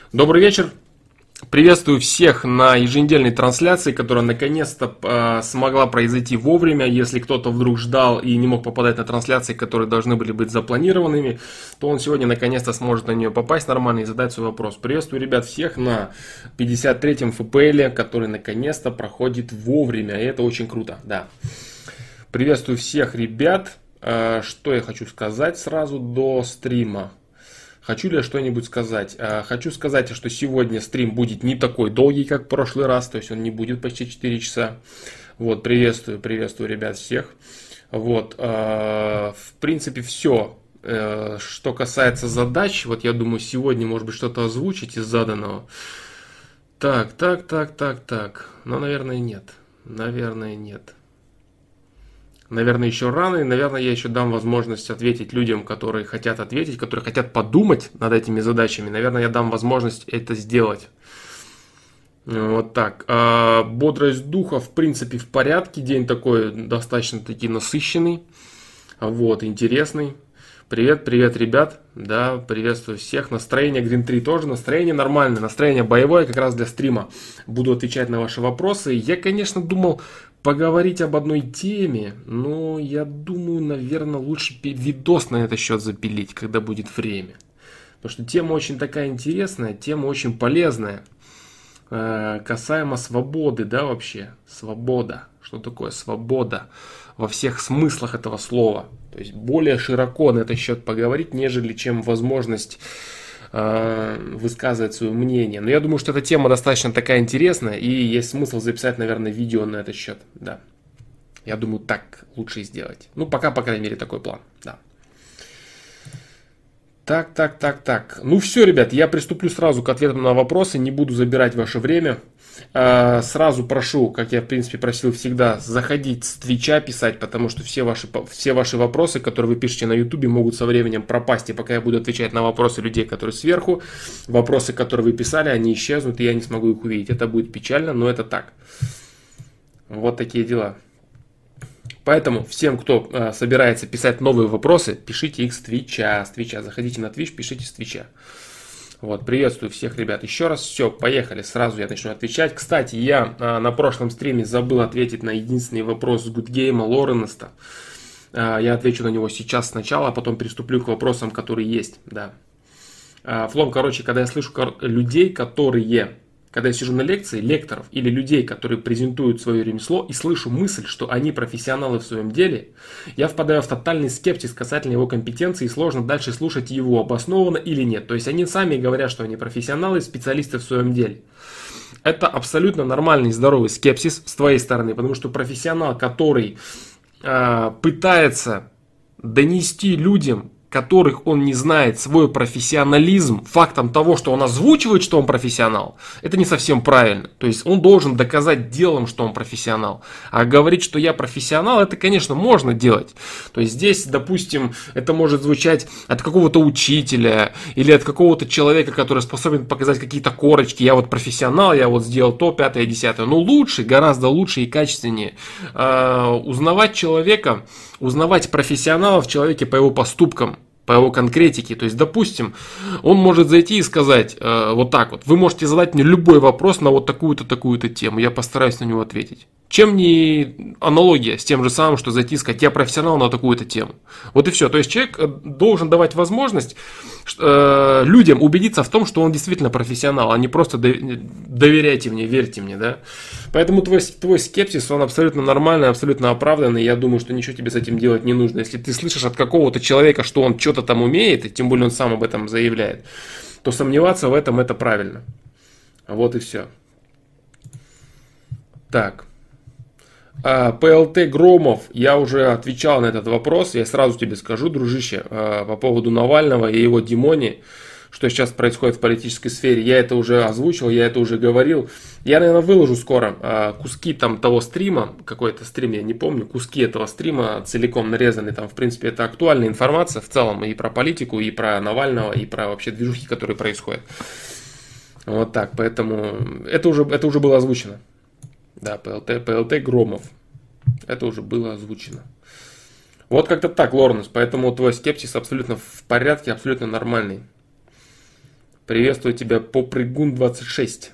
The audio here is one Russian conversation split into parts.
Добрый вечер. Приветствую всех на еженедельной трансляции, которая наконец-то смогла произойти вовремя. Если кто-то вдруг ждал и не мог попадать на трансляции, которые должны были быть запланированными, то он сегодня наконец-то сможет на нее попасть нормально и задать свой вопрос. Приветствую, ребят, всех на 53-м ФПЛ, который наконец-то проходит вовремя, и это очень круто, да. Приветствую всех, ребят. Что я хочу сказать сразу до стрима? Хочу ли я что-нибудь сказать? Хочу сказать, что сегодня стрим будет не такой долгий, как в прошлый раз, то есть он не будет почти 4 часа. Вот, приветствую, ребят, всех. Вот, в принципе, все. Что касается задач, вот я думаю, сегодня, может быть, что-то озвучить из заданного. Так. Но, наверное, нет. Наверное, еще рано, и, наверное, я еще дам возможность ответить людям, которые хотят ответить, которые хотят подумать над этими задачами. Наверное, я дам возможность это сделать. Вот так. Бодрость духа, в принципе, в порядке. День такой достаточно-таки насыщенный. Вот, интересный. Привет, ребят. Да, приветствую всех. Настроение Green 3 тоже. Настроение нормальное, настроение боевое как раз для стрима. Буду отвечать на ваши вопросы. Я, конечно, думал поговорить об одной теме, но я думаю, наверное, лучше видос на этот счет запилить, когда будет время. Потому что тема очень такая интересная, тема очень полезная. Касаемо свободы, да, вообще. Свобода. Что такое свобода? Во всех смыслах этого слова. То есть более широко на этот счет поговорить, нежели чем возможность высказывать свое мнение. Но я думаю, что эта тема достаточно такая интересная, и есть смысл записать, наверное, видео на этот счет. Да. Я думаю, так лучше и сделать. Ну, пока, по крайней мере, такой план. Да. Так. Ну все, ребят, я приступлю сразу к ответам на вопросы, не буду забирать ваше время. Сразу прошу, как я в принципе просил всегда, заходить с Твича писать, потому что все ваши вопросы, которые вы пишете на Ютубе, могут со временем пропасть. И пока я буду отвечать на вопросы людей, которые сверху, вопросы, которые вы писали, они исчезнут, и я не смогу их увидеть. Это будет печально, но это так. Вот такие дела. Поэтому всем, кто собирается писать новые вопросы, пишите их с Твича. Заходите на Твич, пишите с Твича. Вот, приветствую всех, ребят. Еще раз, все, поехали. Сразу я начну отвечать. Кстати, я на прошлом стриме забыл ответить на единственный вопрос с Гудгейма Лоренеста. Я отвечу на него сейчас сначала, а потом приступлю к вопросам, которые есть. Да. Флом, короче, когда я слышу людей, когда я сижу на лекции, лекторов или людей, которые презентуют свое ремесло, и слышу мысль, что они профессионалы в своем деле, я впадаю в тотальный скепсис касательно его компетенции, и сложно дальше слушать его, обоснованно или нет. То есть они сами говорят, что они профессионалы, специалисты в своем деле. Это абсолютно нормальный, здоровый скепсис с твоей стороны, потому что профессионал, который пытается донести людям, которых он не знает, свой профессионализм фактом того, что он озвучивает, что он профессионал, это не совсем правильно. То есть он должен доказать делом, что он профессионал. А говорить, что я профессионал, это, конечно, можно делать. То есть здесь, допустим, это может звучать от какого-то учителя или от какого-то человека, который способен показать какие-то корочки. Я вот профессионал, я вот сделал то, 5-е, 10-е. Но лучше, гораздо лучше и качественнее узнавать человека, узнавать профессионала в человеке по его поступкам, по его конкретике. То есть, допустим, он может зайти и сказать вот так вот: вы можете задать мне любой вопрос на вот такую-то, такую-то тему, я постараюсь на него ответить. Чем не аналогия с тем же самым, что зайти и сказать: я профессионал на такую-то тему. Вот и все. То есть человек должен давать возможность людям убедиться в том, что он действительно профессионал, а не просто доверяйте мне, верьте мне, да. Поэтому твой скепсис, он абсолютно нормальный, абсолютно оправданный. Я думаю, что ничего тебе с этим делать не нужно. Если ты слышишь от какого-то человека, что он что-то там умеет, и тем более он сам об этом заявляет, то сомневаться в этом — это правильно. Вот и все. Так. ПЛТ Громов, я уже отвечал на этот вопрос, я сразу тебе скажу, дружище, по поводу Навального и его демонии, что сейчас происходит в политической сфере. Я это уже озвучил, я это уже говорил. Я, наверное, выложу скоро куски там того стрима, какой-то стрим, я не помню, куски этого стрима целиком нарезаны. Там, в принципе, это актуальная информация в целом и про политику, и про Навального, и про вообще движухи, которые происходят. Вот так, поэтому это уже было озвучено. Да, ПЛТ Громов. Это уже было озвучено. Вот как-то так, Лоренс. Поэтому твой скепсис абсолютно в порядке, абсолютно нормальный. Приветствую тебя, Попрыгун 26.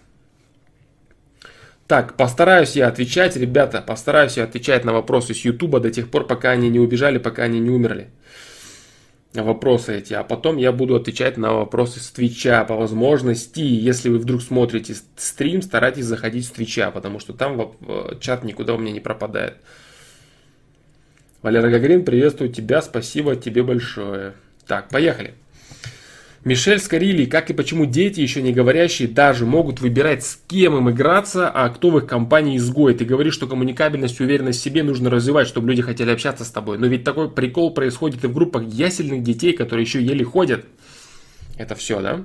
Так, постараюсь я отвечать, ребята, постараюсь я отвечать на вопросы с Ютуба до тех пор, пока они не убежали, пока они не умерли. Вопросы эти, а потом я буду отвечать на вопросы с Твича по возможности. Если вы вдруг смотрите стрим, старайтесь заходить с Твича, потому что там чат никуда у меня не пропадает. Валера Гагарин, приветствую тебя, спасибо тебе большое. Так, поехали. Мишель Скорили, как и почему дети, еще не говорящие, даже могут выбирать, с кем им играться, а кто в их компании изгой. Ты говоришь, что коммуникабельность и уверенность в себе нужно развивать, чтобы люди хотели общаться с тобой. Но ведь такой прикол происходит и в группах ясельных детей, которые еще еле ходят. Это все, да?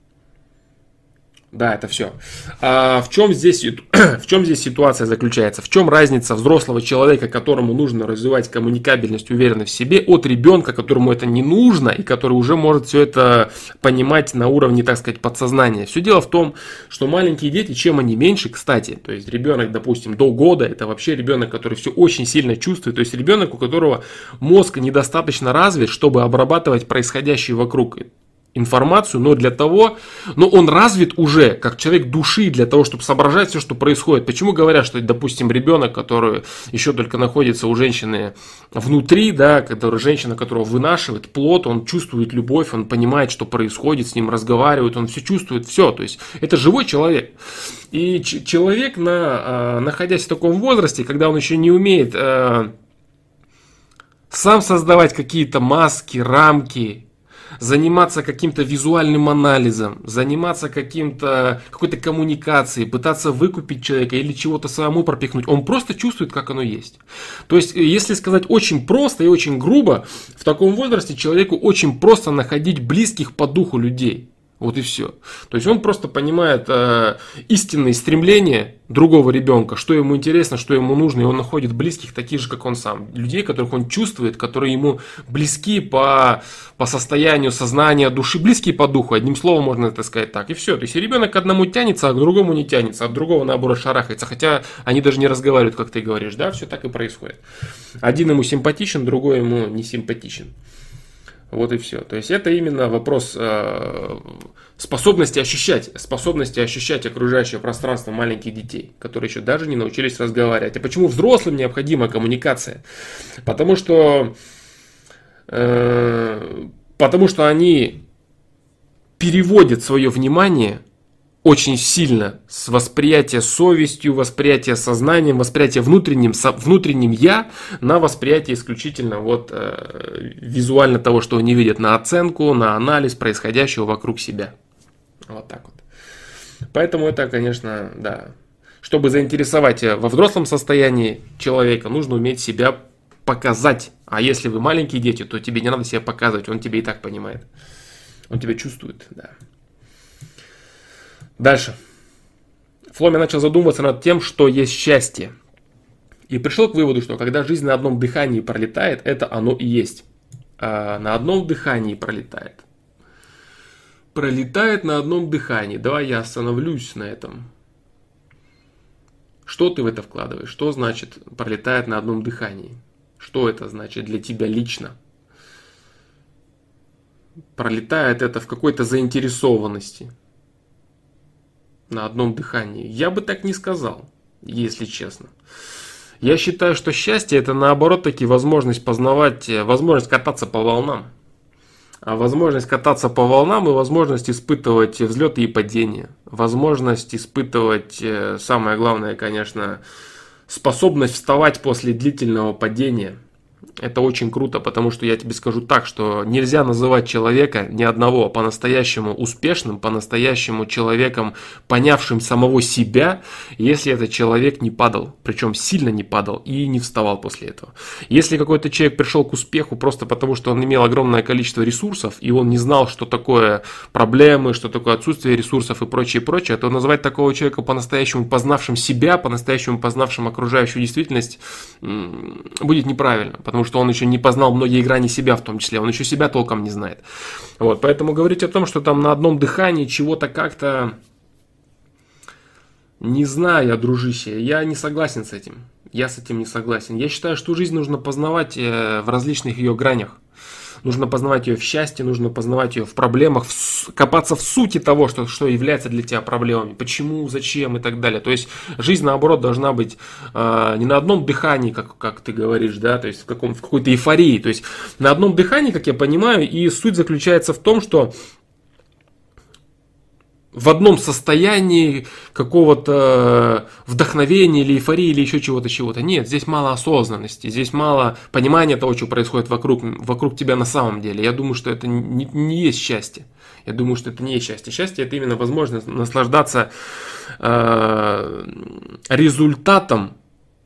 Да, это все. В чем здесь ситуация заключается? В чем разница взрослого человека, которому нужно развивать коммуникабельность, уверенность в себе, от ребенка, которому это не нужно, и который уже может все это понимать на уровне, так сказать, подсознания? Все дело в том, что маленькие дети, чем они меньше, кстати, то есть ребенок, допустим, до года, это вообще ребенок, который все очень сильно чувствует, то есть ребенок, у которого мозг недостаточно развит, чтобы обрабатывать происходящее вокруг информацию, но он развит уже как человек души для того, чтобы соображать все, что происходит. Почему говорят, что, допустим, ребенок, который еще только находится у женщины внутри, да, женщина, которого вынашивает плод, он чувствует любовь, он понимает, что происходит, с ним разговаривают, он все чувствует, все. То есть это живой человек. И человек, находясь в таком возрасте, когда он еще не умеет сам создавать какие-то маски, рамки, заниматься каким-то визуальным анализом, заниматься какой-то коммуникацией, пытаться выкупить человека или чего-то самому пропихнуть. Он просто чувствует, как оно есть. То есть, если сказать очень просто и очень грубо, в таком возрасте человеку очень просто находить близких по духу людей. Вот и все. То есть он просто понимает истинные стремления другого ребенка, что ему интересно, что ему нужно, и он находит близких таких же, как он сам. Людей, которых он чувствует, которые ему близки по состоянию сознания, души, близки по духу. Одним словом можно это сказать так. И все. То есть ребенок к одному тянется, а к другому не тянется, а от другого наоборот шарахается. Хотя они даже не разговаривают, как ты говоришь. Да, все так и происходит. Один ему симпатичен, другой ему не симпатичен. Вот и все. То есть это именно вопрос способности ощущать окружающее пространство маленьких детей, которые еще даже не научились разговаривать. А почему взрослым необходима коммуникация? Потому что они переводят свое внимание очень сильно с восприятия совестью, восприятия сознанием, восприятия внутренним я на восприятие исключительно визуально того, что они видят, на оценку, на анализ происходящего вокруг себя. Вот так вот. Поэтому это, конечно, да. Чтобы заинтересовать во взрослом состоянии человека, нужно уметь себя показать. А если вы маленькие дети, то тебе не надо себя показывать, он тебя и так понимает. Он тебя чувствует, да. Дальше. Фломи начал задумываться над тем, что есть счастье. И пришел к выводу, что когда жизнь на одном дыхании пролетает, это оно и есть. На одном дыхании пролетает. Пролетает на одном дыхании. Давай я остановлюсь на этом. Что ты в это вкладываешь? Что значит пролетает на одном дыхании? Что это значит для тебя лично? Пролетает это в какой-то заинтересованности. На одном дыхании. Я бы так не сказал, если честно. Я считаю, что счастье это наоборот таки возможность познавать, возможность кататься по волнам. А возможность кататься по волнам и возможность испытывать взлеты и падения. Возможность испытывать, самое главное, конечно, способность вставать после длительного падения. Это очень круто, потому что я тебе скажу так, что нельзя называть человека, ни одного, по-настоящему успешным, по-настоящему человеком, понявшим самого себя, если этот человек не падал, причем сильно не падал и не вставал после этого. Если какой-то человек пришел к успеху просто потому, что он имел огромное количество ресурсов, и он не знал, что такое проблемы, что такое отсутствие ресурсов и прочее, то называть такого человека по-настоящему познавшим себя, по-настоящему познавшим окружающую действительность будет неправильно. Потому что он еще не познал многие грани себя в том числе, он еще себя толком не знает. Вот, поэтому говорить о том, что там на одном дыхании чего-то как-то, не знаю, дружище, я не согласен с этим. Я с этим не согласен. Я считаю, что жизнь нужно познавать в различных ее гранях. нужно познавать ее в счастье, нужно познавать ее в проблемах, копаться в сути того, что является для тебя проблемами, почему, зачем и так далее. То есть жизнь, наоборот, должна быть не на одном дыхании, как ты говоришь, да, то есть в какой-то эйфории. То есть на одном дыхании, как я понимаю, и суть заключается в том, что в одном состоянии какого-то вдохновения или эйфории или еще чего-то. Нет, здесь мало осознанности, здесь мало понимания того, что происходит вокруг тебя на самом деле. Я думаю, что это не есть счастье. Я думаю, что это не есть счастье. Счастье — это именно возможность наслаждаться результатом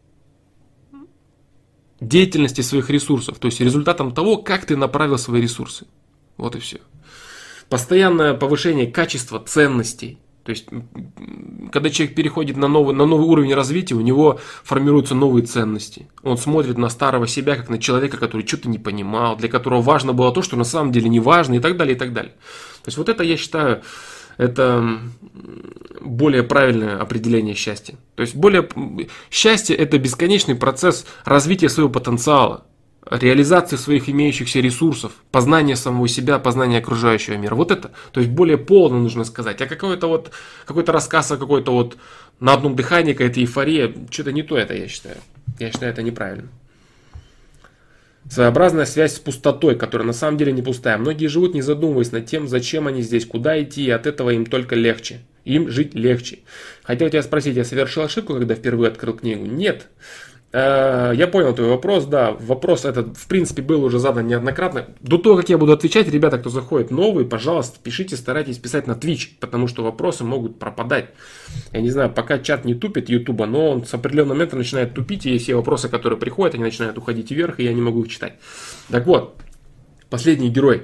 деятельности своих ресурсов. То есть результатом того, как ты направил свои ресурсы. Вот и все. Постоянное повышение качества ценностей. То есть, когда человек переходит на новый уровень развития, у него формируются новые ценности. Он смотрит на старого себя, как на человека, который что-то не понимал, для которого важно было то, что на самом деле не важно, и так далее, и так далее. То есть, вот это, я считаю, это более правильное определение счастья. То есть, счастье — это бесконечный процесс развития своего потенциала, реализации своих имеющихся ресурсов, познания самого себя, познания окружающего мира. Вот это, то есть более полно нужно сказать. А какой-то рассказ о какой-то на одном дыхании, какая-то эйфория, что-то не то это, я считаю. Я считаю, это неправильно. Своеобразная связь с пустотой, которая на самом деле не пустая. Многие живут, не задумываясь над тем, зачем они здесь, куда идти, и от этого им только легче. Им жить легче. Хотел тебя спросить, я совершил ошибку, когда впервые открыл книгу? Нет. Я понял твой вопрос, да, вопрос этот, в принципе, был уже задан неоднократно. До того, как я буду отвечать, ребята, кто заходит новые, пожалуйста, пишите, старайтесь писать на Twitch, потому что вопросы могут пропадать. Я не знаю, пока чат не тупит Ютуба, но он с определенного момента начинает тупить, и все вопросы, которые приходят, они начинают уходить вверх, и я не могу их читать. Так вот, последний герой.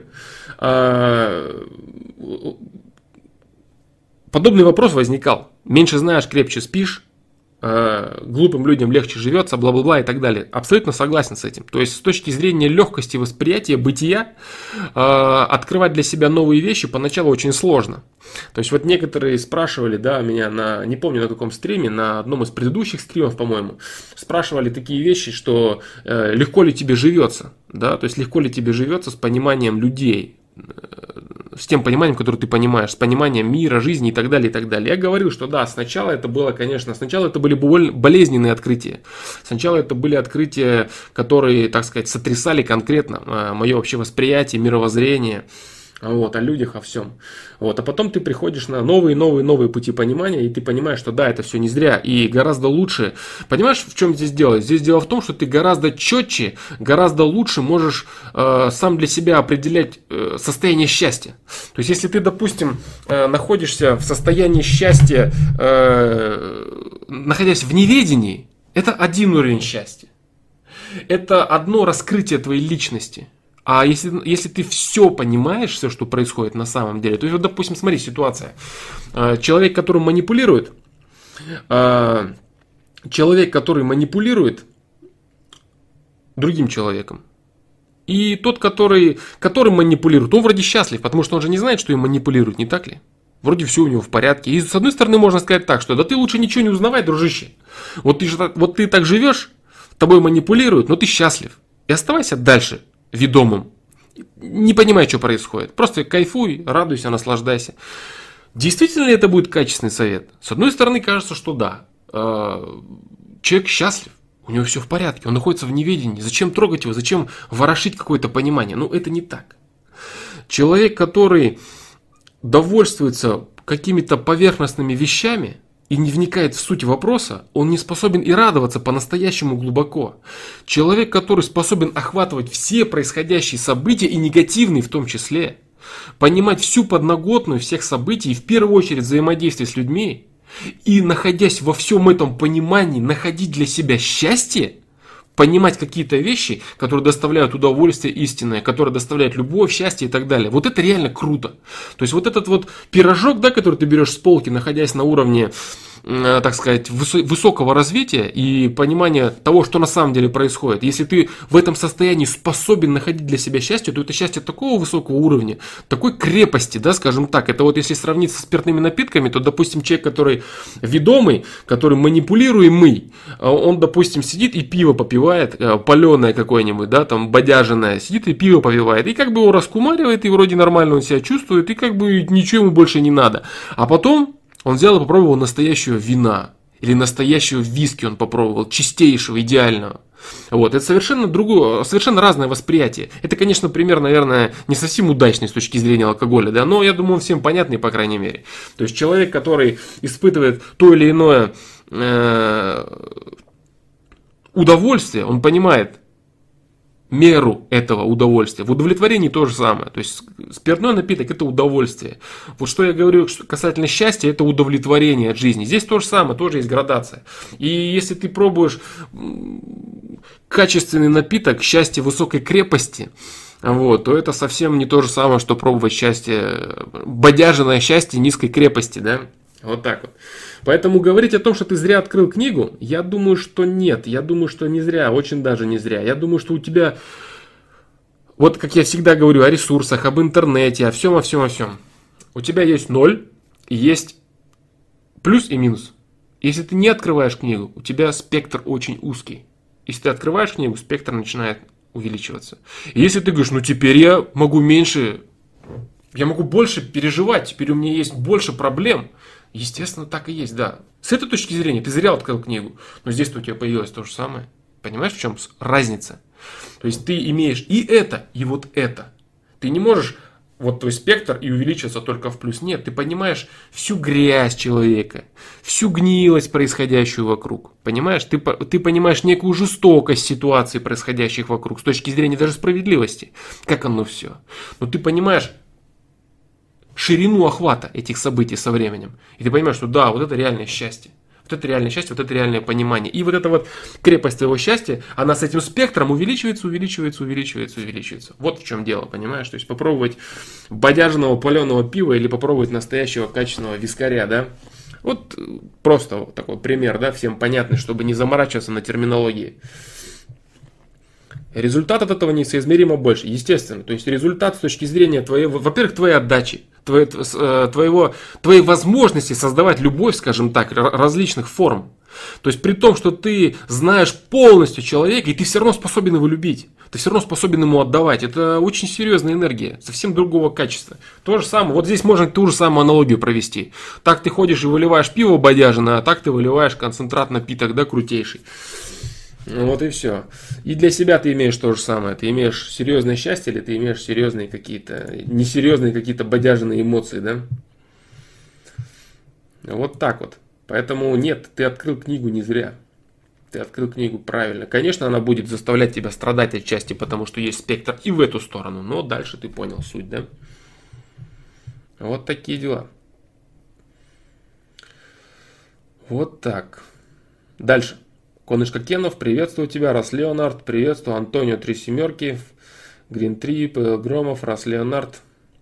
Подобный вопрос возникал. Меньше знаешь, крепче спишь. Глупым людям легче живется, бла-бла-бла и так далее. Абсолютно согласен с этим. То есть с точки зрения легкости восприятия бытия, открывать для себя новые вещи поначалу очень сложно. То есть вот некоторые спрашивали, да, меня не помню на каком стриме, на одном из предыдущих стримов, по-моему, спрашивали такие вещи, что легко ли тебе живется, да, то есть легко ли тебе живется с пониманием людей, с тем пониманием, которое ты понимаешь, с пониманием мира, жизни и так далее, и так далее. Я говорил, что да, сначала это были болезненные открытия. Сначала это были открытия, которые, так сказать, сотрясали конкретно мое вообще восприятие, мировоззрение, о людях, о всем. А потом ты приходишь на новые пути понимания, и ты понимаешь, что да, это все не зря, и гораздо лучше. Понимаешь, в чем здесь дело? Здесь дело в том, что ты гораздо четче, гораздо лучше можешь сам для себя определять состояние счастья. То есть, если ты, допустим, находишься в состоянии счастья, находясь в неведении, это один уровень счастья. Это одно раскрытие твоей личности. А если ты все понимаешь, все, что происходит на самом деле, то есть, допустим, смотри, ситуация. Человек, который манипулирует другим человеком, и тот, который манипулирует, он вроде счастлив, потому что он же не знает, что им манипулируют, не так ли? Вроде все у него в порядке. И с одной стороны можно сказать так, что да ты лучше ничего не узнавай, дружище. Вот ты так живешь, тобой манипулируют, но ты счастлив. И оставайся дальше ведомым, не понимая, что происходит. Просто кайфуй, радуйся, наслаждайся. Действительно ли это будет качественный совет? С одной стороны, кажется, что да. Человек счастлив, у него все в порядке, он находится в неведении. Зачем трогать его, зачем ворошить какое-то понимание? Это не так. Человек, который довольствуется какими-то поверхностными вещами и не вникает в суть вопроса, он не способен и радоваться по-настоящему глубоко. Человек, который способен охватывать все происходящие события, и негативные в том числе, понимать всю подноготную всех событий, и в первую очередь взаимодействие с людьми, и находясь во всем этом понимании, находить для себя счастье, понимать какие-то вещи, которые доставляют удовольствие истинное, которые доставляют любовь, счастье и так далее. Вот это реально круто. То есть вот этот вот пирожок, да, который ты берешь с полки, находясь на уровне так сказать, высокого развития и понимания того, что на самом деле происходит. Если ты в этом состоянии способен находить для себя счастье, то это счастье такого высокого уровня, такой крепости, да, скажем так. Это вот если сравнить со спиртными напитками, то, допустим, человек, который ведомый, который манипулируемый, он, допустим, сидит и пиво попивает, паленое какое-нибудь, да, там, бодяженное, сидит и пиво попивает, и как бы его раскумаривает, и вроде нормально он себя чувствует, и как бы ничего ему больше не надо. А потом он взял и попробовал настоящего вина, или настоящего виски он попробовал, чистейшего, идеального. Вот, это совершенно другое, совершенно разное восприятие. Это, конечно, пример, наверное, не совсем удачный с точки зрения алкоголя, да, но я думаю, он всем понятный, по крайней мере. То есть человек, который испытывает то или иное удовольствие, он понимает меру этого удовольствия. В удовлетворении то же самое. То есть спиртной напиток — это удовольствие. Вот что я говорю касательно счастья, это удовлетворение от жизни. Здесь то же самое, тоже есть градация. И если ты пробуешь качественный напиток, счастье высокой крепости, вот, то это совсем не то же самое, что пробовать счастье, бодяженное счастье низкой крепости, да? Вот так вот. Поэтому говорить о том, что ты зря открыл книгу, я думаю, что нет. Я думаю, что не зря, очень даже не зря. Я думаю, что у тебя, вот как я всегда говорю о ресурсах, об интернете, о всем, о всем, о всем. У тебя есть ноль, и есть плюс и минус. Если ты не открываешь книгу, у тебя спектр очень узкий. Если ты открываешь книгу, спектр начинает увеличиваться. И если ты говоришь, ну теперь я могу меньше, я могу больше переживать, теперь у меня есть больше проблем. Естественно, так и есть, да. С этой точки зрения ты зря открыл книгу, но здесь-то у тебя появилось то же самое. Понимаешь, в чем разница? То есть ты имеешь и это, и вот это. Ты не можешь вот твой спектр и увеличиваться только в плюс. Нет, ты понимаешь всю грязь человека, всю гнилость, происходящую вокруг. Понимаешь? Ты понимаешь некую жестокость ситуаций, происходящих вокруг, с точки зрения даже справедливости. Как оно все. Но ты понимаешь ширину охвата этих событий со временем. И ты понимаешь, что да, вот это реальное счастье. Вот это реальное счастье, вот это реальное понимание. И вот эта вот крепость твоего счастья, она с этим спектром увеличивается, увеличивается, увеличивается, увеличивается. Вот в чем дело, понимаешь? То есть попробовать бодяжного паленого пива или попробовать настоящего качественного вискаря, да? Вот просто вот такой пример, да, всем понятный, чтобы не заморачиваться на терминологии. Результат от этого несоизмеримо больше, естественно. То есть результат с точки зрения твоей, во-первых, твоей отдачи, твоей возможности создавать любовь, скажем так, различных форм. То есть при том, что ты знаешь полностью человека, и ты все равно способен его любить. Ты все равно способен ему отдавать. Это очень серьезная энергия, совсем другого качества. То же самое, вот здесь можно ту же самую аналогию провести. Так ты ходишь и выливаешь пиво бодяжное, а так ты выливаешь концентрат напиток, да, крутейший. Вот и все. И для себя ты имеешь то же самое. Ты имеешь серьезное счастье или ты имеешь серьезные какие-то, несерьезные какие-то бодяжные эмоции, да? Вот так вот. Поэтому нет, ты открыл книгу не зря. Ты открыл книгу правильно. Конечно, она будет заставлять тебя страдать отчасти, потому что есть спектр и в эту сторону. Но дальше ты понял суть, да? Вот такие дела. Вот так. Дальше. Конышка Кенов, приветствую тебя. Рас Леонард, приветствую. Антонио 3 семерки. Грин 3, Павел Громов, Рас Леонард.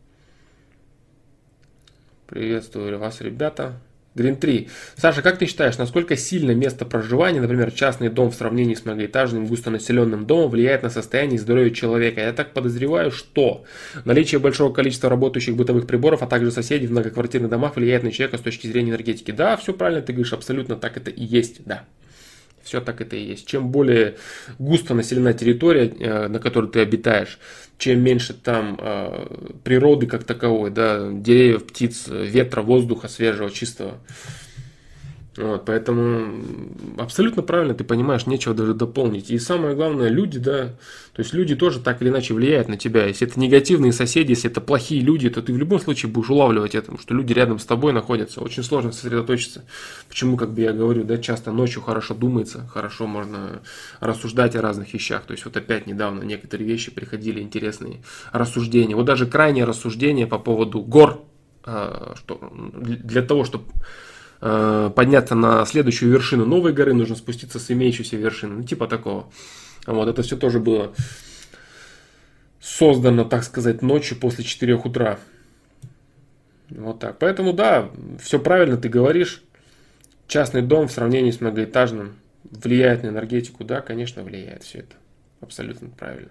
Приветствую вас, ребята. Грин 3. Саша, как ты считаешь, насколько сильно место проживания, например, частный дом в сравнении с многоэтажным густонаселенным домом, влияет на состояние и здоровье человека? Я так подозреваю, что наличие большого количества работающих бытовых приборов, а также соседей в многоквартирных домах влияет на человека с точки зрения энергетики. Да, все правильно ты говоришь, абсолютно так это и есть, да. Все так это и есть. Чем более густо населена территория, на которой ты обитаешь, чем меньше там природы как таковой, да, деревьев, птиц, ветра, воздуха свежего, чистого. Вот, поэтому абсолютно правильно ты понимаешь, нечего даже дополнить. И самое главное, люди, да, то есть люди тоже так или иначе влияют на тебя. Если это негативные соседи, если это плохие люди, то ты в любом случае будешь улавливать это, потому что люди рядом с тобой находятся. Очень сложно сосредоточиться. Почему, как бы я говорю, да, часто ночью хорошо думается, хорошо можно рассуждать о разных вещах. То есть вот опять недавно некоторые вещи приходили интересные рассуждения. Вот даже крайнее рассуждение по поводу гор, что для того, чтобы подняться на следующую вершину новой горы, нужно спуститься с имеющейся вершины, ну типа такого. Вот это все тоже было создано, так сказать, ночью после 4 утра. Вот так. Поэтому да, все правильно ты говоришь. Частный дом в сравнении с многоэтажным влияет на энергетику? Да, конечно, влияет все это. Абсолютно правильно.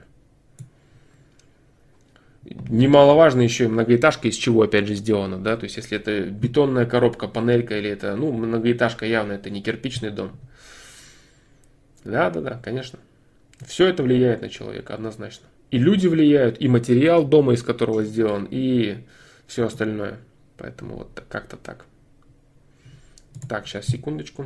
Немаловажно еще и многоэтажка из чего опять же сделана, да, то есть если это бетонная коробка, панелька или это, ну, многоэтажка явно это не кирпичный дом. Да, конечно. Все это влияет на человека однозначно. И люди влияют, и материал дома, из которого сделан, и все остальное. Поэтому вот как-то так. Так, сейчас, секундочку.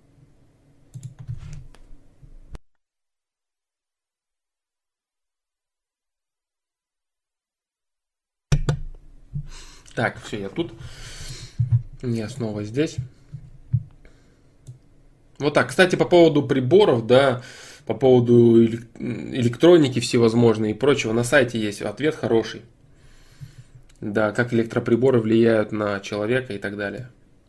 Так, все, я тут. Я снова здесь. Вот так. Кстати, по поводу приборов, да, по поводу электроники всевозможной и прочего, на сайте есть ответ хороший. Да, как электроприборы влияют на человека и так далее.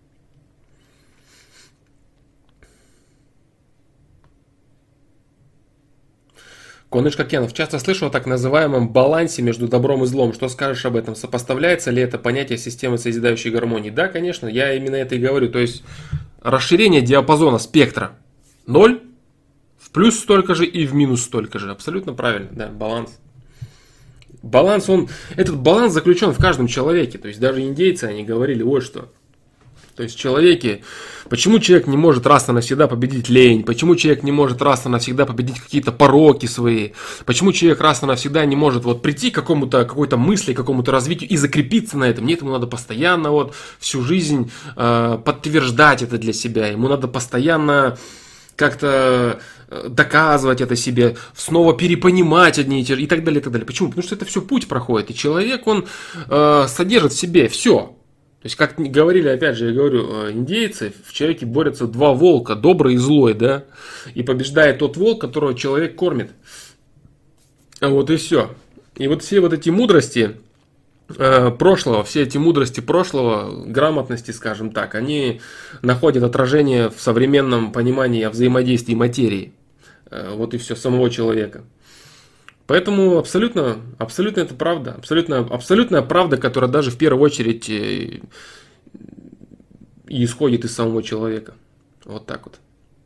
Конышка Кенов, часто слышу о так называемом балансе между добром и злом. Что скажешь об этом? Сопоставляется ли это понятие системы созидающей гармонии? Да, конечно, я именно это и говорю. То есть расширение диапазона спектра 0, в плюс столько же и в минус столько же. Абсолютно правильно, да, баланс. Баланс, этот баланс заключен в каждом человеке. То есть даже индейцы, они говорили, вот что. То есть человеки, почему человек не может раз и навсегда победить лень, почему человек не может раз и навсегда победить какие-то пороки свои, почему человек раз и навсегда не может вот прийти к какой-то мысли, к какому-то развитию и закрепиться на этом. Нет, ему надо постоянно вот всю жизнь подтверждать это для себя, ему надо постоянно как-то доказывать это себе, снова перепонимать одни и те же и так далее, и так далее. Почему? Потому что это все путь проходит, и человек, он содержит в себе все. То есть, как говорили, опять же, я говорю, индейцы, в человеке борются два волка, добрый и злой, да, и побеждает тот волк, которого человек кормит. Вот и все. И вот все вот эти мудрости прошлого, все эти мудрости прошлого, грамотности, скажем так, они находят отражение в современном понимании о взаимодействии материи. Вот и все, самого человека. Поэтому абсолютно это правда. Абсолютная правда, которая даже в первую очередь и исходит из самого человека. Вот так вот.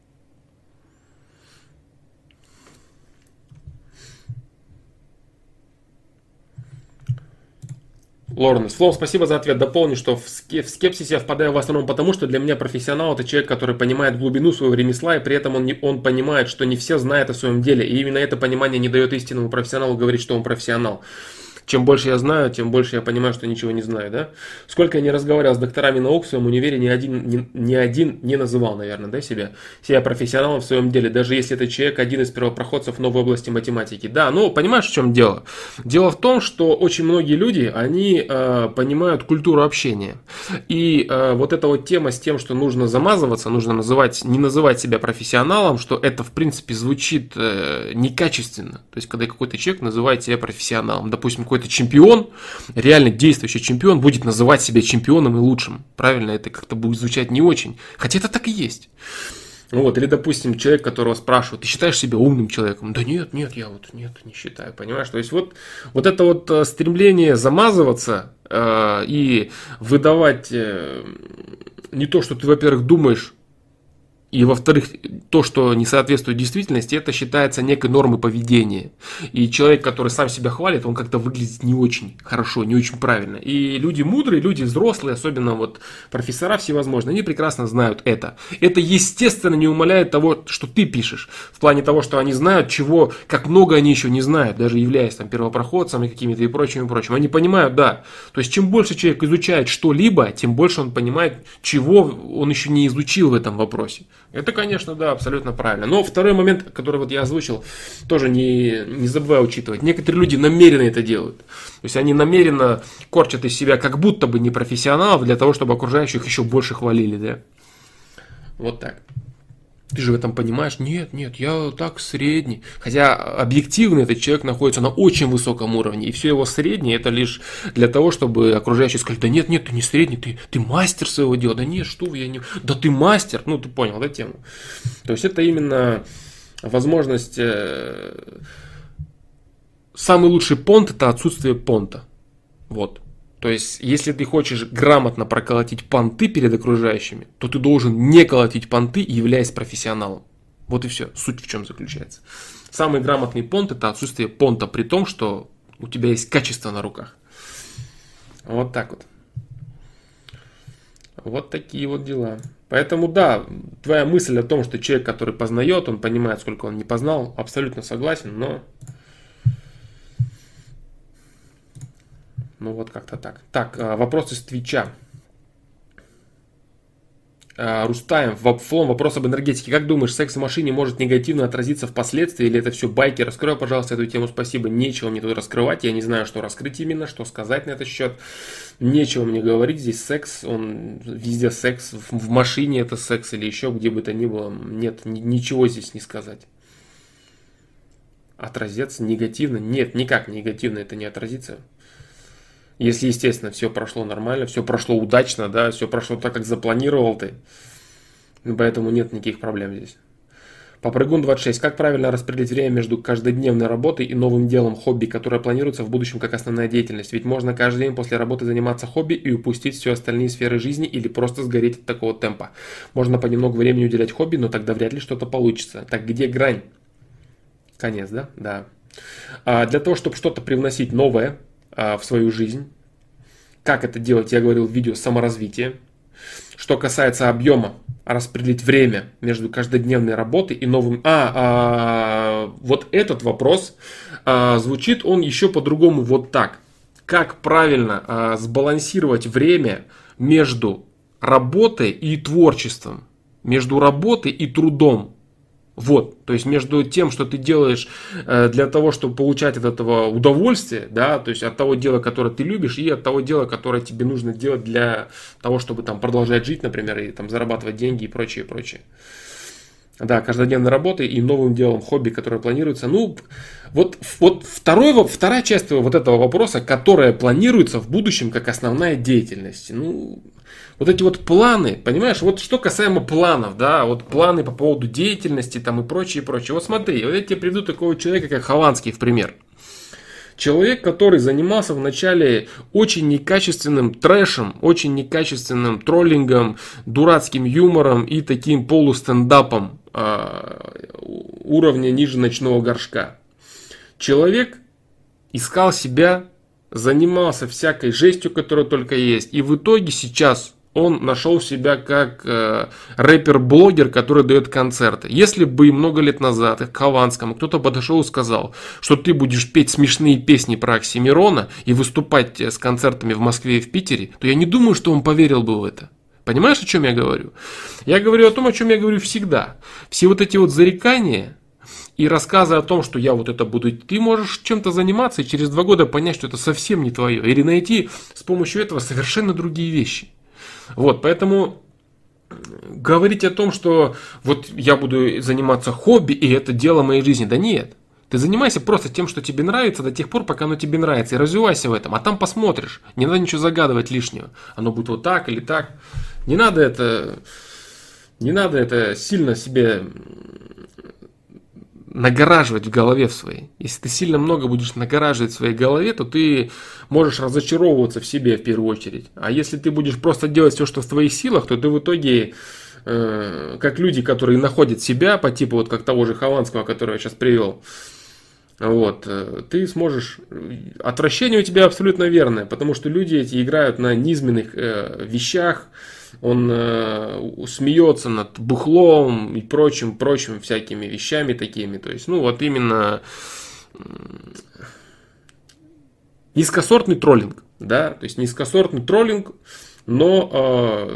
Лоренс, Флоу, спасибо за ответ. Дополню, что в скепсис я впадаю в основном потому, что для меня профессионал это человек, который понимает глубину своего ремесла, и при этом он понимает, что не все знают о своем деле. И именно это понимание не дает истинному профессионалу говорить, что он профессионал. Чем больше я знаю, тем больше я понимаю, что ничего не знаю, да? Сколько я не разговаривал с докторами наук в своем универе, ни один не называл, наверное, да, себя профессионалом в своем деле, даже если это человек один из первопроходцев в новой области математики. Да, ну, понимаешь, в чем дело? Дело в том, что очень многие люди, они понимают культуру общения. И вот эта вот тема с тем, что нужно замазываться, нужно не называть себя профессионалом, что это, в принципе, звучит некачественно. То есть, когда какой-то человек называет себя профессионалом, допустим, какой-то чемпион, реально действующий чемпион, будет называть себя чемпионом и лучшим. Правильно, это как-то будет звучать не очень. Хотя это так и есть. Вот, или, допустим, человек, которого спрашивают, ты считаешь себя умным человеком? Да нет, я вот нет, не считаю, понимаешь? То есть вот это вот стремление замазываться и выдавать не то, что ты, во-первых, думаешь, и, во-вторых, то, что не соответствует действительности, это считается некой нормой поведения. И человек, который сам себя хвалит, он как-то выглядит не очень хорошо, не очень правильно. И люди мудрые, люди взрослые, особенно вот профессора всевозможные, они прекрасно знают это. Это, естественно, не умаляет того, что ты пишешь. В плане того, что они знают, чего, как много они еще не знают, даже являясь там первопроходцами какими-то и прочим. Они понимают, да. То есть, чем больше человек изучает что-либо, тем больше он понимает, чего он еще не изучил в этом вопросе. Это, конечно, да, абсолютно правильно. Но второй момент, который вот я озвучил, тоже не забывай учитывать. Некоторые люди намеренно это делают. То есть они намеренно корчат из себя как будто бы непрофессионалов для того, чтобы окружающих еще больше хвалили, да. Вот так. Ты же в этом понимаешь? Нет, я так средний. Хотя объективно этот человек находится на очень высоком уровне. И все его среднее это лишь для того, чтобы окружающие сказали, да нет, ты не средний, ты мастер своего дела. Да нет, что вы, я не... Да ты мастер. Ну, ты понял, да, тему? То есть это именно возможность... Самый лучший понт это отсутствие понта. Вот. То есть, если ты хочешь грамотно проколотить понты перед окружающими, то ты должен не колотить понты, являясь профессионалом. Вот и все. Суть в чем заключается. Самый грамотный понт — это отсутствие понта при том, что у тебя есть качество на руках. Вот так вот. Вот такие вот дела. Поэтому да, твоя мысль о том, что человек, который познает, он понимает, сколько он не познал, абсолютно согласен, но... Ну вот как-то так. Так, вопрос из Твича. Рустаем, Флом, вопрос об энергетике. Как думаешь, секс в машине может негативно отразиться впоследствии, или это все байки? Раскрой, пожалуйста, эту тему, спасибо. Нечего мне тут раскрывать, я не знаю, что раскрыть именно, что сказать на этот счет. Нечего мне говорить, здесь секс, он везде секс, в машине это секс или еще где бы то ни было. Нет, ничего здесь не сказать. Отразится негативно? Нет, никак негативно это не отразится. Если, естественно, все прошло нормально, все прошло удачно, да, все прошло так, как запланировал ты. Поэтому нет никаких проблем здесь. Попрыгун 26. Как правильно распределить время между каждодневной работой и новым делом, хобби, которое планируется в будущем как основная деятельность? Ведь можно каждый день после работы заниматься хобби и упустить все остальные сферы жизни или просто сгореть от такого темпа. Можно понемногу времени уделять хобби, но тогда вряд ли что-то получится. Так где грань? Конец, да? Да. Для того, чтобы что-то привносить новое в свою жизнь. Как это делать, я говорил в видео саморазвития. Что касается объема, распределить время между каждодневной работой и новым... вот этот вопрос звучит он еще по-другому вот так. Как правильно сбалансировать время между работой и творчеством, между работой и трудом? Вот, то есть между тем, что ты делаешь для того, чтобы получать от этого удовольствие, да, то есть от того дела, которое ты любишь, и от того дела, которое тебе нужно делать для того, чтобы там продолжать жить, например, и там зарабатывать деньги и прочее, прочее. Да, каждодневной работой и новым делом, хобби, которое планируется. Ну, вот вторая часть вот этого вопроса, которая планируется в будущем как основная деятельность. Ну, вот эти вот планы, понимаешь, вот что касаемо планов, да, вот планы по поводу деятельности там и прочее, прочее. Вот смотри, вот я тебе приведу такого человека, как Хованский, в пример. Человек, который занимался вначале очень некачественным трэшем, очень некачественным троллингом, дурацким юмором и таким полустендапом уровня ниже ночного горшка. Человек искал себя, занимался всякой жестью, которая только есть, и в итоге сейчас он нашел себя как рэпер-блогер, который дает концерты. Если бы много лет назад к Хованскому кто-то подошел и сказал, что ты будешь петь смешные песни про Оксимирона и выступать с концертами в Москве и в Питере, то я не думаю, что он поверил бы в это. Понимаешь, о чем я говорю? Я говорю о том, о чем я говорю всегда. Все вот эти вот зарекания и рассказы о том, что я вот это буду, ты можешь чем-то заниматься и через 2 года понять, что это совсем не твое. Или найти с помощью этого совершенно другие вещи. Вот, поэтому говорить о том, что вот я буду заниматься хобби и это дело моей жизни, да нет. Ты занимайся просто тем, что тебе нравится до тех пор, пока оно тебе нравится, и развивайся в этом, а там посмотришь. Не надо ничего загадывать лишнего. Оно будет вот так или так. Не надо это сильно себе нагораживать в голове в своей. Если ты сильно много будешь нагораживать в своей голове, то ты можешь разочаровываться в себе в первую очередь. А если ты будешь просто делать все, что в твоих силах, то ты в итоге, как люди, которые находят себя, по типу вот как того же Хованского, которого я сейчас привел, вот, ты сможешь... Отвращение у тебя абсолютно верное, потому что люди эти играют на низменных вещах, он смеется над бухлом и прочим всякими вещами такими. То есть, ну вот именно низкосортный троллинг, да, то есть низкосортный троллинг, но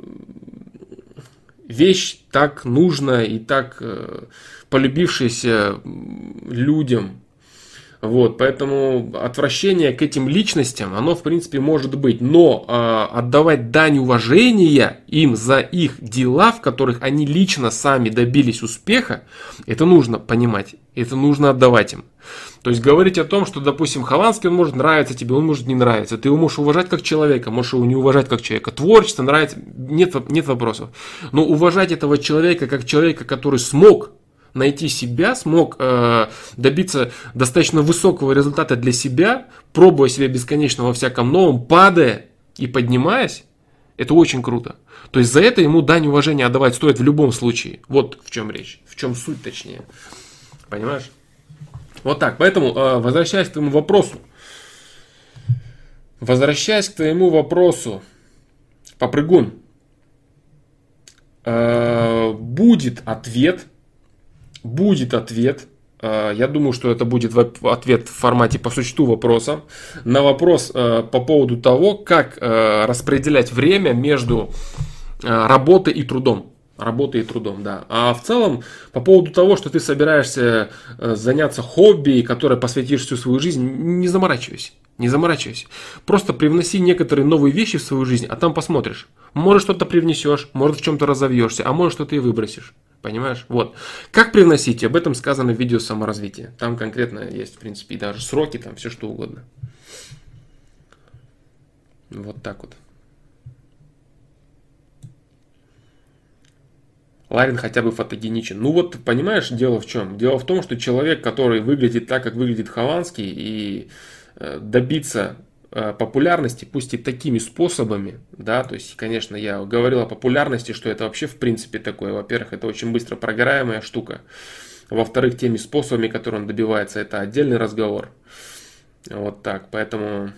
вещь так нужная и так полюбившаяся людям. Вот, поэтому отвращение к этим личностям, оно в принципе может быть, но отдавать дань уважения им за их дела, в которых они лично сами добились успеха, это нужно понимать, это нужно отдавать им. То есть говорить о том, что, допустим, Хованский, он может нравиться тебе, он может не нравиться, ты его можешь уважать как человека, можешь его не уважать как человека, творчество нравится, нет вопросов, но уважать этого человека как человека, который смог найти себя, смог добиться достаточно высокого результата для себя, пробуя себя бесконечно во всяком новом, падая и поднимаясь, это очень круто. То есть за это ему дань уважения отдавать стоит в любом случае. Вот в чем речь, в чем суть точнее. Понимаешь? Вот так. Поэтому, возвращаясь к твоему вопросу. Попрыгун. Будет ответ. Я думаю, что это будет ответ в формате по существу вопроса. На вопрос по поводу того, как распределять время между работой и трудом. Работой и трудом, да. А в целом, по поводу того, что ты собираешься заняться хобби, которое посвятишь всю свою жизнь, не заморачивайся. Не заморачивайся. Просто привноси некоторые новые вещи в свою жизнь, а там посмотришь. Может, что-то привнесешь, может, в чем-то разовьешься, а может, что-то и выбросишь. Понимаешь? Вот. Как привносить? Об этом сказано в видео саморазвития. Там конкретно есть, в принципе, и даже сроки, там все что угодно. Вот так вот. Ларин хотя бы фотогеничен. Ну вот, понимаешь, дело в чем? Дело в том, что человек, который выглядит так, как выглядит Хованский, и добиться популярности, пусть и такими способами, да, то есть, конечно, я говорил о популярности, что это вообще в принципе такое. Во-первых, это очень быстро прогораемая штука. Во-вторых, теми способами, которые он добивается, это отдельный разговор. Вот так, поэтому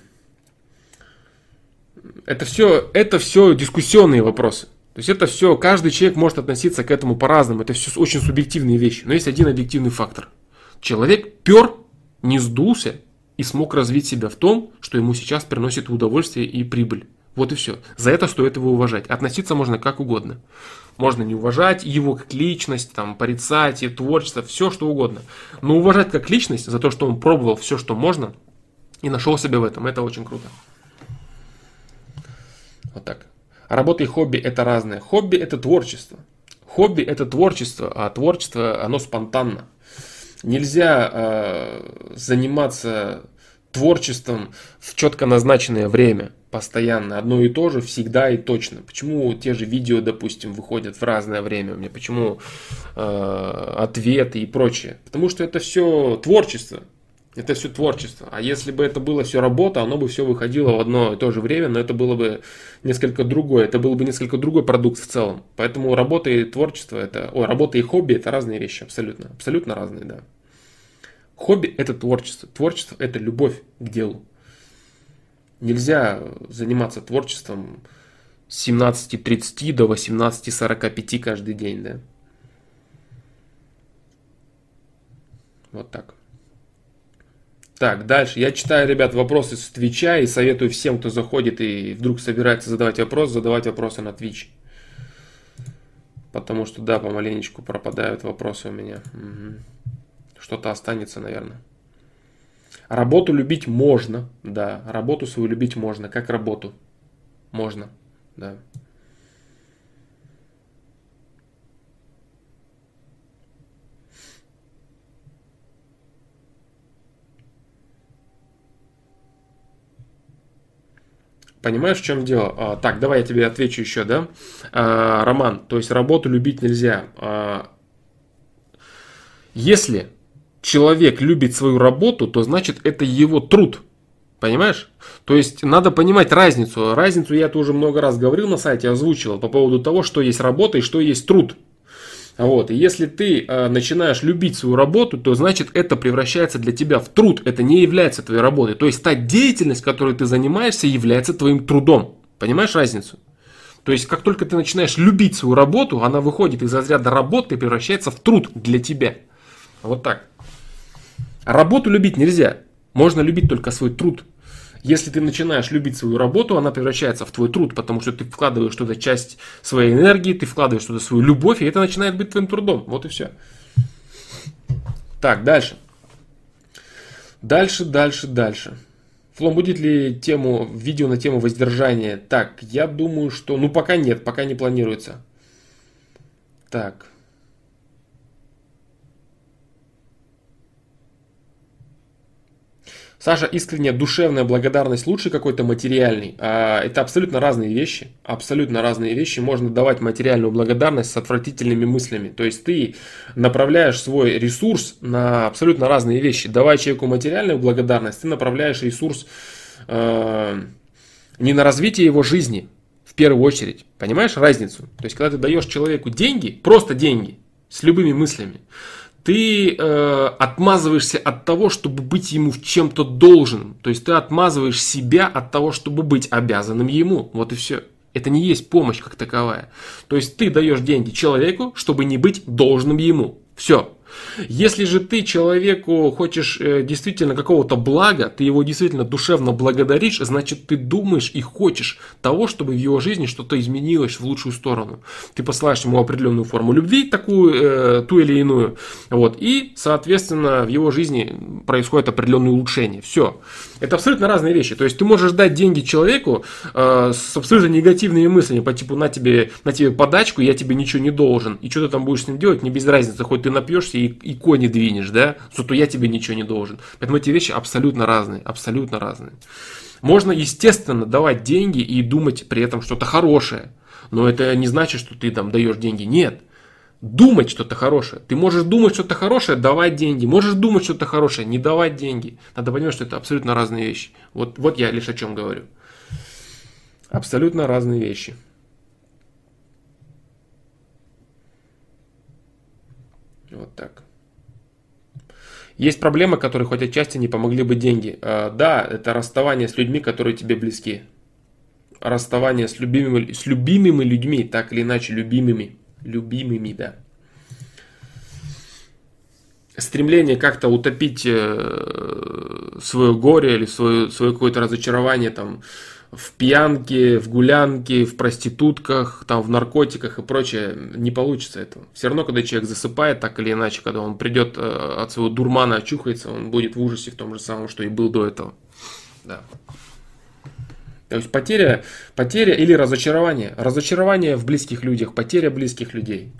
это все дискуссионные вопросы. То есть это все, каждый человек может относиться к этому по-разному. Это все очень субъективные вещи. Но есть один объективный фактор. Человек пер, не сдулся и смог развить себя в том, что ему сейчас приносит удовольствие и прибыль. Вот и все. За это стоит его уважать. Относиться можно как угодно. Можно не уважать его как личность, там, порицать, и творчество, все что угодно. Но уважать как личность за то, что он пробовал все, что можно, и нашел себя в этом. Это очень круто. Вот так. Работа и хобби это разное. Хобби это творчество. Хобби это творчество, а творчество оно спонтанно. Нельзя заниматься творчеством в четко назначенное время, постоянно, одно и то же, всегда и точно. Почему те же видео, допустим, выходят в разное время у меня, почему ответы и прочее? Потому что это все творчество. Это все творчество. А если бы это было все работа, оно бы все выходило в одно и то же время, но это было бы несколько другое. Это был бы несколько другой продукт в целом. Поэтому работа и творчество, работа и хобби это разные вещи, абсолютно. Абсолютно разные, да. Хобби это творчество. Творчество это любовь к делу. Нельзя заниматься творчеством с 17:30 до 18:45 каждый день, да. Вот так. Так, дальше. Я читаю, ребят, вопросы с Твича и советую всем, кто заходит и вдруг собирается задавать вопросы на Twitch. Потому что, да, помаленечку пропадают вопросы у меня. Угу. Что-то останется, наверное. Работу любить можно, да. Работу свою любить можно. Как работу? Можно, да. Понимаешь, в чем дело? Так, давай я тебе отвечу еще, да? Роман, то есть работу любить нельзя. Если человек любит свою работу, то значит это его труд. Понимаешь? То есть надо понимать разницу. Разницу я тоже много раз говорил на сайте, озвучивал по поводу того, что есть работа и что есть труд. Вот. И если ты начинаешь любить свою работу, то значит это превращается для тебя в труд. Это не является твоей работой. То есть та деятельность, которой ты занимаешься, является твоим трудом. Понимаешь разницу? То есть как только ты начинаешь любить свою работу, она выходит из разряда работы и превращается в труд для тебя. Вот так. Работу любить нельзя. Можно любить только свой труд. Если ты начинаешь любить свою работу, она превращается в твой труд, потому что ты вкладываешь туда часть своей энергии, ты вкладываешь туда свою любовь, и это начинает быть твоим трудом. Вот и все. Так, дальше. Дальше. Флом, будет ли видео на тему воздержания? Так, я думаю, что... Ну, пока нет, пока не планируется. Так. Саша, искренняя душевная благодарность лучше какой-то материальной? Это абсолютно разные вещи. Абсолютно разные вещи. Можно давать материальную благодарность с отвратительными мыслями. То есть ты направляешь свой ресурс на абсолютно разные вещи. Давая человеку материальную благодарность, ты направляешь ресурс не на развитие его жизни, в первую очередь. Понимаешь разницу? То есть, когда ты даешь человеку деньги, просто деньги, с любыми мыслями, ты отмазываешься от того, чтобы быть ему в чем-то должным. То есть ты отмазываешь себя от того, чтобы быть обязанным ему. Вот и все. Это не есть помощь как таковая. То есть ты даешь деньги человеку, чтобы не быть должным ему. Все. Если же ты человеку хочешь действительно какого-то блага, ты его действительно душевно благодаришь, значит ты думаешь и хочешь того, чтобы в его жизни что-то изменилось в лучшую сторону. Ты посылаешь ему определенную форму любви, такую, ту или иную, вот, и, соответственно, в его жизни происходит определенное улучшение. Все. Это абсолютно разные вещи. То есть ты можешь дать деньги человеку с абсолютно негативными мыслями, по типу на тебе подачку, я тебе ничего не должен. И что ты там будешь с ним делать, мне без разницы, хоть ты напьешься и кони двинешь, да, зато я тебе ничего не должен. Поэтому эти вещи абсолютно разные, абсолютно разные. Можно, естественно, давать деньги и думать при этом что-то хорошее, но это не значит, что ты там даешь деньги. Нет. Думать что-то хорошее. Ты можешь думать что-то хорошее, давать деньги. Можешь думать что-то хорошее, не давать деньги. Надо понимать, что это абсолютно разные вещи. Вот я лишь о чем говорю. Абсолютно разные вещи. Вот так. Есть проблемы, которые хоть отчасти не помогли бы деньги. Да, это расставание с людьми, которые тебе близки. Расставание с любимыми людьми, так или иначе любимыми. Любимыми, да. Стремление как-то утопить свое горе или свое какое-то разочарование там, в пьянке, в гулянке, в проститутках, там, в наркотиках и прочее, не получится этого. Все равно, когда человек засыпает, так или иначе, когда он придет от своего дурмана, очухается, он будет в ужасе в том же самом, что и был до этого. Да. То есть потеря или разочарование. Разочарование в близких людях, потеря близких людей.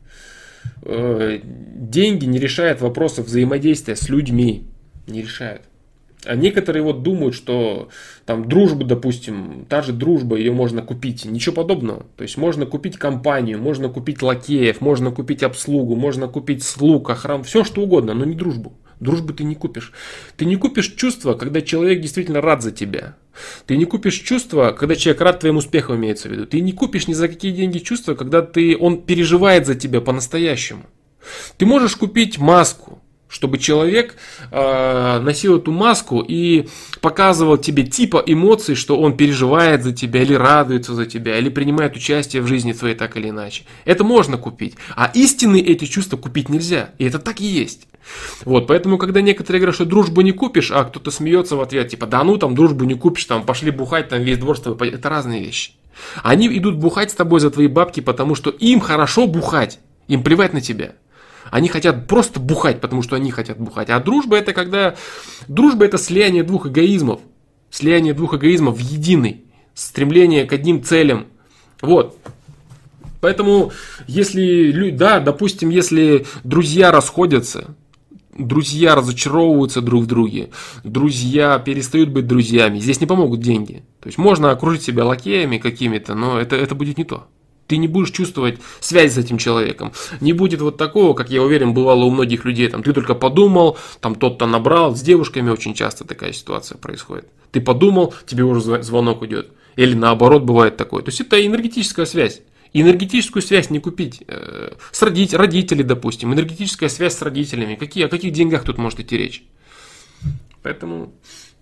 Деньги не решают вопросов взаимодействия с людьми. Не решают. А некоторые вот думают, что там дружба, допустим, та же дружба, ее можно купить. Ничего подобного. То есть можно купить компанию, можно купить лакеев, можно купить обслугу, можно купить слуг, охрану, все что угодно, но не дружбу. Дружбу ты не купишь. Ты не купишь чувства, когда человек действительно рад за тебя. Ты не купишь чувства, когда человек рад твоим успехам, имеется в виду. Ты не купишь ни за какие деньги чувства, когда он переживает за тебя по-настоящему. Ты можешь купить маску, чтобы человек носил эту маску и показывал тебе типа эмоций, что он переживает за тебя, или радуется за тебя, или принимает участие в жизни твоей так или иначе. Это можно купить. А истинные эти чувства купить нельзя. И это так и есть. Вот, поэтому, когда некоторые говорят, что дружбу не купишь, а кто-то смеется в ответ, типа, да ну там дружбу не купишь, там пошли бухать, там весь двор с тобой, это разные вещи. Они идут бухать с тобой за твои бабки, потому что им хорошо бухать, им плевать на тебя. Они хотят просто бухать, потому что они хотят бухать. А дружба это когда... Дружба это слияние двух эгоизмов. Слияние двух эгоизмов в единый. Стремление к одним целям. Вот. Поэтому, если... Да, допустим, если друзья расходятся, друзья разочаровываются друг в друге, друзья перестают быть друзьями, здесь не помогут деньги. То есть можно окружить себя лакеями какими-то, но это будет не то. Ты не будешь чувствовать связь с этим человеком. Не будет вот такого, как я уверен, бывало у многих людей. Там, ты только подумал, там тот-то набрал. С девушками очень часто такая ситуация происходит. Ты подумал, тебе уже звонок идет. Или наоборот бывает такое. То есть это энергетическая связь. Энергетическую связь не купить. С родителей, допустим. Энергетическая связь с родителями. О каких деньгах тут может идти речь? Поэтому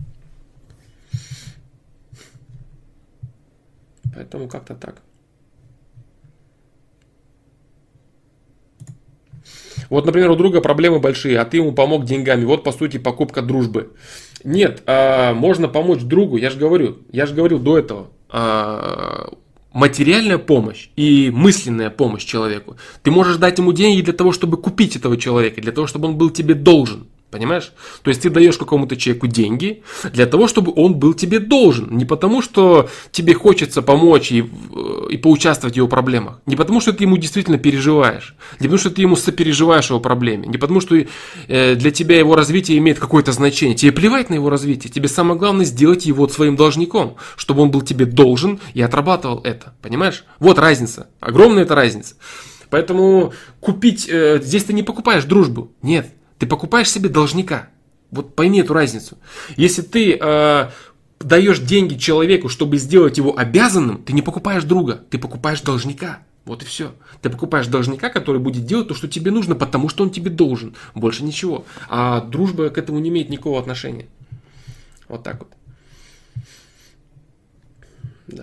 как-то так. Вот, например, у друга проблемы большие, а ты ему помог деньгами. Вот, по сути, покупка дружбы. Нет, можно помочь другу. Я же говорил до этого. Материальная помощь и мысленная помощь человеку. Ты можешь дать ему деньги для того, чтобы купить этого человека, для того, чтобы он был тебе должен. Понимаешь? То есть ты даешь какому-то человеку деньги для того, чтобы он был тебе должен. Не потому, что тебе хочется помочь и поучаствовать в его проблемах. Не потому, что ты ему действительно переживаешь. Не потому, что ты ему сопереживаешь его проблеме. Не потому, что для тебя его развитие имеет какое-то значение. Тебе плевать на его развитие. Тебе самое главное сделать его своим должником. Чтобы он был тебе должен и отрабатывал это. Понимаешь? Вот разница. Огромная эта разница. Поэтому купить... Здесь ты не покупаешь дружбу. Нет. Ты покупаешь себе должника. Вот пойми эту разницу. Если ты даешь деньги человеку, чтобы сделать его обязанным, ты не покупаешь друга, ты покупаешь должника. Вот и все. Ты покупаешь должника, который будет делать то, что тебе нужно, потому что он тебе должен. Больше ничего. А дружба к этому не имеет никакого отношения. Вот так вот. Да.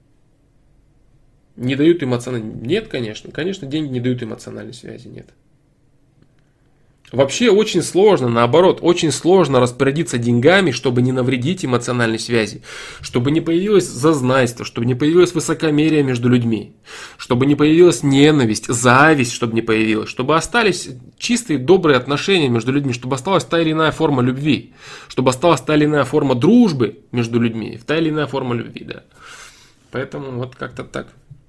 Не дают эмоциональной... Нет, конечно. Конечно, деньги не дают эмоциональной связи. Нет. Вообще очень сложно, наоборот, очень сложно распорядиться деньгами, чтобы не навредить эмоциональной связи, чтобы не появилось зазнайство, чтобы не появилось высокомерие между людьми, чтобы не появилась ненависть, зависть, чтобы не появилась, чтобы остались чистые, добрые отношения между людьми, чтобы осталась та или иная форма любви, чтобы осталась та или иная форма дружбы между людьми, та или иная форма любви, да. Поэтому вот как-то так.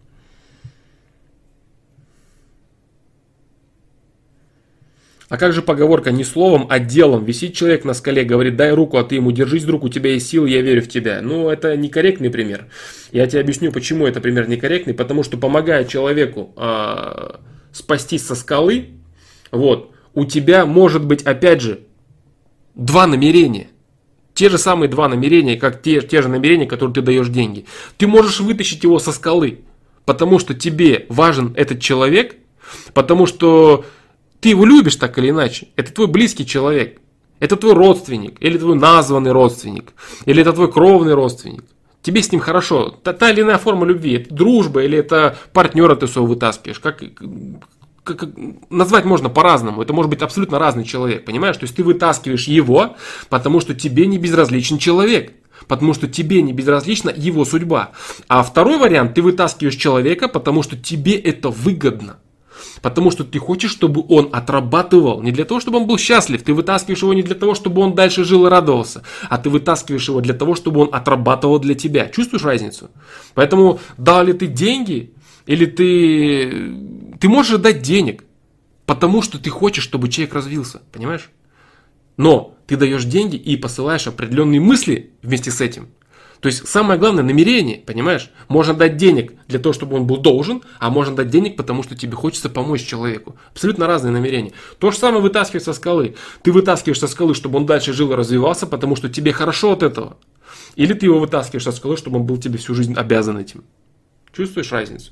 А как же поговорка не словом, а делом? Висит человек на скале, говорит, дай руку, а ты ему держись, друг, у тебя есть силы, я верю в тебя. Ну, это некорректный пример. Я тебе объясню, почему это пример некорректный. Потому что помогая человеку спастись со скалы, вот, у тебя может быть, опять же, два намерения. Те же самые два намерения, как те же намерения, которые ты даешь деньги. Ты можешь вытащить его со скалы, потому что тебе важен этот человек, потому что... Ты его любишь так или иначе. Это твой близкий человек. Это твой родственник. Или твой названный родственник. Или это твой кровный родственник. Тебе с ним хорошо. Та или иная форма любви. Это дружба или это партнера ты своего вытаскиваешь. Как назвать можно по-разному. Это может быть абсолютно разный человек. Понимаешь? То есть ты вытаскиваешь его, потому что тебе не безразличен человек. Потому что тебе не безразлична его судьба. А второй вариант. Ты вытаскиваешь человека, потому что тебе это выгодно. Потому что ты хочешь, чтобы он отрабатывал. Не для того, чтобы он был счастлив. Ты вытаскиваешь его не для того, чтобы он дальше жил и радовался. А ты вытаскиваешь его для того, чтобы он отрабатывал для тебя. Чувствуешь разницу? Поэтому дал ли ты деньги, или ты можешь дать денег, потому что ты хочешь, чтобы человек развился. Понимаешь? Но ты даешь деньги и посылаешь определенные мысли вместе с этим. То есть самое главное намерение, понимаешь? Можно дать денег для того, чтобы он был должен, а можно дать денег, потому что тебе хочется помочь человеку. Абсолютно разные намерения. То же самое вытаскивать со скалы. Ты вытаскиваешь со скалы, чтобы он дальше жил и развивался, потому что тебе хорошо от этого. Или ты его вытаскиваешь со скалы, чтобы он был тебе всю жизнь обязан этим. Чувствуешь разницу?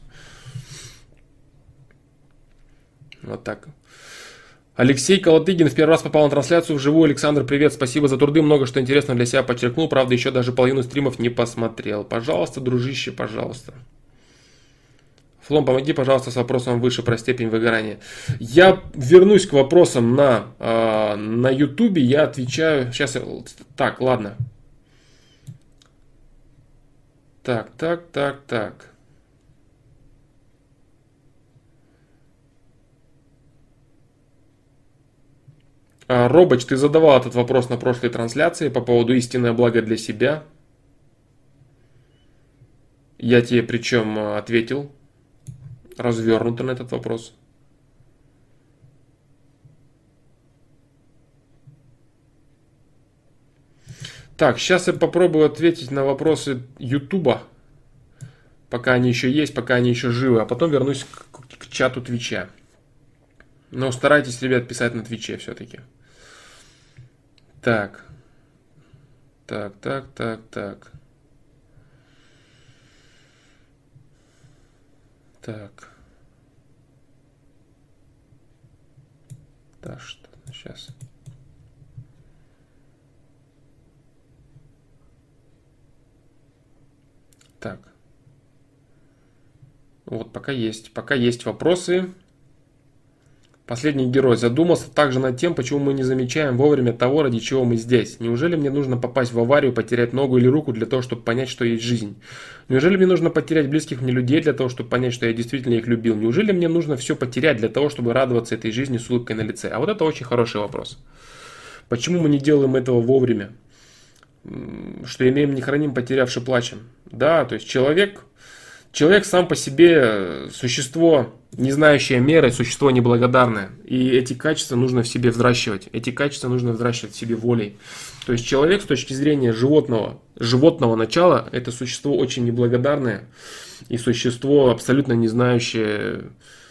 Вот так. Алексей Колотыгин в первый раз попал на трансляцию вживую. Александр, привет, спасибо за труды, много что интересного для себя подчеркнул. Правда, еще даже половину стримов не посмотрел. Пожалуйста, дружище, пожалуйста. Флом, помоги, пожалуйста, с вопросом выше про степень выгорания. Я вернусь к вопросам на Ютубе, я отвечаю. Сейчас, так, ладно. Так. Робоч, ты задавал этот вопрос на прошлой трансляции по поводу истинное благо для себя. Я тебе причем ответил развернуто на этот вопрос. Так, сейчас я попробую ответить на вопросы Ютуба, пока они еще есть, пока они еще живы, а потом вернусь к чату Твича. Но старайтесь, ребят, писать на Твиче все-таки. Так. Так. Так. Да, что? Сейчас. Так. Вот, пока есть вопросы. Последний герой задумался также над тем, почему мы не замечаем вовремя того, ради чего мы здесь. Неужели мне нужно попасть в аварию, потерять ногу или руку для того, чтобы понять, что есть жизнь? Неужели мне нужно потерять близких мне людей для того, чтобы понять, что я действительно их любил? Неужели мне нужно все потерять для того, чтобы радоваться этой жизни с улыбкой на лице? А вот это очень хороший вопрос. Почему мы не делаем этого вовремя? Что имеем, не храним, потерявши, плачем. Да, то есть человек сам по себе существо, не знающее меры, существо неблагодарное. И эти качества нужно в себе взращивать. Эти качества нужно взращивать в себе волей. То есть человек с точки зрения животного начала, это существо очень неблагодарное. И существо абсолютно не знающее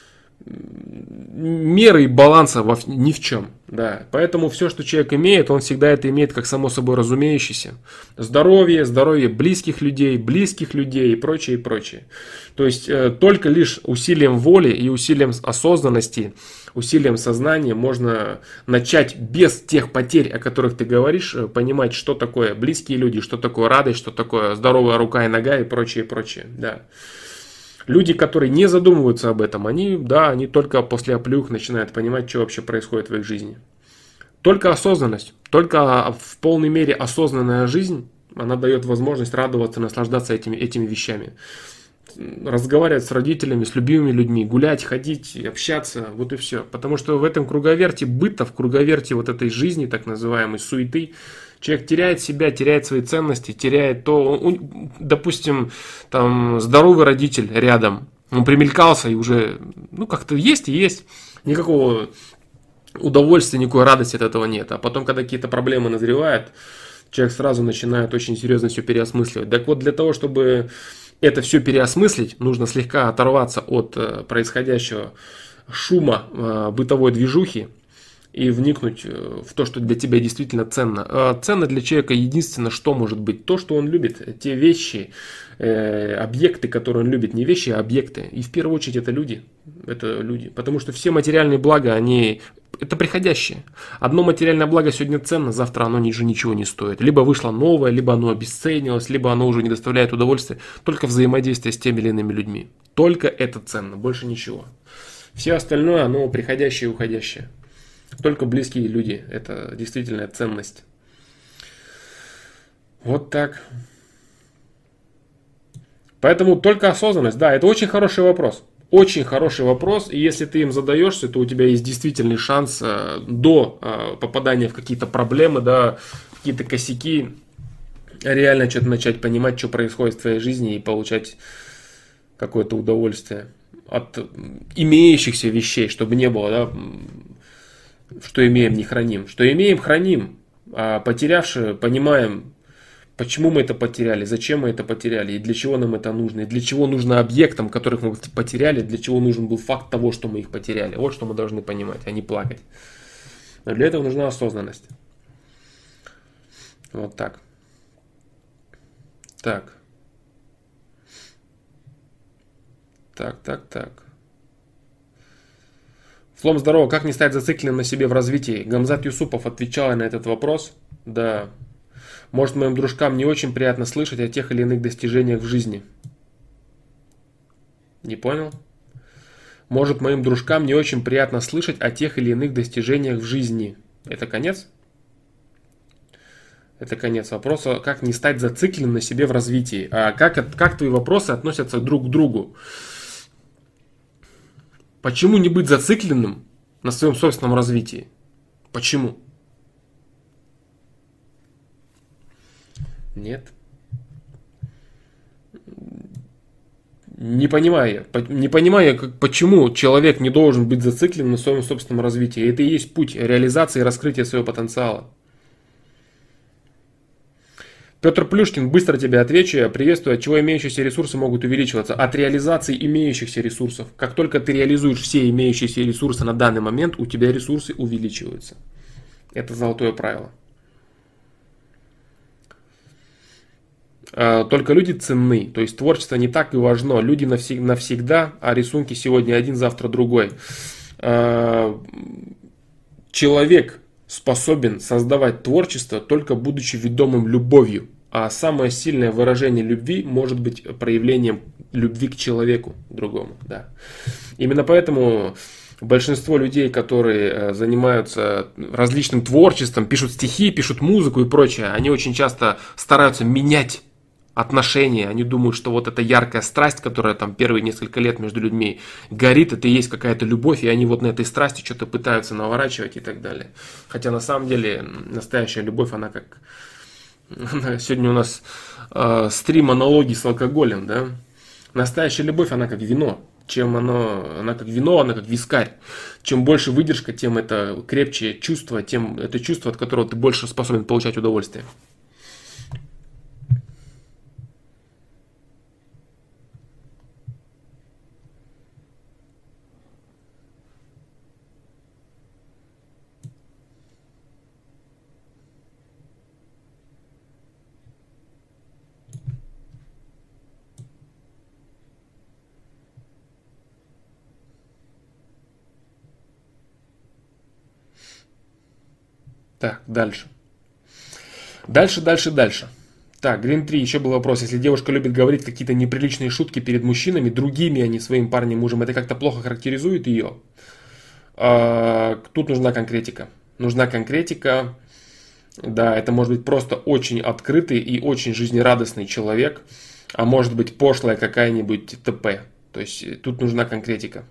меры и баланса ни в чем. Да. Поэтому все, что человек имеет, он всегда это имеет как само собой разумеющееся. Здоровье близких людей и прочее, и прочее. То есть только лишь усилием воли и усилием осознанности, усилием сознания можно начать без тех потерь, о которых ты говоришь, понимать, что такое близкие люди, что такое радость, что такое здоровая рука и нога и прочее, и прочее. Да. Люди, которые не задумываются об этом, они только после оплеух начинают понимать, что вообще происходит в их жизни. Только осознанность, только в полной мере осознанная жизнь, она дает возможность радоваться, наслаждаться этими вещами. Разговаривать с родителями, с любимыми людьми, гулять, ходить, общаться, вот и все. Потому что в этом круговерте быта, в круговерте вот этой жизни, так называемой суеты, человек теряет себя, теряет свои ценности, теряет то, допустим, там здоровый родитель рядом, он примелькался и уже, как-то есть и есть, никакого удовольствия, никакой радости от этого нет. А потом, когда какие-то проблемы назревают, человек сразу начинает очень серьезно все переосмысливать. Так вот, для того, чтобы это все переосмыслить, нужно слегка оторваться от происходящего шума бытовой движухи и вникнуть в то, что для тебя действительно ценно. Ценно для человека единственное, что может быть, то, что он любит, те вещи, объекты, которые он любит, не вещи, а объекты. И в первую очередь это люди. Потому что все материальные блага, это приходящее. Одно материальное благо сегодня ценно, завтра оно уже ничего не стоит. Либо вышло новое, либо оно обесценилось, либо оно уже не доставляет удовольствия. Только взаимодействие с теми или иными людьми. Только это ценно, больше ничего. Все остальное, оно приходящее и уходящее. Только близкие люди, это действительно ценность. Вот так. Поэтому только осознанность, это очень хороший вопрос. Очень хороший вопрос, и если ты им задаешься, то у тебя есть действительный шанс до попадания в какие-то проблемы, какие-то косяки, реально что-то начать понимать, что происходит в твоей жизни и получать какое-то удовольствие от имеющихся вещей, чтобы не было, что имеем, не храним. Что имеем, храним, а потерявши, понимаем, почему мы это потеряли, зачем мы это потеряли, и для чего нам это нужно, и для чего нужно объектам, которых мы потеряли, для чего нужен был факт того, что мы их потеряли. Вот что мы должны понимать, а не плакать. Но для этого нужна осознанность. Вот так. Так. Флом, здорово. Как не стать зацикленным на себе в развитии? Гамзат Юсупов, отвечала на этот вопрос. Да. Может, моим дружкам не очень приятно слышать о тех или иных достижениях в жизни. Не понял? Может, моим дружкам не очень приятно слышать о тех или иных достижениях в жизни. Это конец? Это конец вопроса, как не стать зацикленным на себе в развитии. А как твои вопросы относятся друг к другу? Почему не быть зацикленным на своем собственном развитии? Почему? Нет. Не понимаю, почему человек не должен быть зациклен на своем собственном развитии. Это и есть путь реализации и раскрытия своего потенциала. Петр Плюшкин, быстро тебе отвечу. Приветствую. От чего имеющиеся ресурсы могут увеличиваться? От реализации имеющихся ресурсов. Как только ты реализуешь все имеющиеся ресурсы на данный момент, у тебя ресурсы увеличиваются. Это золотое правило. Только люди ценны. То есть творчество не так и важно. Люди навсегда, а рисунки сегодня один, завтра другой. Человек способен создавать творчество, только будучи ведомым любовью. А самое сильное выражение любви может быть проявлением любви к человеку другому. Да. Именно поэтому большинство людей, которые занимаются различным творчеством, пишут стихи, пишут музыку и прочее, они очень часто стараются менять отношения, они думают, что вот эта яркая страсть, которая там первые несколько лет между людьми горит, это и есть какая-то любовь, и они вот на этой страсти что-то пытаются наворачивать и так далее. Хотя на самом деле настоящая любовь, она как... Сегодня у нас стрим аналогий с алкоголем, да? Настоящая любовь, она как вино. Чем она как вино, она как вискарь. Чем больше выдержка, тем это крепче чувство, тем это чувство, от которого ты больше способен получать удовольствие. Так, дальше. Дальше. Так, Green 3, еще был вопрос. Если девушка любит говорить какие-то неприличные шутки перед мужчинами, другими, а не своим парнем, мужем, это как-то плохо характеризует ее? Тут нужна конкретика. Нужна конкретика. Да, это может быть просто очень открытый и очень жизнерадостный человек, а может быть пошлая какая-нибудь ТП. То есть тут нужна конкретика.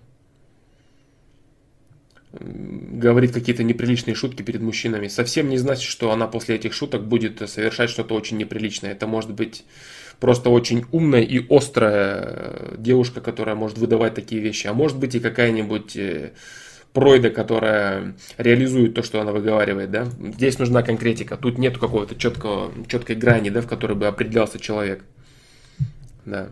Говорит какие-то неприличные шутки перед мужчинами, совсем не значит, что она после этих шуток будет совершать что-то очень неприличное. Это может быть просто очень умная и острая девушка, которая может выдавать такие вещи. А может быть и какая-нибудь пройда, которая реализует то, что она выговаривает. Да? Здесь нужна конкретика. Тут нет какого-то четкой грани, да, в которой бы определялся человек. Да.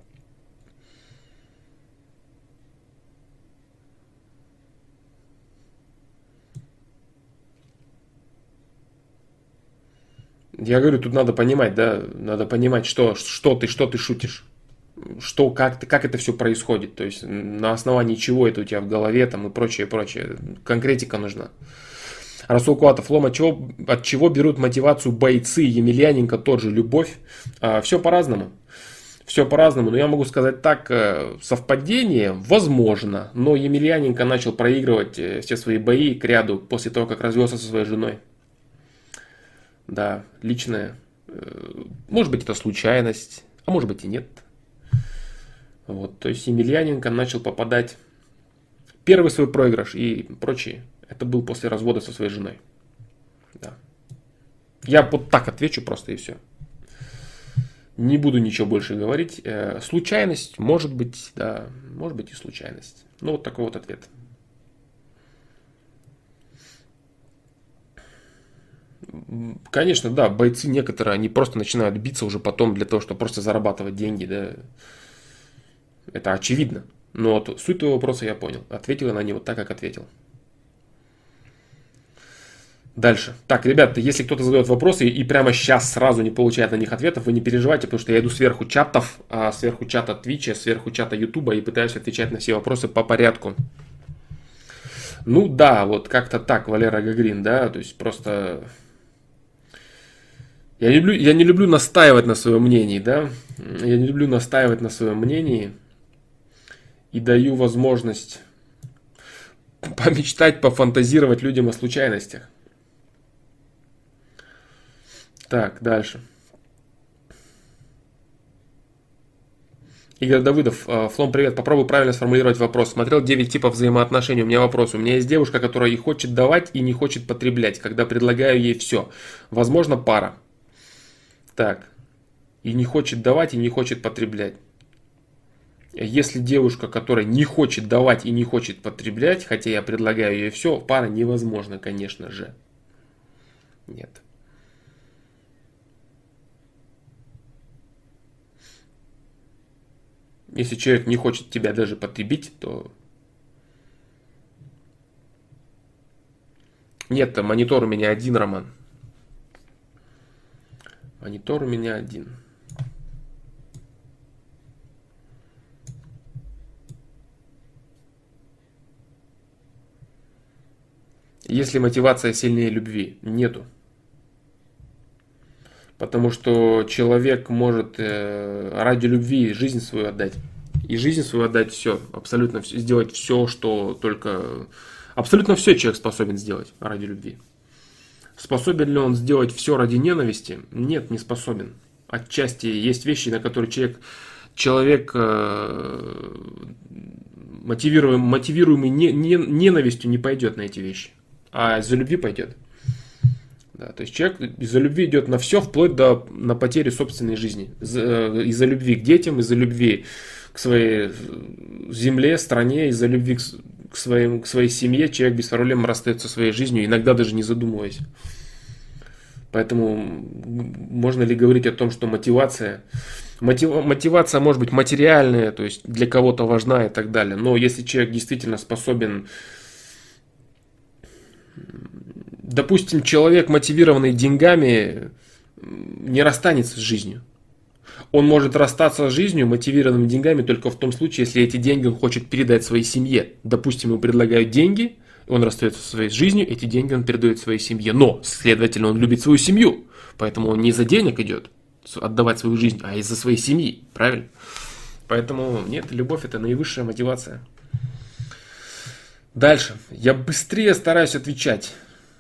Я говорю, тут надо понимать, да, надо понимать, что ты шутишь, как это все происходит, то есть на основании чего это у тебя в голове там и прочее, прочее. Конкретика нужна. Расул Куатов, Лом, от чего берут мотивацию бойцы, Емельяненко тот же, любовь? Все по-разному. Все по-разному, но я могу сказать так, совпадение возможно, но Емельяненко начал проигрывать все свои бои к ряду после того, как развелся со своей женой. Да, личное. Может быть, это случайность, а может быть и нет. Вот, то есть Емельяненко начал попадать. Первый свой проигрыш и прочее. Это был после развода со своей женой. Да. Я вот так отвечу просто и все. Не буду ничего больше говорить. Случайность, может быть, да, может быть и случайность. Ну, вот такой вот ответ. Конечно, да, бойцы некоторые, они просто начинают биться уже потом для того, чтобы просто зарабатывать деньги, да. Это очевидно. Но вот суть твоего вопроса я понял. Ответил я на него так, как ответил. Дальше. Так, ребята, если кто-то задает вопросы и прямо сейчас сразу не получает на них ответов, вы не переживайте, потому что я иду сверху чатов, сверху чата Твича, сверху чата Ютуба и пытаюсь отвечать на все вопросы по порядку. Ну да, вот как-то так, Валера Гагрин, да, то есть просто... Я не люблю настаивать на своем мнении, да, я не люблю настаивать на своем мнении и даю возможность помечтать, пофантазировать людям о случайностях. Так, дальше. Игорь Давыдов, Флом, привет, попробуй правильно сформулировать вопрос. Смотрел 9 типов взаимоотношений, у меня вопрос. У меня есть девушка, которая и хочет давать, и не хочет потреблять, когда предлагаю ей все. Возможно, пара. Так, и не хочет давать, и не хочет потреблять. Если девушка, которая не хочет давать и не хочет потреблять, хотя я предлагаю ей все, пара невозможно, конечно же. Нет. Если человек не хочет тебя даже потребить, то... Нет, монитор у меня один, Роман. Монитор у меня один. Есть ли мотивация сильнее любви? Нету. Потому что человек может ради любви жизнь свою отдать. И жизнь свою отдать все. Абсолютно все, сделать все, что только... Абсолютно все человек способен сделать ради любви. Способен ли он сделать все ради ненависти? Нет, не способен. отчасти есть вещи, на которые человек мотивируемый ненавистью не пойдет на эти вещи, а из-за любви пойдет. Да, то есть человек из-за любви идет на все, вплоть до на потери собственной жизни. Из-за любви к детям, из-за любви к своей земле, стране, из-за любви к своей семье человек без проблем расстается со своей жизнью, иногда даже не задумываясь. Поэтому можно ли говорить о том, что мотивация может быть материальная, то есть для кого-то важна и так далее. Но если человек действительно способен, допустим, человек, мотивированный деньгами, не расстанется с жизнью. Он может расстаться с жизнью, мотивированными деньгами, только в том случае, если эти деньги он хочет передать своей семье. Допустим, ему предлагают деньги, он расстается со своей жизнью, эти деньги он передает своей семье. Но, следовательно, он любит свою семью, поэтому он не из-за денег идет отдавать свою жизнь, а из-за своей семьи, правильно? Поэтому нет, любовь — это наивысшая мотивация. Дальше. Я быстрее стараюсь отвечать.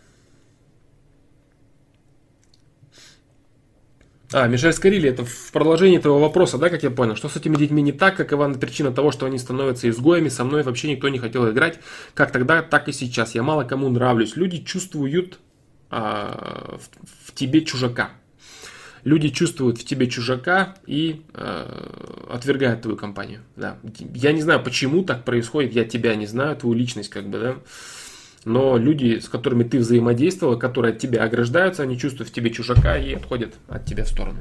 Мишель Скорилли, это в продолжении твоего вопроса, да, как я понял, что с этими детьми не так, какова причина того, что они становятся изгоями, со мной вообще никто не хотел играть, как тогда, так и сейчас, я мало кому нравлюсь, люди чувствуют в тебе чужака, люди чувствуют в тебе чужака и отвергают твою компанию, да. Я не знаю, почему так происходит, я тебя не знаю, твою личность, как бы, да. Но люди, с которыми ты взаимодействовал, которые от тебя ограждаются, они чувствуют в тебе чужака и отходят от тебя в сторону.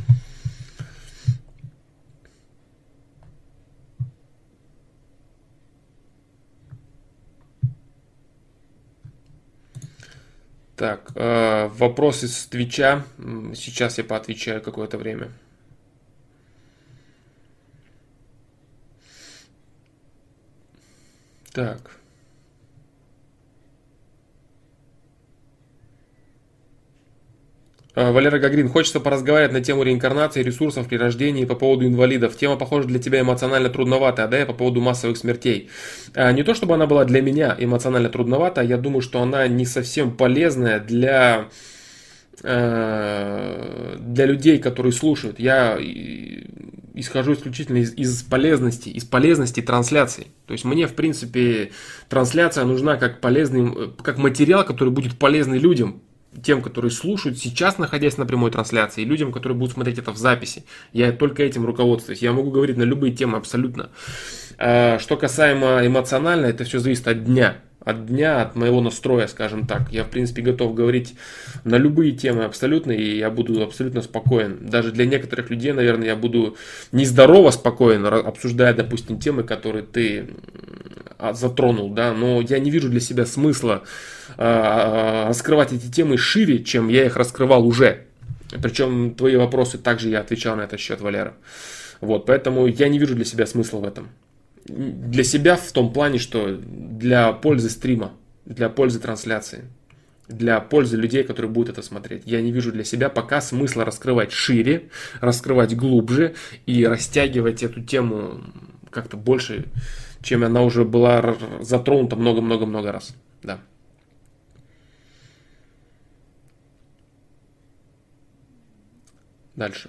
Так, вопрос из Твича. Сейчас я поотвечаю какое-то время. Так. Валера Гагрин, хочется поразговаривать на тему реинкарнации, ресурсов при рождении по поводу инвалидов. Тема, похоже, для тебя эмоционально трудноватая, да, и по поводу массовых смертей. Не то, чтобы она была для меня эмоционально трудноватая, я думаю, что она не совсем полезная для людей, которые слушают. Я исхожу исключительно из полезности трансляции. То есть мне, в принципе, трансляция нужна как материал, который будет полезный людям, тем, которые слушают сейчас, находясь на прямой трансляции, и людям, которые будут смотреть это в записи. Я только этим руководствуюсь. Я могу говорить на любые темы абсолютно. Что касаемо эмоционально, это все зависит от дня. От моего настроя, скажем так. Я, в принципе, готов говорить на любые темы абсолютно, и я буду абсолютно спокоен. Даже для некоторых людей, наверное, я буду нездорово спокоен, обсуждая, допустим, темы, которые ты затронул, да, но я не вижу для себя смысла раскрывать эти темы шире, чем я их раскрывал уже. Причем твои вопросы также я отвечал на этот счет, Валера. Вот, поэтому я не вижу для себя смысла в этом. Для себя в том плане, что для пользы стрима, для пользы трансляции, для пользы людей, которые будут это смотреть. Я не вижу для себя пока смысла раскрывать шире, раскрывать глубже и растягивать эту тему как-то больше, чем она уже была затронута много-много-много раз. Да. Дальше.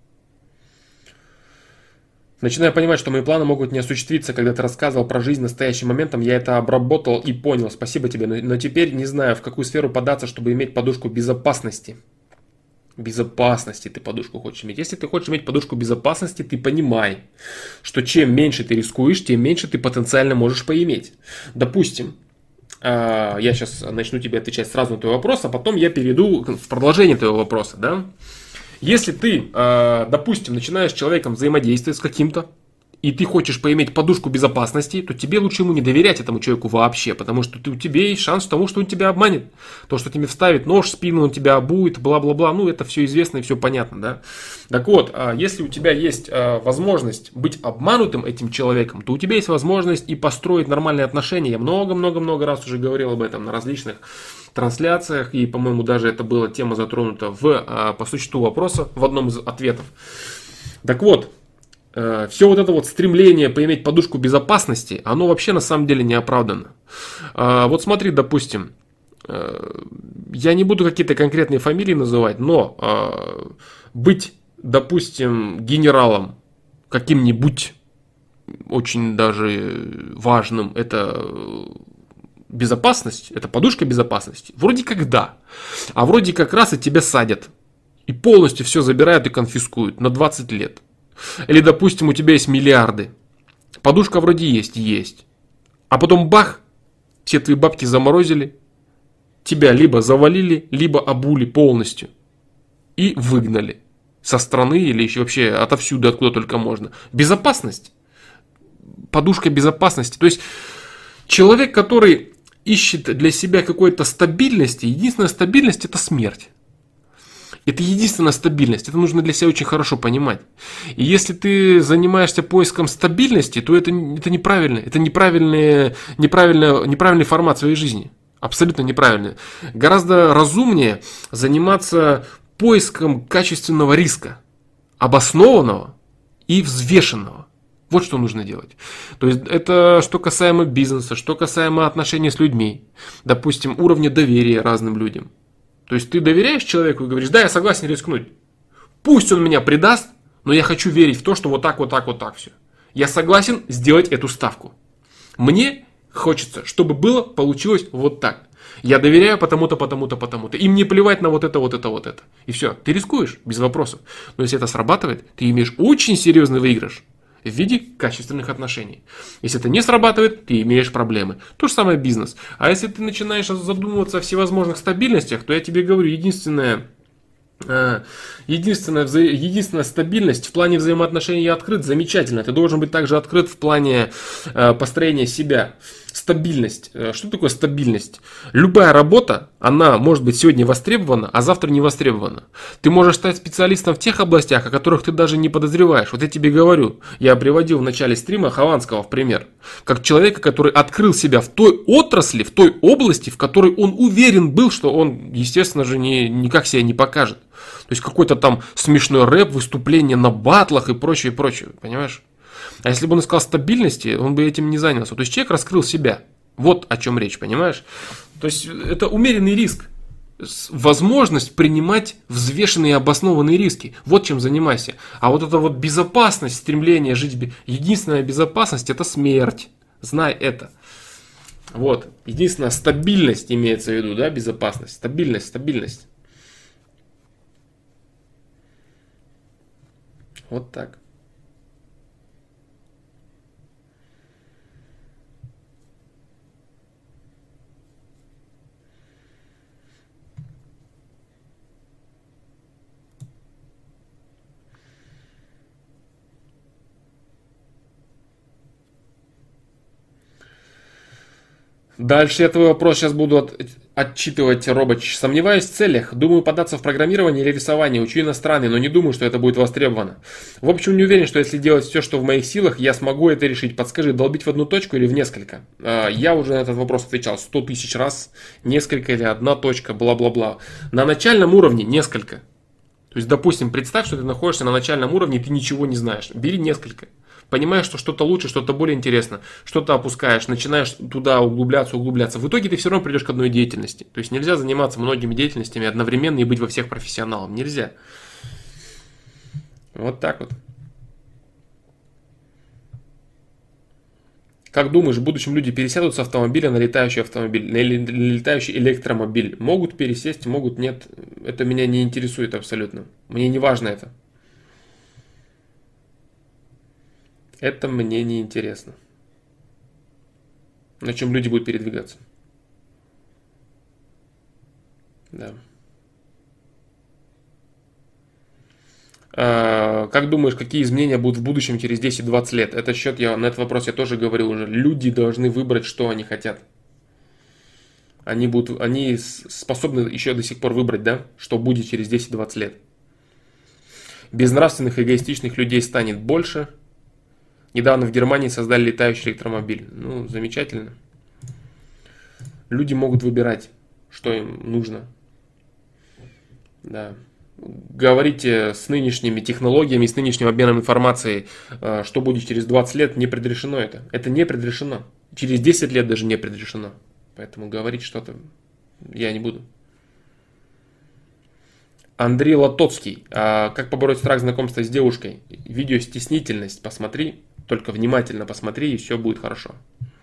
Начинаю понимать, что мои планы могут не осуществиться. Когда ты рассказывал про жизнь настоящим моментом, я это обработал и понял. Спасибо тебе. Но теперь не знаю, в какую сферу податься, чтобы иметь подушку безопасности. Безопасности ты подушку хочешь иметь. Если ты хочешь иметь подушку безопасности, ты понимай, что чем меньше ты рискуешь, тем меньше ты потенциально можешь поиметь. Допустим, я сейчас начну тебе отвечать сразу на твой вопрос, а потом я перейду в продолжение твоего вопроса, да? Если ты, допустим, начинаешь с человеком взаимодействовать с каким-то, и ты хочешь поиметь подушку безопасности, то тебе лучше ему не доверять этому человеку вообще, потому что у тебя есть шанс тому, что он тебя обманет. То, что тебе вставит нож в спину, он тебя обует, бла-бла-бла, ну это все известно и все понятно, да. Так вот, если у тебя есть возможность быть обманутым этим человеком, то у тебя есть возможность и построить нормальные отношения. Я много-много-много раз уже говорил об этом на различных трансляциях, и, по-моему, даже это была тема затронута по существу вопроса в одном из ответов. Так вот, все вот это вот стремление поиметь подушку безопасности, оно вообще на самом деле не оправдано. Вот смотри, допустим, я не буду какие-то конкретные фамилии называть, но быть допустим, генералом каким-нибудь очень даже важным, это безопасность, это подушка безопасности. Вроде как да, а вроде как раз и тебя садят. И полностью все забирают и конфискуют на 20 лет. Или, допустим, у тебя есть миллиарды. Подушка вроде есть. А потом бах, все твои бабки заморозили, тебя либо завалили, либо обули полностью. И выгнали со страны или еще вообще отовсюду, откуда только можно. Безопасность. Подушка безопасности. То есть человек, который ищет для себя какой-то стабильности, единственная стабильность — это смерть. Это единственная стабильность. Это нужно для себя очень хорошо понимать. И если ты занимаешься поиском стабильности, то это неправильно. Это неправильный формат своей жизни. Абсолютно неправильный. Гораздо разумнее заниматься поиском качественного риска. Обоснованного и взвешенного. Вот что нужно делать. То есть это что касаемо бизнеса, что касаемо отношений с людьми. Допустим, уровня доверия разным людям. То есть ты доверяешь человеку и говоришь: да, я согласен рискнуть. Пусть он меня предаст, но я хочу верить в то, что вот так все. Я согласен сделать эту ставку. Мне хочется, чтобы получилось вот так. Я доверяю потому-то. Им не плевать на вот это. И все, ты рискуешь, без вопросов. Но если это срабатывает, ты имеешь очень серьезный выигрыш в виде качественных отношений. Если это не срабатывает, ты имеешь проблемы. То же самое бизнес. А если ты начинаешь задумываться о всевозможных стабильностях, то я тебе говорю, единственная стабильность в плане взаимоотношений открыт, замечательно. Ты должен быть также открыт в плане построения себя. Стабильность. Что такое стабильность? Любая работа, она может быть сегодня востребована, а завтра не востребована. Ты можешь стать специалистом в тех областях, о которых ты даже не подозреваешь. Вот я тебе говорю, я приводил в начале стрима Хованского в пример. Как человека, который открыл себя в той отрасли, в той области, в которой он уверен был, что он, естественно же, никак себя не покажет. То есть какой-то там смешной рэп, выступление на батлах и прочее, понимаешь? А если бы он искал стабильности, он бы этим не занялся. То есть человек раскрыл себя. Вот о чем речь, понимаешь? То есть это умеренный риск. Возможность принимать взвешенные и обоснованные риски. Вот чем занимайся. А вот эта вот безопасность, стремление жить... Единственная безопасность — это смерть. Знай это. Вот. Единственная стабильность имеется в виду, да, безопасность. Стабильность. Вот так. Дальше я твой вопрос сейчас буду отчитывать, Робоч. Сомневаюсь в целях. Думаю податься в программирование или рисование. Учу иностранный, но не думаю, что это будет востребовано. В общем, не уверен, что если делать все, что в моих силах, я смогу это решить. Подскажи, долбить в одну точку или в несколько? Я уже на этот вопрос отвечал 100 тысяч раз. Несколько или одна точка, бла-бла-бла. На начальном уровне несколько. То есть, допустим, представь, что ты находишься на начальном уровне, и ты ничего не знаешь. Бери несколько. Понимаешь, что что-то лучше, что-то более интересно, что-то опускаешь, начинаешь туда углубляться. В итоге ты все равно придешь к одной деятельности. То есть нельзя заниматься многими деятельностями одновременно и быть во всех профессионалом. Нельзя. Вот так вот. Как думаешь, в будущем люди пересядут с автомобиля на летающий автомобиль, на летающий электромобиль? Могут пересесть, могут нет. Это меня не интересует абсолютно. Мне не важно это. Это мне не интересно. На чем люди будут передвигаться. Да. Как думаешь, какие изменения будут в будущем через 10-20 лет? На этот вопрос я тоже говорил уже. Люди должны выбрать, что они хотят. Они способны еще до сих пор выбрать, да, что будет через 10-20 лет. Безнравственных и эгоистичных людей станет больше. Недавно в Германии создали летающий электромобиль. Ну, замечательно. Люди могут выбирать, что им нужно. Да. Говорите с нынешними технологиями, с нынешним обменом информацией, что будет через 20 лет, не предрешено это. Это не предрешено. Через 10 лет даже не предрешено. Поэтому говорить что-то я не буду. Андрей Лотоцкий. Как побороть страх знакомства с девушкой? Видео «Стеснительность» посмотри. Только внимательно посмотри, и все будет хорошо.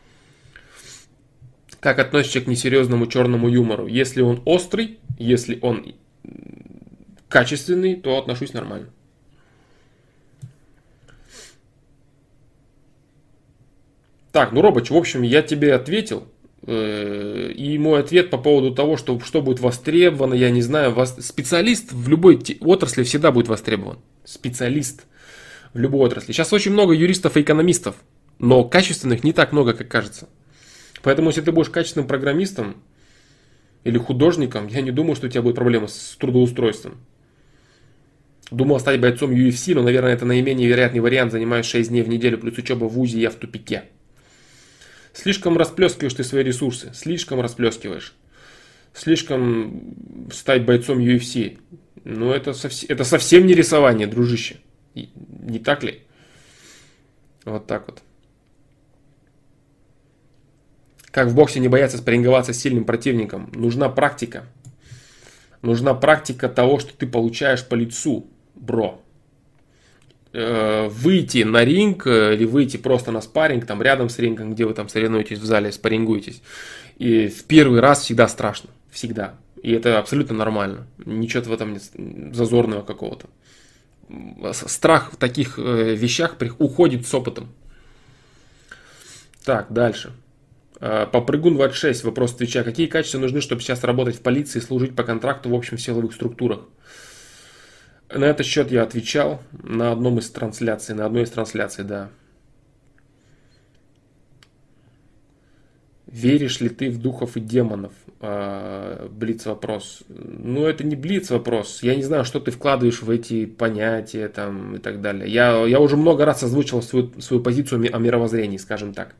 Как относишься к несерьезному черному юмору? Если он острый, если он качественный, то отношусь нормально. Так, ну, Робоч, в общем, я тебе ответил. И мой ответ по поводу того, что будет востребовано, я не знаю. Специалист в любой отрасли всегда будет востребован. Специалист в любой отрасли. Сейчас очень много юристов и экономистов, но качественных не так много, как кажется. Поэтому, если ты будешь качественным программистом или художником, я не думаю, что у тебя будет проблема с трудоустройством. Думал стать бойцом UFC, но, наверное, это наименее вероятный вариант. Занимаюсь 6 дней в неделю, плюс учеба в ВУЗе, я в тупике. Слишком расплескиваешь ты свои ресурсы. Слишком расплескиваешь. Слишком стать бойцом UFC. Ну, это совсем не рисование, дружище. Не так ли? Вот так вот. Как в боксе не бояться спарринговаться с сильным противником? Нужна практика. Нужна практика того, что ты получаешь по лицу, бро. Выйти на ринг или выйти просто на спарринг, там рядом с рингом, где вы там соревнуетесь в зале, спаррингуетесь. И в первый раз всегда страшно. Всегда. И это абсолютно нормально. Ничего в этом нет зазорного какого-то. Страх в таких вещах уходит с опытом. Так, дальше. Попрыгун 26, вопрос Твича. Какие качества нужны, чтобы сейчас работать в полиции и служить по контракту в общем силовых структурах? На этот счет я отвечал на одной из трансляций, да. Веришь ли ты в духов и демонов? Блиц вопрос. Ну, это не блиц вопрос. Я не знаю, что ты вкладываешь в эти понятия там, и так далее. Я уже много раз озвучивал свою позицию о мировоззрении, скажем так.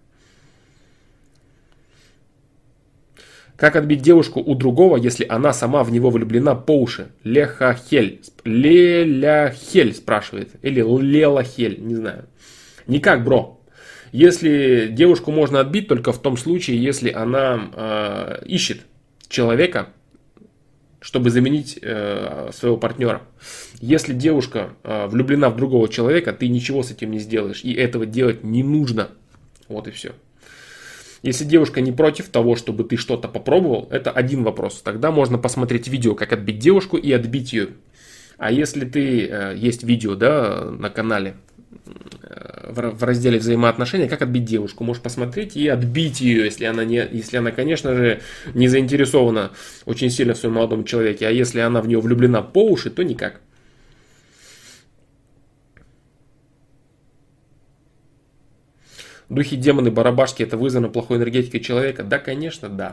Как отбить девушку у другого, если она сама в него влюблена по уши? Леляхель спрашивает. Или Лелахель, не знаю. Никак, бро. Если девушку можно отбить только в том случае, если она ищет человека, чтобы заменить своего партнера. Если девушка влюблена в другого человека, ты ничего с этим не сделаешь. И этого делать не нужно. Вот и все. Если девушка не против того, чтобы ты что-то попробовал, это один вопрос. Тогда можно посмотреть видео, как отбить девушку и отбить ее. А если есть видео, да, на канале, в разделе взаимоотношения, как отбить девушку, можешь посмотреть и отбить ее, если она, конечно же, не заинтересована очень сильно в своем молодом человеке. А если она в нее влюблена по уши, то никак. Духи, демоны, барабашки — это вызвано плохой энергетикой человека? Да, конечно, да.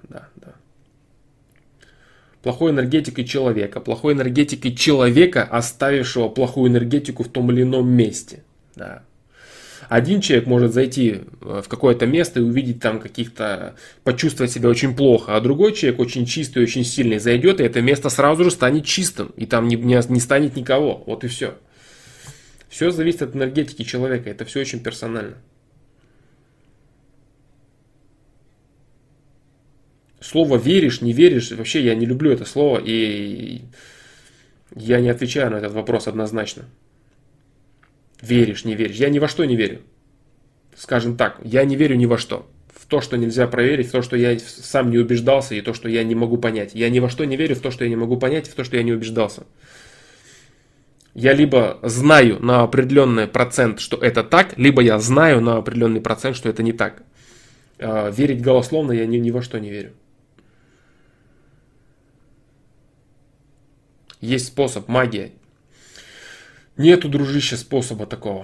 Плохой энергетикой человека, оставившего плохую энергетику в том или ином месте. Да. Один человек может зайти в какое-то место и увидеть там почувствовать себя очень плохо, а другой человек очень чистый, очень сильный зайдет, и это место сразу же станет чистым, и там не станет никого. Вот и все. Все зависит от энергетики человека, это все очень персонально. Слово веришь, не веришь, вообще я не люблю это слово, и я не отвечаю на этот вопрос однозначно. Веришь, не веришь. Я ни во что не верю. Скажем так, я не верю ни во что. В то, что нельзя проверить, в то, что я сам не убеждался, и то, что я не могу понять. Я ни во что не верю в то, что я не могу понять, и в то, что я не убеждался. Я либо знаю на определенный процент, что это так, либо я знаю на определенный процент, что это не так. Верить голословно я ни во что не верю. Есть способ, магия. Нету, дружище, способа такого.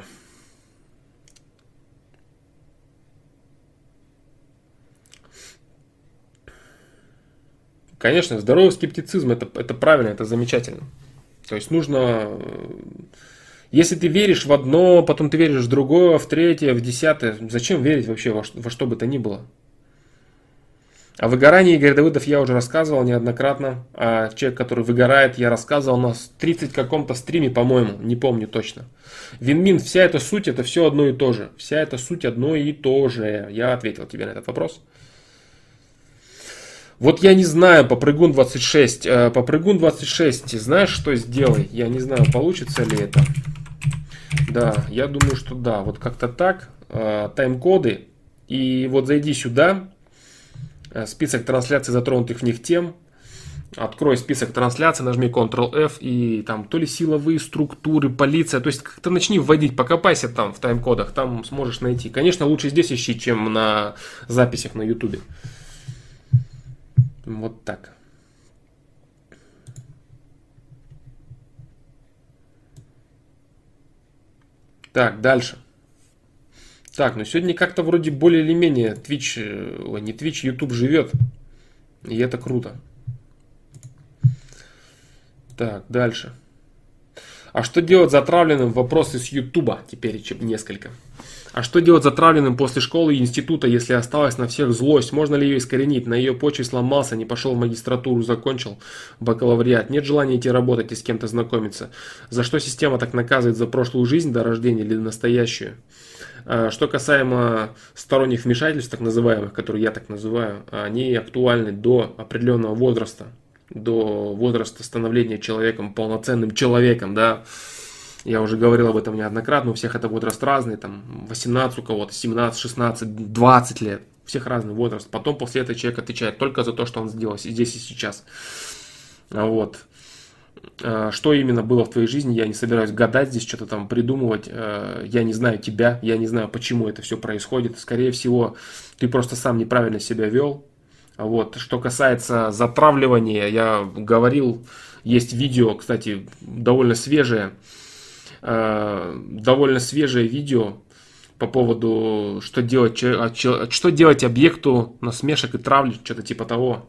Конечно, здоровый скептицизм это правильно, это замечательно. То есть нужно... Если ты веришь в одно, потом ты веришь в другое, в третье, в десятое, зачем верить вообще во что бы то ни было? О выгорании, Игорь Давыдов, я уже рассказывал неоднократно. А человек, который выгорает, я рассказывал на 30 каком-то стриме, по-моему, не помню точно. Винмин, вся эта суть, это все одно и то же. Вся эта суть одно и то же. Я ответил тебе на этот вопрос. Вот я не знаю, Попрыгун 26. Попрыгун 26, знаешь, что сделай? Я не знаю, получится ли это. Да, я думаю, что да. Вот как-то так. Тайм-коды. И вот зайди сюда. Список трансляций затронутых в них тем. Открой список трансляций, нажми Ctrl-F, и там то ли силовые структуры, полиция, то есть как-то начни вводить, покопайся там в тайм-кодах, там сможешь найти. Конечно, лучше здесь ищи, чем на записях на YouTube. Вот так. Так, дальше. Так, ну сегодня как-то вроде более или менее Twitch, ой, не Twitch, YouTube живет. И это круто. Так, дальше. А что делать затравленным? Вопросы с Ютуба. Теперь еще несколько. А что делать затравленным после школы и института, если осталась на всех злость? Можно ли ее искоренить? На ее почве сломался, не пошел в магистратуру, закончил бакалавриат. Нет желания идти работать и с кем-то знакомиться. За что система так наказывает? За прошлую жизнь до рождения или настоящую? Что касаемо сторонних вмешательств, так называемых, которые я так называю, они актуальны до определенного возраста, до возраста становления человеком, полноценным человеком, да. Я уже говорил об этом неоднократно, у всех это возраст разный, там 18 у кого-то, 17, 16, 20 лет, у всех разный возраст. Потом после этого человек отвечает только за то, что он сделал здесь и сейчас. Вот. Что именно было в твоей жизни, я не собираюсь гадать здесь, что-то там придумывать. Я не знаю тебя, я не знаю, почему это все происходит. Скорее всего, ты просто сам неправильно себя вел. Вот. Что касается затравливания, я говорил, есть видео, кстати, довольно свежее видео по поводу, что делать объекту насмешек и травли, что-то типа того.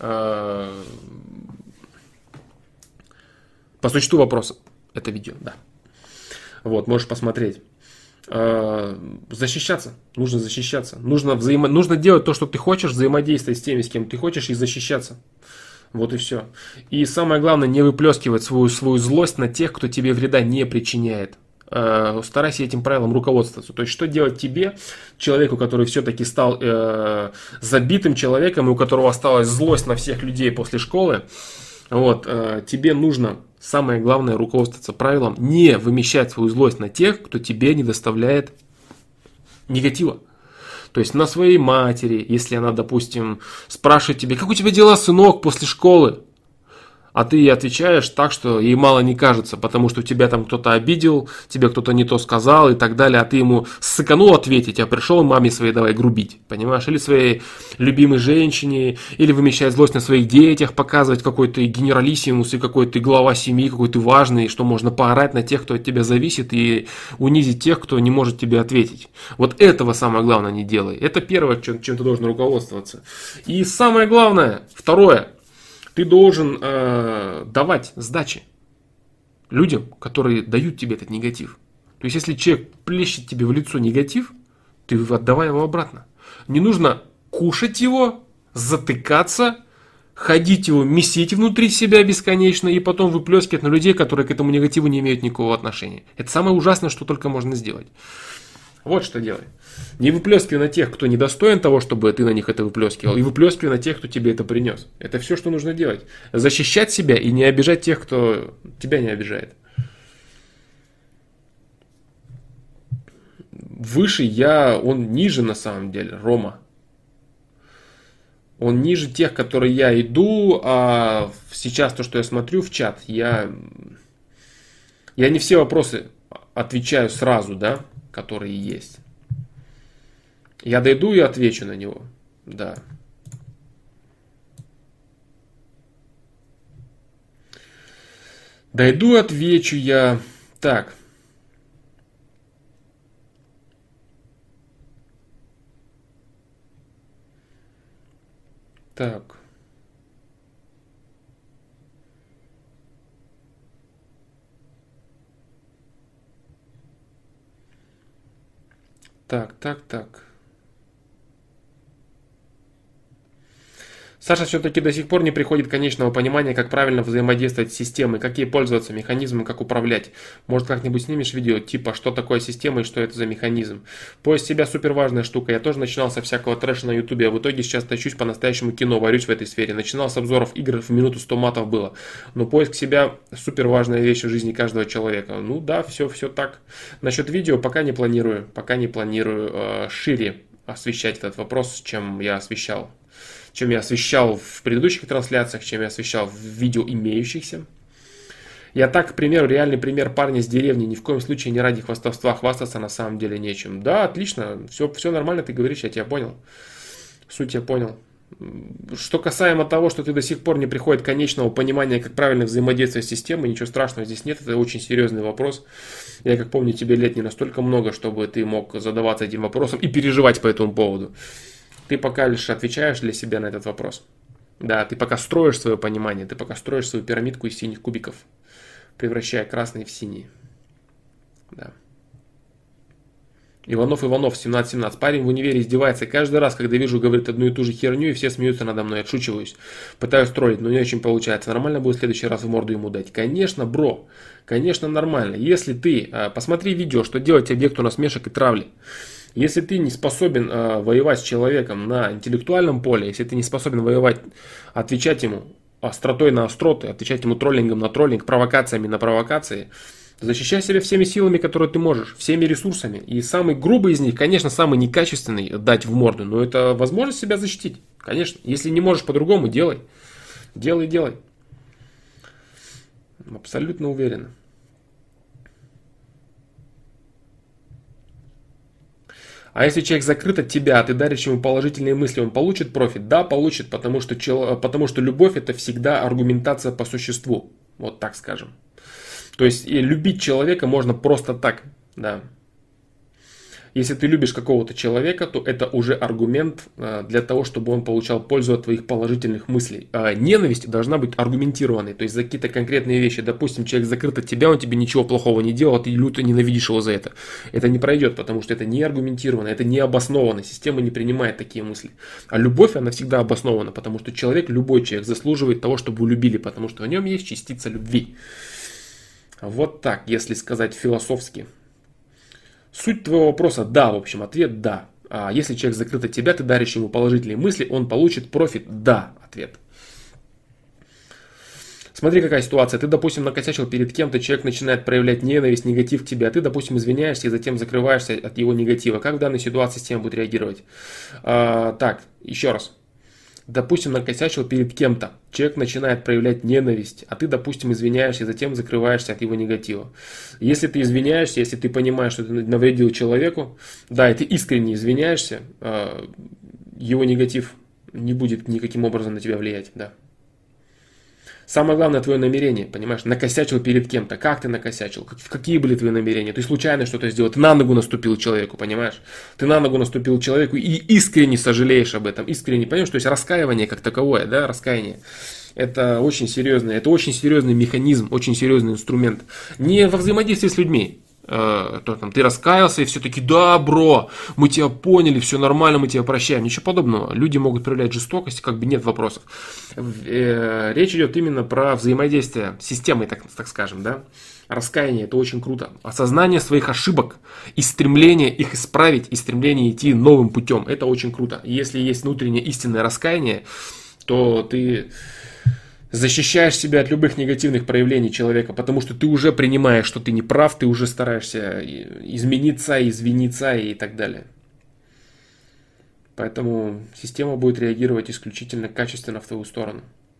По существу вопроса. Это видео, да. Вот, можешь посмотреть. Защищаться. Нужно защищаться. Нужно делать то, что ты хочешь, взаимодействовать с теми, с кем ты хочешь, и защищаться. Вот и все. И самое главное, не выплескивать свою злость на тех, кто тебе вреда не причиняет. Старайся этим правилом руководствоваться. То есть, что делать тебе, человеку, который все-таки стал забитым человеком, и у которого осталась злость на всех людей после школы, вот, тебе нужно, самое главное, руководствоваться правилом не вымещать свою злость на тех, кто тебе не доставляет негатива. То есть на своей матери, если она, допустим, спрашивает тебе, как у тебя дела, сынок, после школы? А ты ей отвечаешь так, что ей мало не кажется, потому что тебя там кто-то обидел, тебе кто-то не то сказал и так далее, а ты ему ссыканул ответить, а пришел маме своей давай грубить, понимаешь? Или своей любимой женщине, или вымещать злость на своих детях, показывать какой ты генералиссимус и какой ты глава семьи, какой ты важный, что можно поорать на тех, кто от тебя зависит, и унизить тех, кто не может тебе ответить. Вот этого самое главное не делай. Это первое, чем ты должен руководствоваться. И самое главное, второе, ты должен давать сдачи людям, которые дают тебе этот негатив. То есть, если человек плещет тебе в лицо негатив, ты отдавай его обратно. Не нужно кушать его, затыкаться, ходить его, месить внутри себя бесконечно и потом выплескивать на людей, которые к этому негативу не имеют никакого отношения. Это самое ужасное, что только можно сделать. Вот что делай. Не выплескивай на тех, кто недостоин того, чтобы ты на них это выплескивал, и выплескивай на тех, кто тебе это принес. Это все, что нужно делать. Защищать себя и не обижать тех, кто тебя не обижает. Выше он ниже на самом деле, Рома. Он ниже тех, которые я иду, а сейчас то, что я смотрю в чат, я не все вопросы отвечаю сразу, да, которые есть. Я дойду и отвечу на него. Да. Дойду, отвечу я. Так. Так. Так. Саша все-таки до сих пор не приходит конечного понимания, как правильно взаимодействовать с системой, как ей пользоваться, механизмом, как управлять. Может, как-нибудь снимешь видео, типа, что такое система и что это за механизм. Поиск себя супер важная штука. Я тоже начинал со всякого трэша на ютубе, а в итоге сейчас тащусь по-настоящему кино, варюсь в этой сфере. Начинал с обзоров игр, в минуту 100 матов было. Но поиск себя супер важная вещь в жизни каждого человека. Ну да, все так. Насчет видео пока не планирую шире освещать этот вопрос, чем я освещал в предыдущих трансляциях, чем я освещал в видео имеющихся. Я так, к примеру, реальный пример парня с деревни, ни в коем случае не ради хвастовства, хвастаться на самом деле нечем. Да, отлично, все нормально ты говоришь, я тебя понял. Суть я понял. Что касаемо того, что ты до сих пор не приходит конечного понимания, как правильно взаимодействовать с системой, ничего страшного здесь нет, это очень серьезный вопрос. Я как помню, тебе лет не настолько много, чтобы ты мог задаваться этим вопросом и переживать по этому поводу. Ты пока лишь отвечаешь для себя на этот вопрос. Да, ты пока строишь свое понимание, ты пока строишь свою пирамидку из синих кубиков, превращая красные в синие. Да. Иванов, 17-17. Парень в универе издевается. Каждый раз, когда вижу, говорит одну и ту же херню, и все смеются надо мной, отшучиваюсь. Пытаюсь троллить, но не очень получается. Нормально будет в следующий раз в морду ему дать? Конечно, бро. Конечно, нормально. Если ты... Посмотри видео, что делать объекту насмешек и травли. Если ты не способен воевать с человеком на интеллектуальном поле, если ты не способен воевать, отвечать ему остротой на остроты, отвечать ему троллингом на троллинг, провокациями на провокации, защищай себя всеми силами, которые ты можешь, всеми ресурсами. И самый грубый из них, конечно, самый некачественный, дать в морду, но это возможность себя защитить. Конечно, если не можешь по-другому, делай. Делай. Абсолютно уверен. А если человек закрыт от тебя, а ты даришь ему положительные мысли, он получит профит? Да, получит, потому что любовь это всегда аргументация по существу. Вот так скажем. То есть любить человека можно просто так, да. Если ты любишь какого-то человека, то это уже аргумент для того, чтобы он получал пользу от твоих положительных мыслей. Ненависть должна быть аргументированной, то есть за какие-то конкретные вещи. Допустим, человек закрыт от тебя, он тебе ничего плохого не делал, а ты люто ненавидишь его за это. Это не пройдет, потому что это не аргументировано, это не обосновано. Система не принимает такие мысли. А любовь, она всегда обоснована, потому что любой человек заслуживает того, чтобы его любили, потому что в нем есть частица любви. Вот так, если сказать философски. Суть твоего вопроса, да, в общем, ответ да. А если человек закрыт от тебя, ты даришь ему положительные мысли, он получит профит, да, ответ. Смотри, какая ситуация. Ты, допустим, накосячил перед кем-то, человек начинает проявлять ненависть, негатив к тебе, а ты, допустим, извиняешься и затем закрываешься от его негатива. Как в данной ситуации система будет реагировать? Так, еще раз. Допустим, накосячил перед кем-то. Человек начинает проявлять ненависть, а ты, допустим, извиняешься и затем закрываешься от его негатива. Если ты извиняешься, если ты понимаешь, что ты навредил человеку, да, и ты искренне извиняешься, его негатив не будет никаким образом на тебя влиять, да. Самое главное твое намерение, понимаешь, накосячил перед кем-то. Как ты накосячил? Какие были твои намерения? Ты случайно что-то сделал, ты на ногу наступил человеку, понимаешь? Ты на ногу наступил человеку и искренне сожалеешь об этом, искренне, понимаешь? То есть раскаивание как таковое, да, раскаяние. Это очень серьезный механизм, очень серьезный инструмент. Не во взаимодействии с людьми. Ты раскаялся и все таки да, бро, мы тебя поняли, все нормально, мы тебя прощаем. Ничего подобного. Люди могут проявлять жестокость, как бы нет вопросов. Речь идет именно про взаимодействие с системой, так скажем, да. Раскаяние это очень круто. Осознание своих ошибок и стремление их исправить, и стремление идти новым путем. Это очень круто. Если есть внутреннее истинное раскаяние, то ты защищаешь себя от любых негативных проявлений человека, потому что ты уже принимаешь, что ты не прав, ты уже стараешься измениться, извиниться и так далее. Поэтому система будет реагировать исключительно качественно в твою сторону.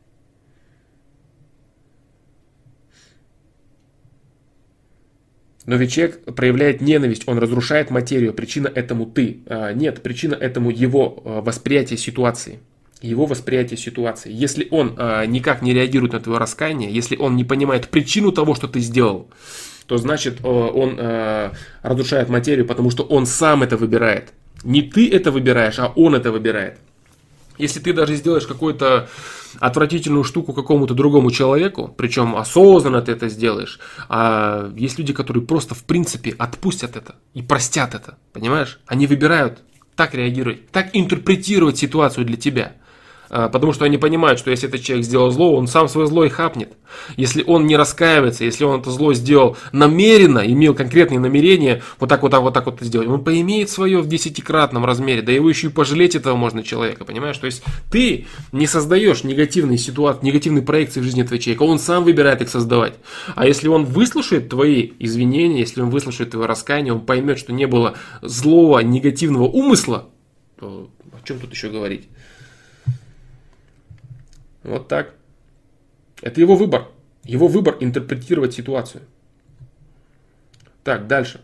Но ведь человек проявляет ненависть, он разрушает материю, причина этому ты. Нет, причина этому его восприятие ситуации. Его восприятие ситуации. Если он никак не реагирует на твое раскаяние, если он не понимает причину того, что ты сделал, то значит он разрушает материю, потому что он сам это выбирает. Не ты это выбираешь, а он это выбирает. Если ты даже сделаешь какую-то отвратительную штуку какому-то другому человеку, причем осознанно ты это сделаешь, а есть люди, которые просто в принципе отпустят это и простят это, понимаешь? Они выбирают так реагировать, так интерпретировать ситуацию для тебя. Потому что они понимают, что если этот человек сделал зло, он сам свое зло и хапнет. Если он не раскаивается, если он это зло сделал намеренно, имел конкретные намерения вот так вот сделать, он поимеет свое в десятикратном размере, да его еще и пожалеть этого можно человека, понимаешь? То есть ты не создаешь негативные ситуации, негативные проекции в жизни этого человека, он сам выбирает их создавать. А если он выслушает твои извинения, если он выслушает твое раскаяние, он поймет, что не было злого, негативного умысла, то о чем тут еще говорить? Вот так. Это его выбор. Его выбор интерпретировать ситуацию. Так, дальше.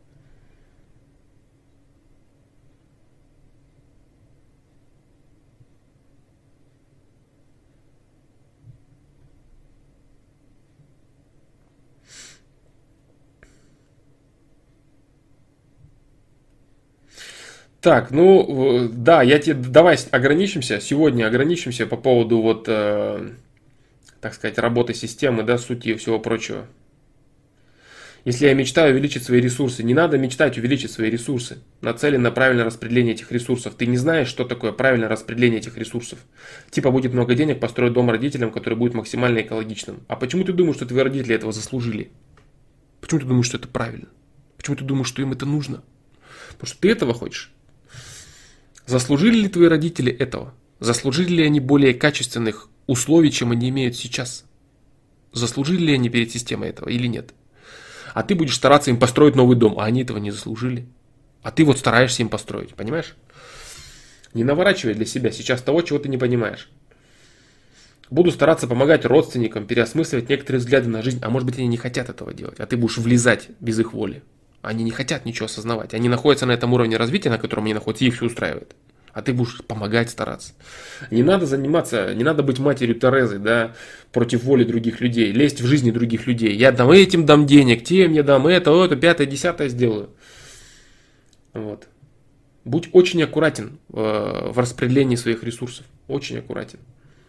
Так, ну, да, я тебе, давай ограничимся, сегодня ограничимся по поводу вот, так сказать, работы системы, да, сути и всего прочего. Если я мечтаю увеличить свои ресурсы, не надо мечтать увеличить свои ресурсы. Нацелен на правильное распределение этих ресурсов. Ты не знаешь, что такое правильное распределение этих ресурсов. Типа будет много денег, построй дом родителям, который будет максимально экологичным. А почему ты думаешь, что твои родители этого заслужили? Почему ты думаешь, что это правильно? Почему ты думаешь, что им это нужно? Потому что ты этого хочешь. Заслужили ли твои родители этого? Заслужили ли они более качественных условий, чем они имеют сейчас? Заслужили ли они перед системой этого или нет? А ты будешь стараться им построить новый дом, а они этого не заслужили. А ты вот стараешься им построить, понимаешь? Не наворачивай для себя сейчас того, чего ты не понимаешь. Буду стараться помогать родственникам переосмысливать некоторые взгляды на жизнь, а может быть они не хотят этого делать, а ты будешь влезать без их воли. Они не хотят ничего осознавать, они находятся на этом уровне развития, на котором они находятся, и их все устраивает. А ты будешь помогать стараться. Не надо заниматься, не надо быть матерью Терезы, да, против воли других людей, лезть в жизни других людей. Я дам этим дам денег, тем я дам это, пятое, десятое сделаю. Вот. Будь очень аккуратен в распределении своих ресурсов. Очень аккуратен.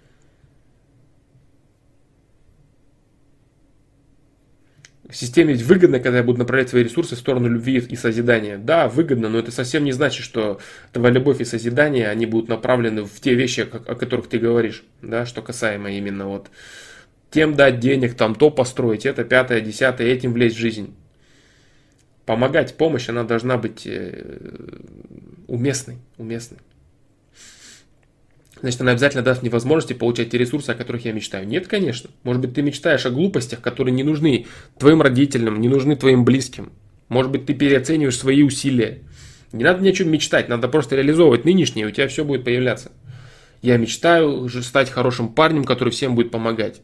Системе ведь выгодно, когда я буду направлять свои ресурсы в сторону любви и созидания. Да, выгодно, но это совсем не значит, что твоя любовь и созидание, они будут направлены в те вещи, о которых ты говоришь, да, что касаемо именно вот тем дать денег, там то построить, это пятое, десятое, этим влезть в жизнь. Помогать, помощь, она должна быть уместной. Значит, она обязательно даст мне возможности получать те ресурсы, о которых я мечтаю. Нет, конечно. Может быть, ты мечтаешь о глупостях, которые не нужны твоим родителям, не нужны твоим близким. Может быть, ты переоцениваешь свои усилия. Не надо ни о чем мечтать, надо просто реализовывать нынешнее, и у тебя все будет появляться. Я мечтаю стать хорошим парнем, который всем будет помогать.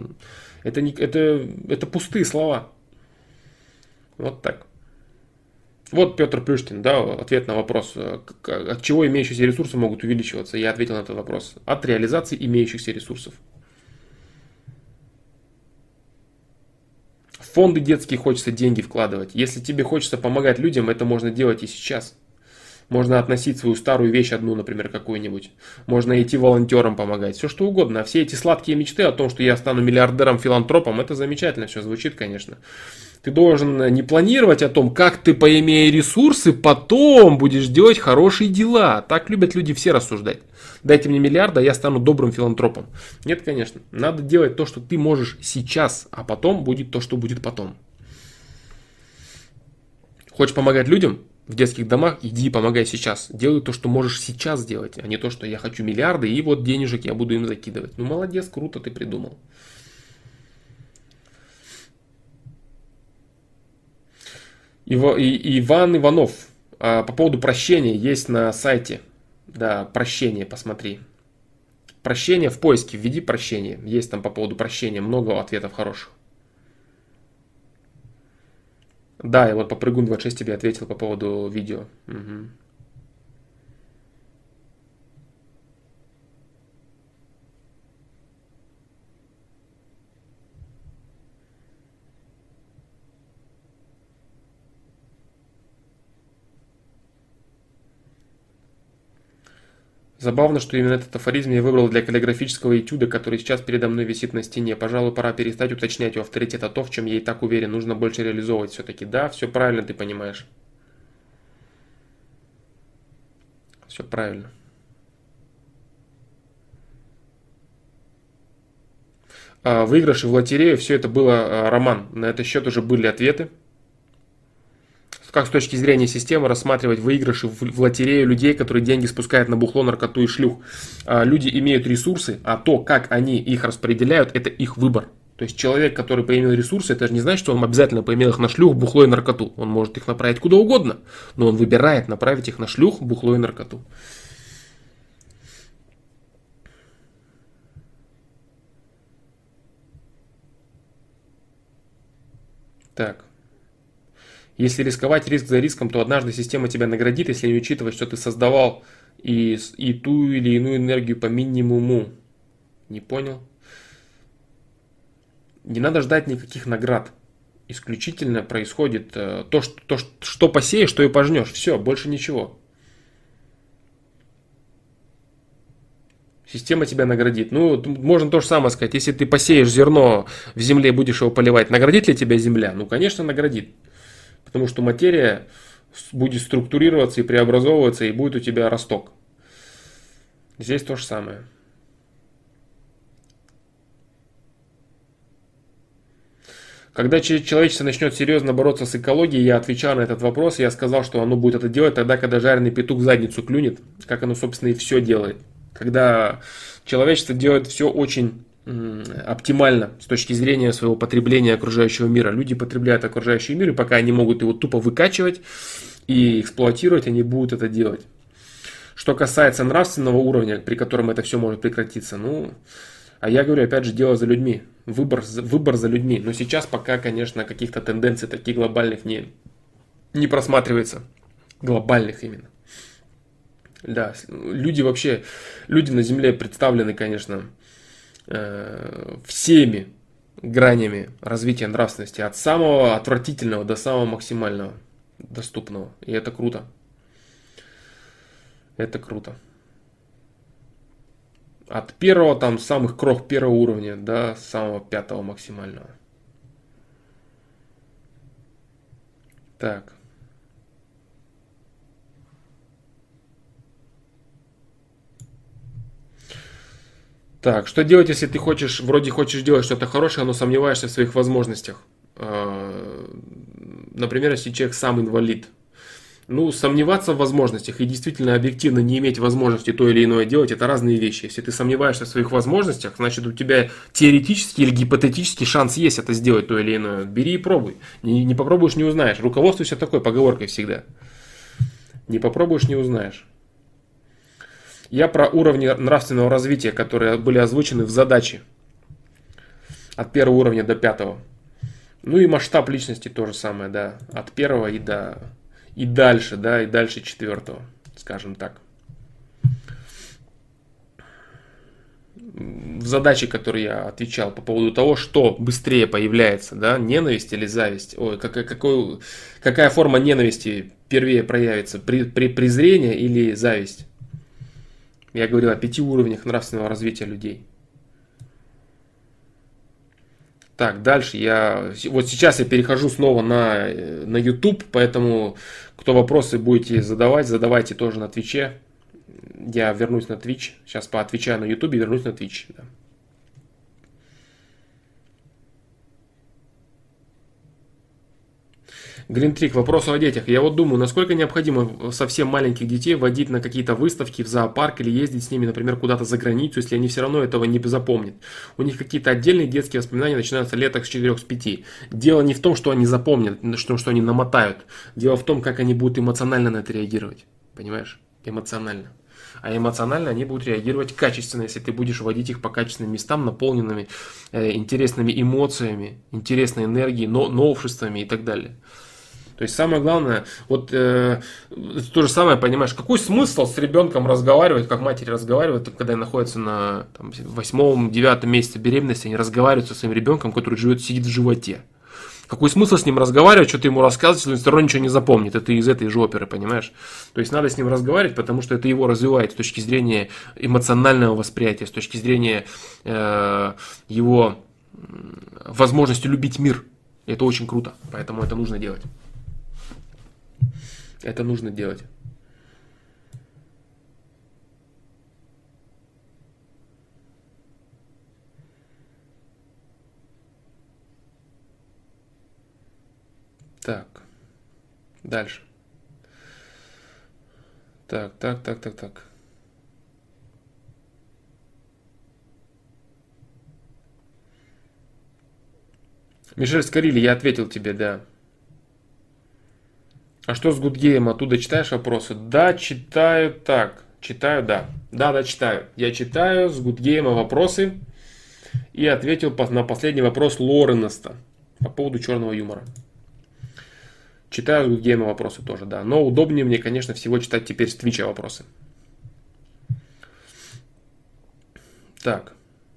Это пустые слова. Вот так. Вот Петр Плюштин, да, ответ на вопрос, от чего имеющиеся ресурсы могут увеличиваться. Я ответил на этот вопрос. От реализации имеющихся ресурсов. В фонды детские хочется деньги вкладывать. Если тебе хочется помогать людям, это можно делать и сейчас. Можно относить свою старую вещь одну, например, какую-нибудь. Можно идти волонтерам помогать. Все что угодно. А все эти сладкие мечты о том, что я стану миллиардером, филантропом, это замечательно все звучит, конечно. Ты должен не планировать о том, как ты, поимея ресурсы, потом будешь делать хорошие дела. Так любят люди все рассуждать. Дайте мне миллиард, а я стану добрым филантропом. Нет, конечно. Надо делать то, что ты можешь сейчас, а потом будет то, что будет потом. Хочешь помогать людям в детских домах? Иди помогай сейчас. Делай то, что можешь сейчас сделать, а не то, что я хочу миллиарды, и вот денежек я буду им закидывать. Ну, молодец, круто ты придумал. Иван Иванов. По поводу прощения есть на сайте. Да, прощение, посмотри. Прощение в поиске, введи прощение. Есть там по поводу прощения много ответов хороших. Да, и вот Попрыгун 26 тебе ответил по поводу видео. Угу. Забавно, что именно этот афоризм я выбрал для каллиграфического этюда, который сейчас передо мной висит на стене. Пожалуй, пора перестать уточнять у авторитета то, в чем я и так уверен. Нужно больше реализовывать все-таки. Да, все правильно ты понимаешь. Все правильно. Выигрыши в лотерею, все это было роман. На этот счет уже были ответы. Как с точки зрения системы рассматривать выигрыши в лотерею людей, которые деньги спускают на бухло, наркоту и шлюх. Люди имеют ресурсы, а то, как они их распределяют, это их выбор. То есть человек, который поимел ресурсы, это же не значит, что он обязательно поимел их на шлюх, бухло и наркоту. Он может их направить куда угодно, но он выбирает направить их на шлюх, бухло и наркоту. Так. Если рисковать риск за риском, то однажды система тебя наградит, если не учитывать, что ты создавал и ту или иную энергию по минимуму. Не понял? Не надо ждать никаких наград. Исключительно происходит что посеешь, то и пожнешь. Все, больше ничего. Система тебя наградит. Ну, можно то же самое сказать. Если ты посеешь зерно в земле, будешь его поливать, наградит ли тебя земля? Ну, конечно, наградит. Потому что материя будет структурироваться и преобразовываться, и будет у тебя росток. Здесь то же самое. Когда человечество начнет серьезно бороться с экологией, я отвечал на этот вопрос, я сказал, что оно будет это делать тогда, когда жареный петух задницу клюнет, как оно, собственно, и все делает. Когда человечество делает все очень оптимально с точки зрения своего потребления окружающего мира. Люди потребляют окружающий мир, и пока они могут его тупо выкачивать и эксплуатировать, они будут это делать. Что касается нравственного уровня, при котором это все может прекратиться, ну, а я говорю, опять же, дело за людьми, выбор за людьми. Но сейчас пока, конечно, каких-то тенденций таких глобальных не просматривается. Глобальных именно. Да, люди на Земле представлены, конечно, всеми гранями развития нравственности, от самого отвратительного до самого максимального доступного. И это круто. Это круто. От первого, там, самых крох первого уровня до самого пятого максимального. Так. Так, что делать, если ты вроде хочешь делать что-то хорошее, но сомневаешься в своих возможностях? Например, если человек сам инвалид. Ну, сомневаться в возможностях и действительно объективно не иметь возможности то или иное делать, это разные вещи. Если ты сомневаешься в своих возможностях, значит у тебя теоретически или гипотетически шанс есть это сделать то или иное. Бери и пробуй. Не попробуешь, не узнаешь. Руководствуйся такой поговоркой всегда. Не попробуешь, не узнаешь. Я про уровни нравственного развития, которые были озвучены в задаче. От первого уровня до пятого. Ну и масштаб личности то же самое, да. От первого и дальше, да, и дальше четвертого, скажем так. В задаче, которую я отвечал по поводу того, что быстрее появляется, да, ненависть или зависть. Ой, какая форма ненависти первее проявится, презрение или зависть? Я говорил о 5 уровнях нравственного развития людей. Так, дальше вот сейчас я перехожу снова на YouTube, поэтому кто вопросы будете задавать, задавайте тоже на Твиче. Я вернусь на Twitch, сейчас поотвечаю на YouTube и вернусь на Twitch. Да. Гринтрик, вопрос о детях. Я вот думаю, насколько необходимо совсем маленьких детей водить на какие-то выставки в зоопарк или ездить с ними, например, куда-то за границу, если они все равно этого не запомнят. У них какие-то отдельные детские воспоминания начинаются леток с 4-5. Дело не в том, что они запомнят, что они намотают. Дело в том, как они будут эмоционально на это реагировать. Понимаешь? Эмоционально. А эмоционально они будут реагировать качественно, если ты будешь водить их по качественным местам, наполненными интересными эмоциями, интересной энергией, новшествами и так далее. То есть самое главное, вот то же самое, понимаешь, какой смысл с ребенком разговаривать, как матери разговаривают, когда они находятся на 8-9 месяце беременности, они разговаривают со своим ребенком, который сидит в животе. Какой смысл с ним разговаривать, что ты ему рассказываешь, если он все равно ничего не запомнит. Это из этой же оперы, понимаешь? То есть надо с ним разговаривать, потому что это его развивает с точки зрения эмоционального восприятия, с точки зрения его возможности любить мир. Это очень круто, поэтому это нужно делать. Это нужно делать. Так, дальше. Так. Мишель Скорили, я ответил тебе, да. А что с Гудгеем? Оттуда читаешь вопросы? Да, читаю так. Читаю, да. Да, читаю. Я читаю с Гудгейма вопросы и ответил на последний вопрос Лоренеста по поводу черного юмора. Читаю с Гудгейма вопросы тоже, да. Но удобнее мне, конечно, всего читать теперь с Твича вопросы. Так.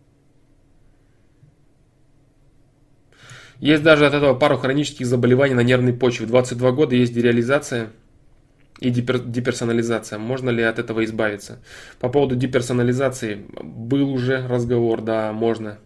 Есть даже от этого пару хронических заболеваний на нервной почве. В 22 года есть дереализация и деперсонализация. Можно ли от этого избавиться? По поводу деперсонализации был уже разговор. Да, можно.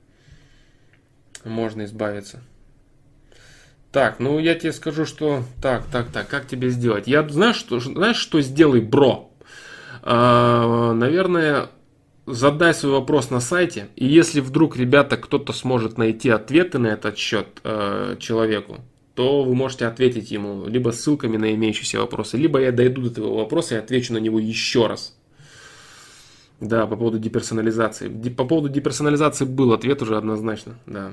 Можно избавиться. Так, ну я тебе скажу, что... Так, как тебе сделать? Знаешь, что сделай, бро? Наверное, задай свой вопрос на сайте. И если вдруг, ребята, кто-то сможет найти ответы на этот счет человеку, то вы можете ответить ему либо ссылками на имеющиеся вопросы, либо я дойду до этого вопроса и отвечу на него еще раз. Да, по поводу деперсонализации. По поводу деперсонализации был ответ уже однозначно, да.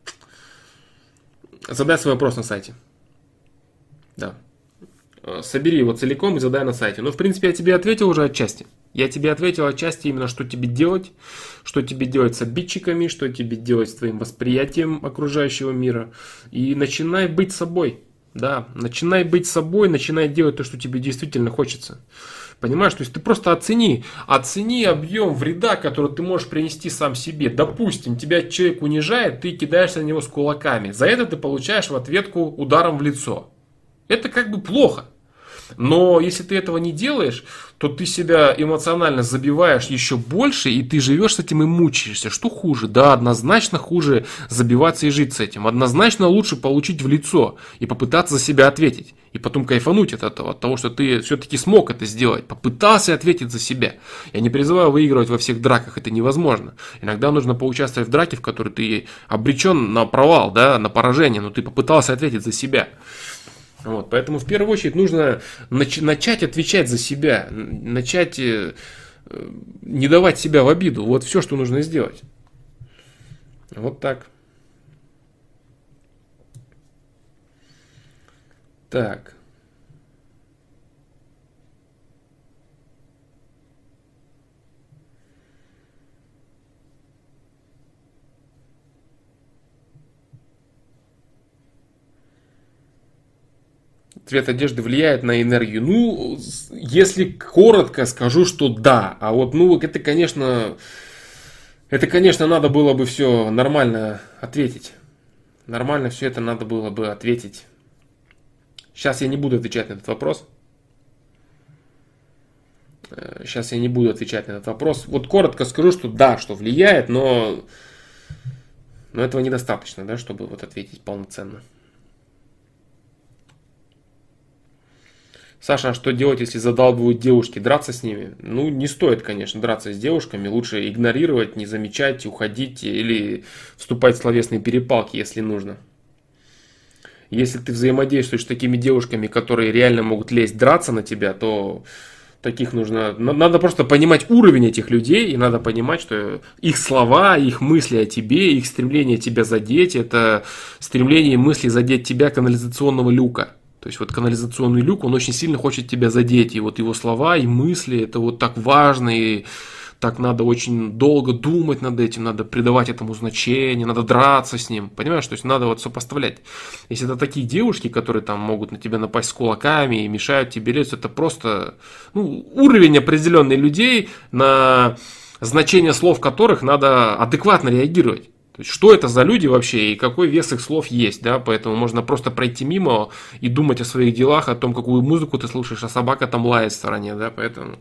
Задай свой вопрос на сайте. Да. Собери его целиком и задай на сайте. Ну, в принципе, я тебе ответил уже отчасти. Я тебе ответил отчасти именно, что тебе делать с обидчиками, что тебе делать с твоим восприятием окружающего мира. И начинай быть собой. Да, начинай быть собой, начинай делать то, что тебе действительно хочется. Понимаешь, то есть ты просто оцени объем вреда, который ты можешь принести сам себе. Допустим, тебя человек унижает, ты кидаешься на него с кулаками. За это ты получаешь в ответку ударом в лицо. Это как бы плохо. Но если ты этого не делаешь, то ты себя эмоционально забиваешь еще больше, и ты живешь с этим и мучаешься. Что хуже? Да, однозначно хуже забиваться и жить с этим. Однозначно лучше получить в лицо и попытаться за себя ответить. И потом кайфануть от этого, от того, что ты все-таки смог это сделать. Попытался ответить за себя. Я не призываю выигрывать во всех драках, это невозможно. Иногда нужно поучаствовать в драке, в которой ты обречен на провал, да, на поражение, но ты попытался ответить за себя. Вот, поэтому в первую очередь нужно начать отвечать за себя, начать не давать себя в обиду. Вот все, что нужно сделать. Вот так. Так. Цвет одежды влияет на энергию? Ну, если коротко, скажу, что да. А вот, ну, это, конечно, надо было бы все нормально ответить. Нормально все это надо было бы ответить. Сейчас я не буду отвечать на этот вопрос. Вот коротко скажу, что да, что влияет, но этого недостаточно, да, чтобы вот ответить полноценно. Саша, а что делать, если задалбывают девушки? Драться с ними? Ну, не стоит, конечно, драться с девушками. Лучше игнорировать, не замечать, уходить или вступать в словесные перепалки, если нужно. Если ты взаимодействуешь с такими девушками, которые реально могут лезть драться на тебя, то таких нужно... Надо просто понимать уровень этих людей, и надо понимать, что их слова, их мысли о тебе, их стремление тебя задеть, это стремление и мысли задеть тебя канализационного люка. То есть вот канализационный люк, он очень сильно хочет тебя задеть. И вот его слова и мысли, это вот так важно, и так надо очень долго думать над этим, надо придавать этому значение, надо драться с ним. Понимаешь, то есть надо вот сопоставлять. Если это такие девушки, которые там могут на тебя напасть с кулаками и мешают тебе лезть, это просто уровень определенный людей, на значение слов которых надо адекватно реагировать. То есть, что это за люди вообще и какой вес их слов есть, да, поэтому можно просто пройти мимо и думать о своих делах, о том, какую музыку ты слушаешь, а собака там лает в стороне, да, поэтому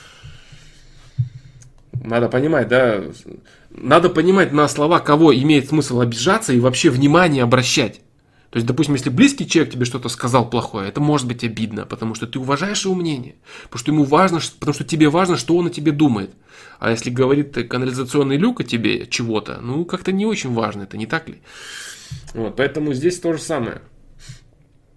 надо понимать, да, надо понимать, на слова кого имеет смысл обижаться и вообще внимание обращать. То есть, допустим, если близкий человек тебе что-то сказал плохое, это может быть обидно, потому что ты уважаешь его мнение, потому что тебе важно, что он о тебе думает. А если говорит канализационный люк о тебе чего-то, ну, как-то не очень важно, это не так ли? Вот, поэтому здесь то же самое.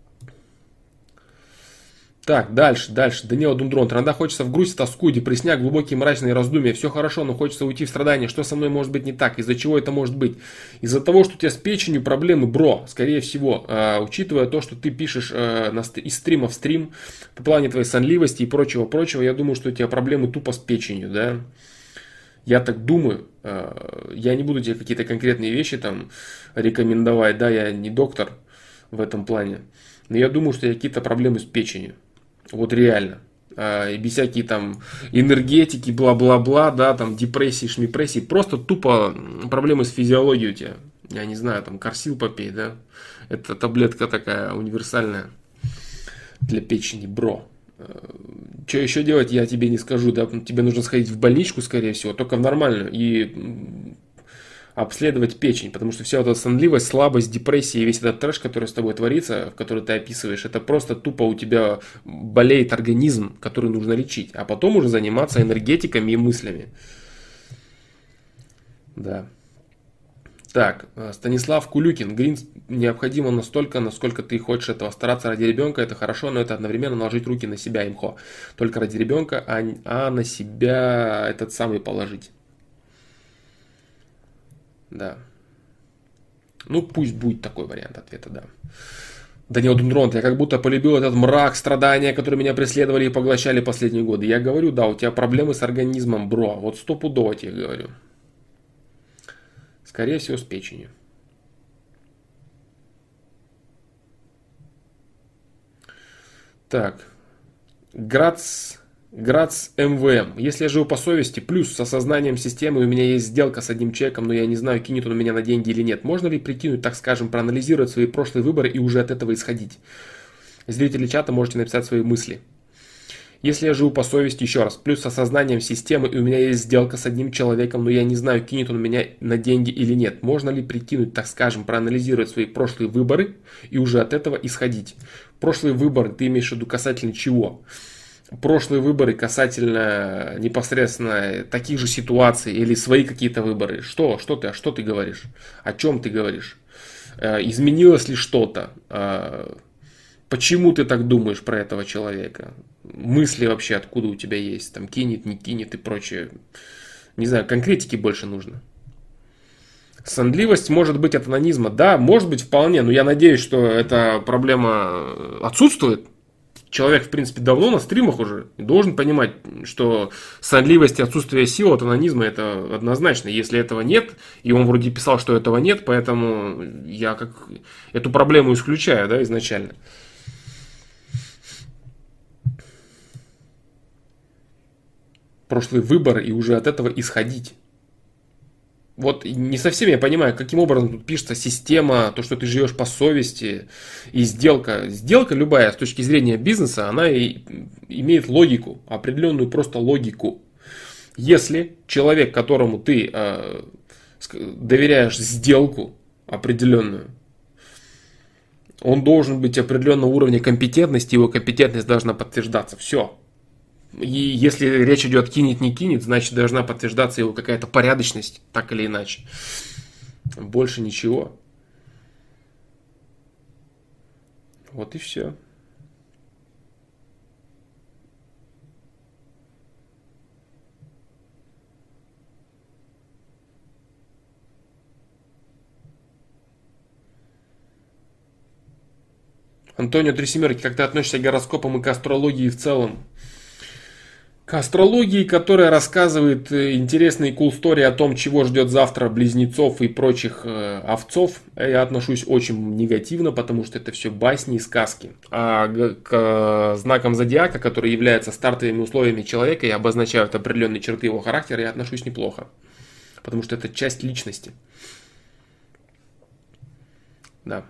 Так, дальше. Данила Дундрон. Иногда хочется в грусть, тоску, депрессняк, глубокие мрачные раздумья. Все хорошо, но хочется уйти в страдания. Что со мной может быть не так? Из-за чего это может быть? Из-за того, что у тебя с печенью проблемы, бро, скорее всего. Учитывая то, что ты пишешь из стрима в стрим, по плане твоей сонливости и прочего, я думаю, что у тебя проблемы тупо с печенью, да? Я так думаю. Я не буду тебе какие-то конкретные вещи там рекомендовать, да, я не доктор в этом плане. Но я думаю, что у тебя какие-то проблемы с печенью. Вот реально. И без всякие там энергетики, бла-бла-бла, да, там депрессии, шмипрессии. Просто тупо проблемы с физиологией у тебя. Я не знаю, там Корсил попей, да. Это таблетка такая универсальная для печени, бро. Что еще делать, я тебе не скажу, да. Тебе нужно сходить в больничку, скорее всего, только в нормальную. И обследовать печень, потому что вся вот эта сонливость, слабость, депрессия и весь этот трэш, который с тобой творится, в который ты описываешь, это просто тупо у тебя болеет организм, который нужно лечить, а потом уже заниматься энергетиками и мыслями. Да. Так, Станислав Кулюкин. Грин необходимо настолько, насколько ты хочешь этого. Стараться ради ребенка это хорошо, но это одновременно наложить руки на себя имхо. Только ради ребенка, а на себя этот самый положить. Да. Ну, пусть будет такой вариант ответа, да. Данил Дундрон, я как будто полюбил этот мрак, страдания, которые меня преследовали и поглощали последние годы. Я говорю, да, у тебя проблемы с организмом, бро. Вот стопудово тебе говорю. Скорее всего, с печенью. Так. Грац МВМ. Если я живу по совести, плюс с осознанием системы, у меня есть сделка с одним человеком, но я не знаю, кинет он меня на деньги или нет. Можно ли прикинуть, так скажем, проанализировать свои прошлые выборы и уже от этого исходить? Зрители чата можете написать свои мысли. Если я живу по совести, еще раз, плюс с осознанием системы, и у меня есть сделка с одним человеком, но я не знаю, кинет он меня на деньги или нет. Можно ли прикинуть, так скажем, проанализировать свои прошлые выборы и уже от этого исходить? Прошлые выборы ты имеешь в виду касательно чего? Прошлые выборы касательно непосредственно таких же ситуаций или свои какие-то выборы. Что ты говоришь? О чем ты говоришь? Изменилось ли что-то? Почему ты так думаешь про этого человека? Мысли вообще откуда у тебя есть? Там кинет, не кинет и прочее. Не знаю, конкретики больше нужно. Сонливость может быть от анонизма. Да, может быть вполне, но я надеюсь, что эта проблема отсутствует. Человек, в принципе, давно на стримах уже и должен понимать, что сонливость и отсутствие сил от анонизма это однозначно. Если этого нет, и он вроде писал, что этого нет, поэтому я как эту проблему исключаю, да, изначально. Прошлый выбор и уже от этого исходить. Вот не совсем я понимаю, каким образом тут пишется система, то, что ты живешь по совести и сделка. Сделка любая с точки зрения бизнеса, она и имеет логику, определенную просто логику. Если человек, которому ты доверяешь сделку определенную, он должен быть определенного уровня компетентности, его компетентность должна подтверждаться. Все. И если речь идет кинет, не кинет, значит должна подтверждаться его какая-то порядочность, так или иначе. Больше ничего. Вот и все. Антонио Трисемерки, как ты относишься к гороскопам и к астрологии в целом? К астрологии, которая рассказывает интересные cool story о том, чего ждет завтра близнецов и прочих овцов, я отношусь очень негативно, потому что это все басни и сказки. А к знакам зодиака, которые являются стартовыми условиями человека и обозначают определенные черты его характера, я отношусь неплохо, потому что это часть личности. Да.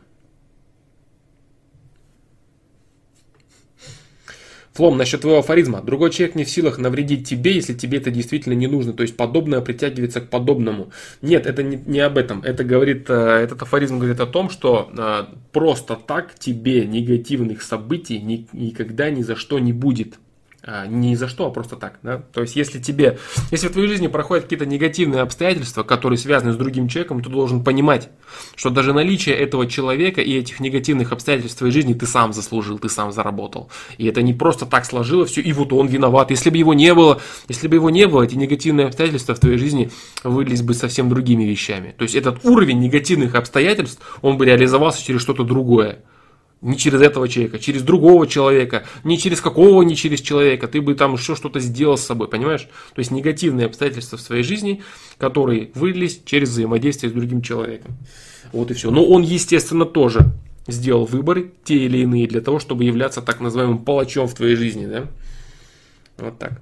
Флом, насчет твоего афоризма. Другой человек не в силах навредить тебе, если тебе это действительно не нужно. То есть подобное притягивается к подобному. Нет, это не об этом. Это говорит, этот афоризм говорит о том, что просто так тебе негативных событий никогда ни за что не будет. Не за что, а просто так. Да? То есть, если в твоей жизни проходят какие-то негативные обстоятельства, которые связаны с другим человеком, ты должен понимать, что даже наличие этого человека и этих негативных обстоятельств в твоей жизни ты сам заслужил, ты сам заработал. И это не просто так сложилось все, и вот он виноват. Если бы его не было, эти негативные обстоятельства в твоей жизни вылились бы совсем другими вещами. То есть, этот уровень негативных обстоятельств, он бы реализовался через что-то другое. Не через этого человека, через другого человека, не через человека, ты бы там еще что-то сделал с собой, понимаешь? То есть негативные обстоятельства в своей жизни, которые вылились через взаимодействие с другим человеком. Вот и все. Но он, естественно, тоже сделал выборы, те или иные, для того, чтобы являться так называемым палачом в твоей жизни, да? Вот так.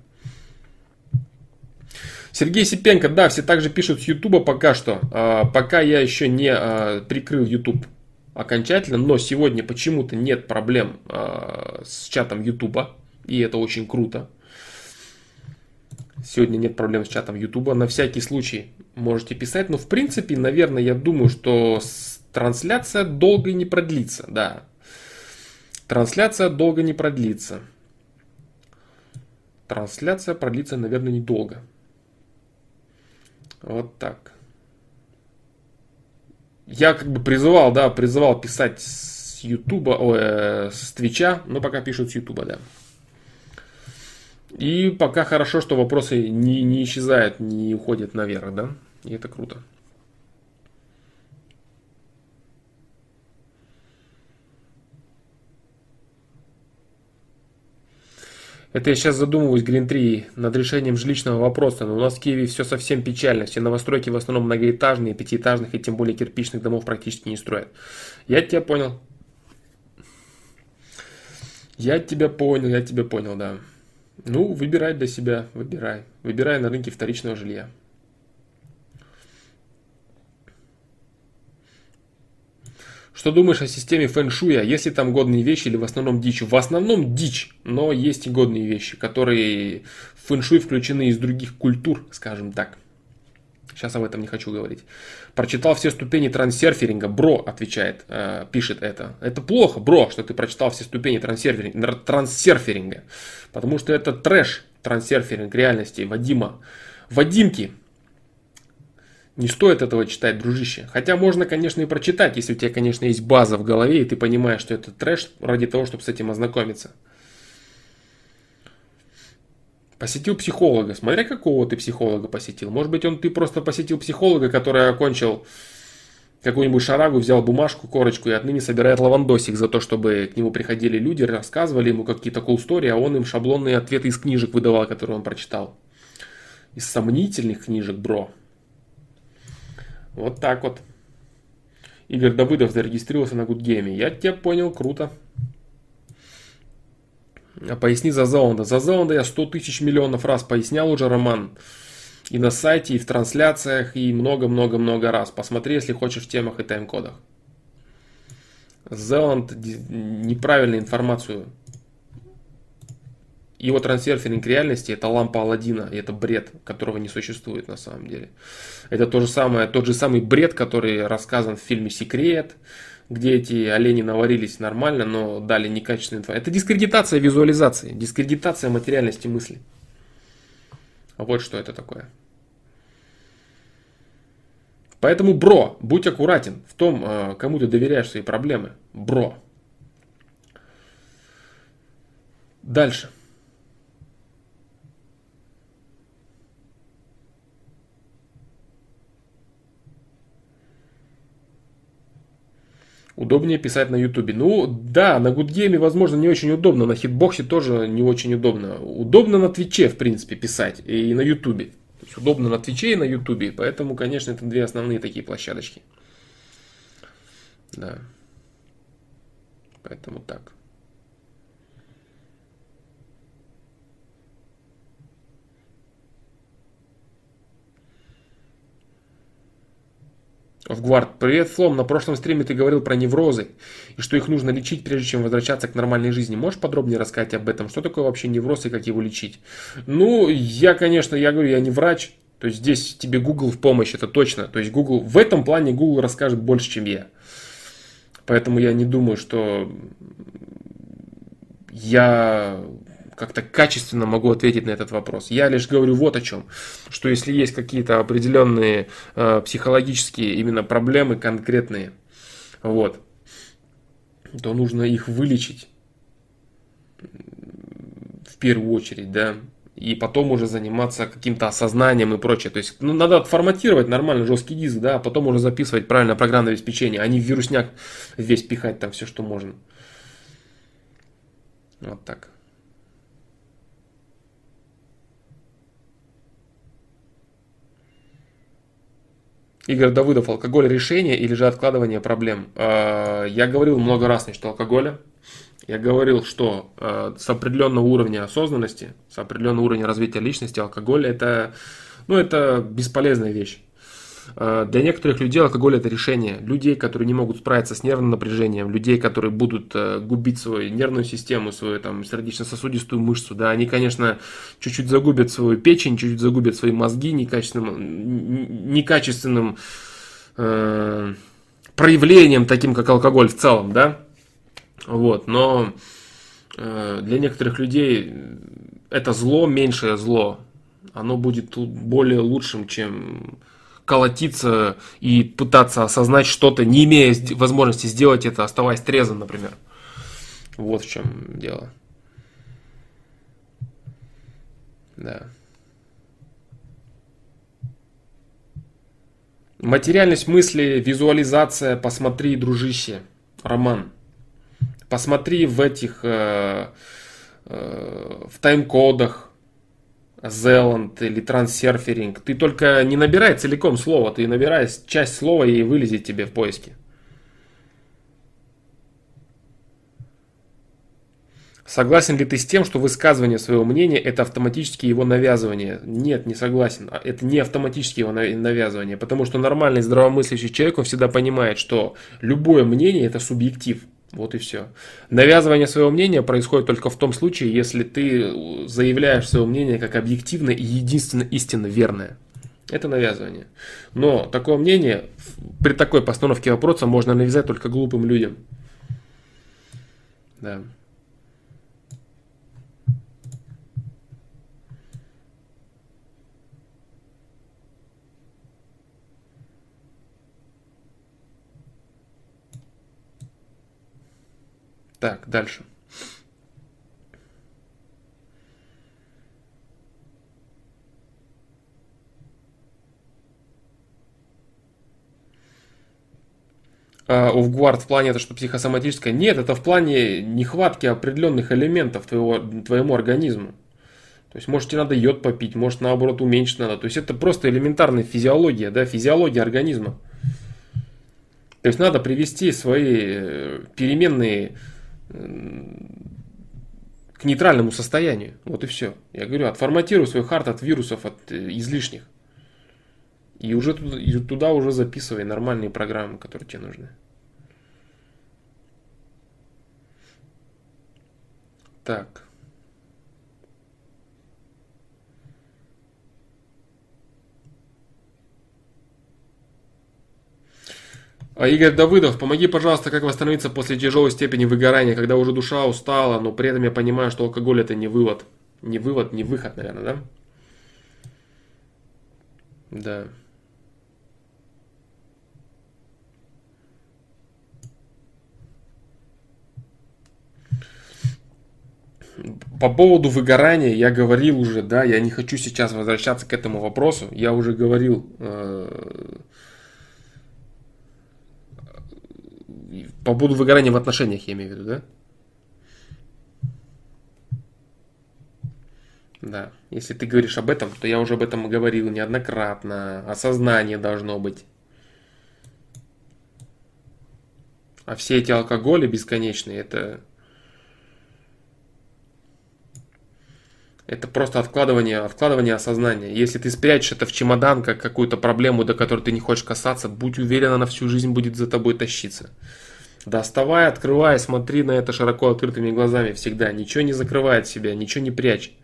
Сергей Сипенко, да, все также пишут с Ютуба пока что, пока я еще не прикрыл Ютуб окончательно, но сегодня почему-то нет проблем с чатом Ютуба, и это очень круто. Сегодня нет проблем с чатом Ютуба, на всякий случай можете писать, но в принципе, наверное, я думаю, что трансляция долго не продлится, да. Трансляция долго не продлится. Трансляция продлится, наверное, недолго. Вот так. Я как бы призывал писать с Ютуба, с Твича, но пока пишут с Ютуба, да. И пока хорошо, что вопросы не исчезают, не уходят наверх, да. И это круто. Это я сейчас задумываюсь, Green 3, над решением жилищного вопроса, но у нас в Киеве все совсем печально. Все новостройки в основном многоэтажные, пятиэтажных и тем более кирпичных домов практически не строят. Я тебя понял. Я тебя понял, да. Ну, выбирай для себя, выбирай. Выбирай на рынке вторичного жилья. Что думаешь о системе фэн-шуя? Есть ли там годные вещи или в основном дичь? В основном дичь, но есть и годные вещи, которые в фэн-шуй включены из других культур, скажем так. Сейчас об этом не хочу говорить. Прочитал все ступени трансерферинга. Бро отвечает, пишет это. Это плохо, бро, что ты прочитал все ступени трансерферинга. Потому что это трэш, трансерферинг реальности Вадима. Вадимки. Не стоит этого читать, дружище. Хотя можно, конечно, и прочитать, если у тебя, конечно, есть база в голове, и ты понимаешь, что это трэш, ради того, чтобы с этим ознакомиться. Посетил психолога. Смотря какого ты психолога посетил. Может быть, ты просто посетил психолога, который окончил какую-нибудь шарагу, взял бумажку, корочку и отныне собирает лавандосик за то, чтобы к нему приходили люди, рассказывали ему какие-то cool story, а он им шаблонные ответы из книжек выдавал, которые он прочитал. Из сомнительных книжек, бро. Вот так вот. Игорь Давыдов зарегистрировался на Гудгейме. Я тебя понял, круто. А поясни за Зеланда. За Зеланда я 100 тысяч миллионов раз пояснял уже, Роман. И на сайте, и в трансляциях, и много-много-много раз. Посмотри, если хочешь, в темах и тайм-кодах. Зеланд неправильную информацию. Его трансерфинг реальности — это лампа Аладдина, и это бред, которого не существует на самом деле. Это тот же самый бред, который рассказан в фильме «Секрет», где эти олени наварились нормально, но дали некачественную информацию. Это дискредитация визуализации, дискредитация материальности мысли. Вот что это такое. Поэтому, бро, будь аккуратен в том, кому ты доверяешь свои проблемы. Бро. Дальше. Удобнее писать на Ютубе. Ну да, на Гудгейме, возможно, не очень удобно. На Хитбоксе тоже не очень удобно. Удобно на Твиче, в принципе, писать. И на Ютубе. То есть удобно на Твиче и на Ютубе. Поэтому, конечно, это две основные такие площадочки. Да. Поэтому так. Авгвард, привет, Флом. На прошлом стриме ты говорил про неврозы и что их нужно лечить, прежде чем возвращаться к нормальной жизни. Можешь подробнее рассказать об этом? Что такое вообще невроз и как его лечить? Ну, я говорю, я не врач. То есть здесь тебе Google в помощь, это точно. То есть Google, в этом плане Google расскажет больше, чем я. Поэтому я не думаю, что я как-то качественно могу ответить на этот вопрос. Я лишь говорю вот о чем, что если есть какие-то определенные психологические именно проблемы конкретные, вот, то нужно их вылечить в первую очередь, да, и потом уже заниматься каким-то осознанием и прочее. То есть, ну, надо отформатировать нормально жесткий диск, да, а потом уже записывать правильно программное обеспечение, а не в вирусняк весь пихать там все, что можно. Вот так. Игорь Давыдов, алкоголь решение или же откладывание проблем? Я говорил много раз насчет алкоголя. Я говорил, что с определенного уровня осознанности, с определенного уровня развития личности алкоголь это, ну, это бесполезная вещь. Для некоторых людей алкоголь это решение. Людей, которые не могут справиться с нервным напряжением, людей, которые будут губить свою нервную систему, свою там сердечно-сосудистую мышцу, да, они, конечно, чуть-чуть загубят свою печень, чуть-чуть загубят свои мозги некачественным проявлением, таким как алкоголь в целом, да. Вот, но для некоторых людей это зло, меньшее зло, оно будет более лучшим, чем колотиться и пытаться осознать что-то, не имея возможности сделать это, оставаясь трезвым, например. Вот в чем дело. Да. Материальность мысли, визуализация, посмотри, дружище, Роман. Посмотри в этих, в тайм-кодах, Зеланд или трансерферинг. Ты только не набирай целиком слово, ты набирай часть слова и вылезет тебе в поиске. Согласен ли ты с тем, что высказывание своего мнения это автоматически его навязывание? Нет, не согласен. Это не автоматически его навязывание, потому что нормальный здравомыслящий человек, он всегда понимает, что любое мнение это субъектив. Вот и все. Навязывание своего мнения происходит только в том случае, если ты заявляешь свое мнение как объективное и единственно истинно верное. Это навязывание. Но такое мнение при такой постановке вопроса можно навязать только глупым людям. Да. Так, дальше. Офгвард в плане это что психосоматическое? Нет, это в плане нехватки определенных элементов твоему организму. То есть, может, тебе надо йод попить, может, наоборот, уменьшить надо. То есть, это просто элементарная физиология, да, физиология организма. То есть, надо привести свои переменные к нейтральному состоянию. Вот и все. Я говорю, отформатируй свой хард от вирусов, от излишних. И туда уже записывай нормальные программы, которые тебе нужны. Так. Игорь Давыдов, помоги, пожалуйста, как восстановиться после тяжелой степени выгорания, когда уже душа устала, но при этом я понимаю, что алкоголь это не вывод. Не вывод, не выход, наверное, да? Да. По поводу выгорания я говорил уже, да, я не хочу сейчас возвращаться к этому вопросу. Я уже говорил по поводу выгорания в отношениях, я имею в виду, да? Да. Если ты говоришь об этом, то я уже об этом говорил неоднократно. Осознание должно быть. А все эти алкоголи бесконечные, это просто откладывание осознания. Если ты спрячешь это в чемодан, как какую-то проблему, до которой ты не хочешь касаться, будь уверен, она всю жизнь будет за тобой тащиться. Доставай, открывай, смотри на это широко открытыми глазами всегда. Ничего не закрывай от себя, ничего не прячь.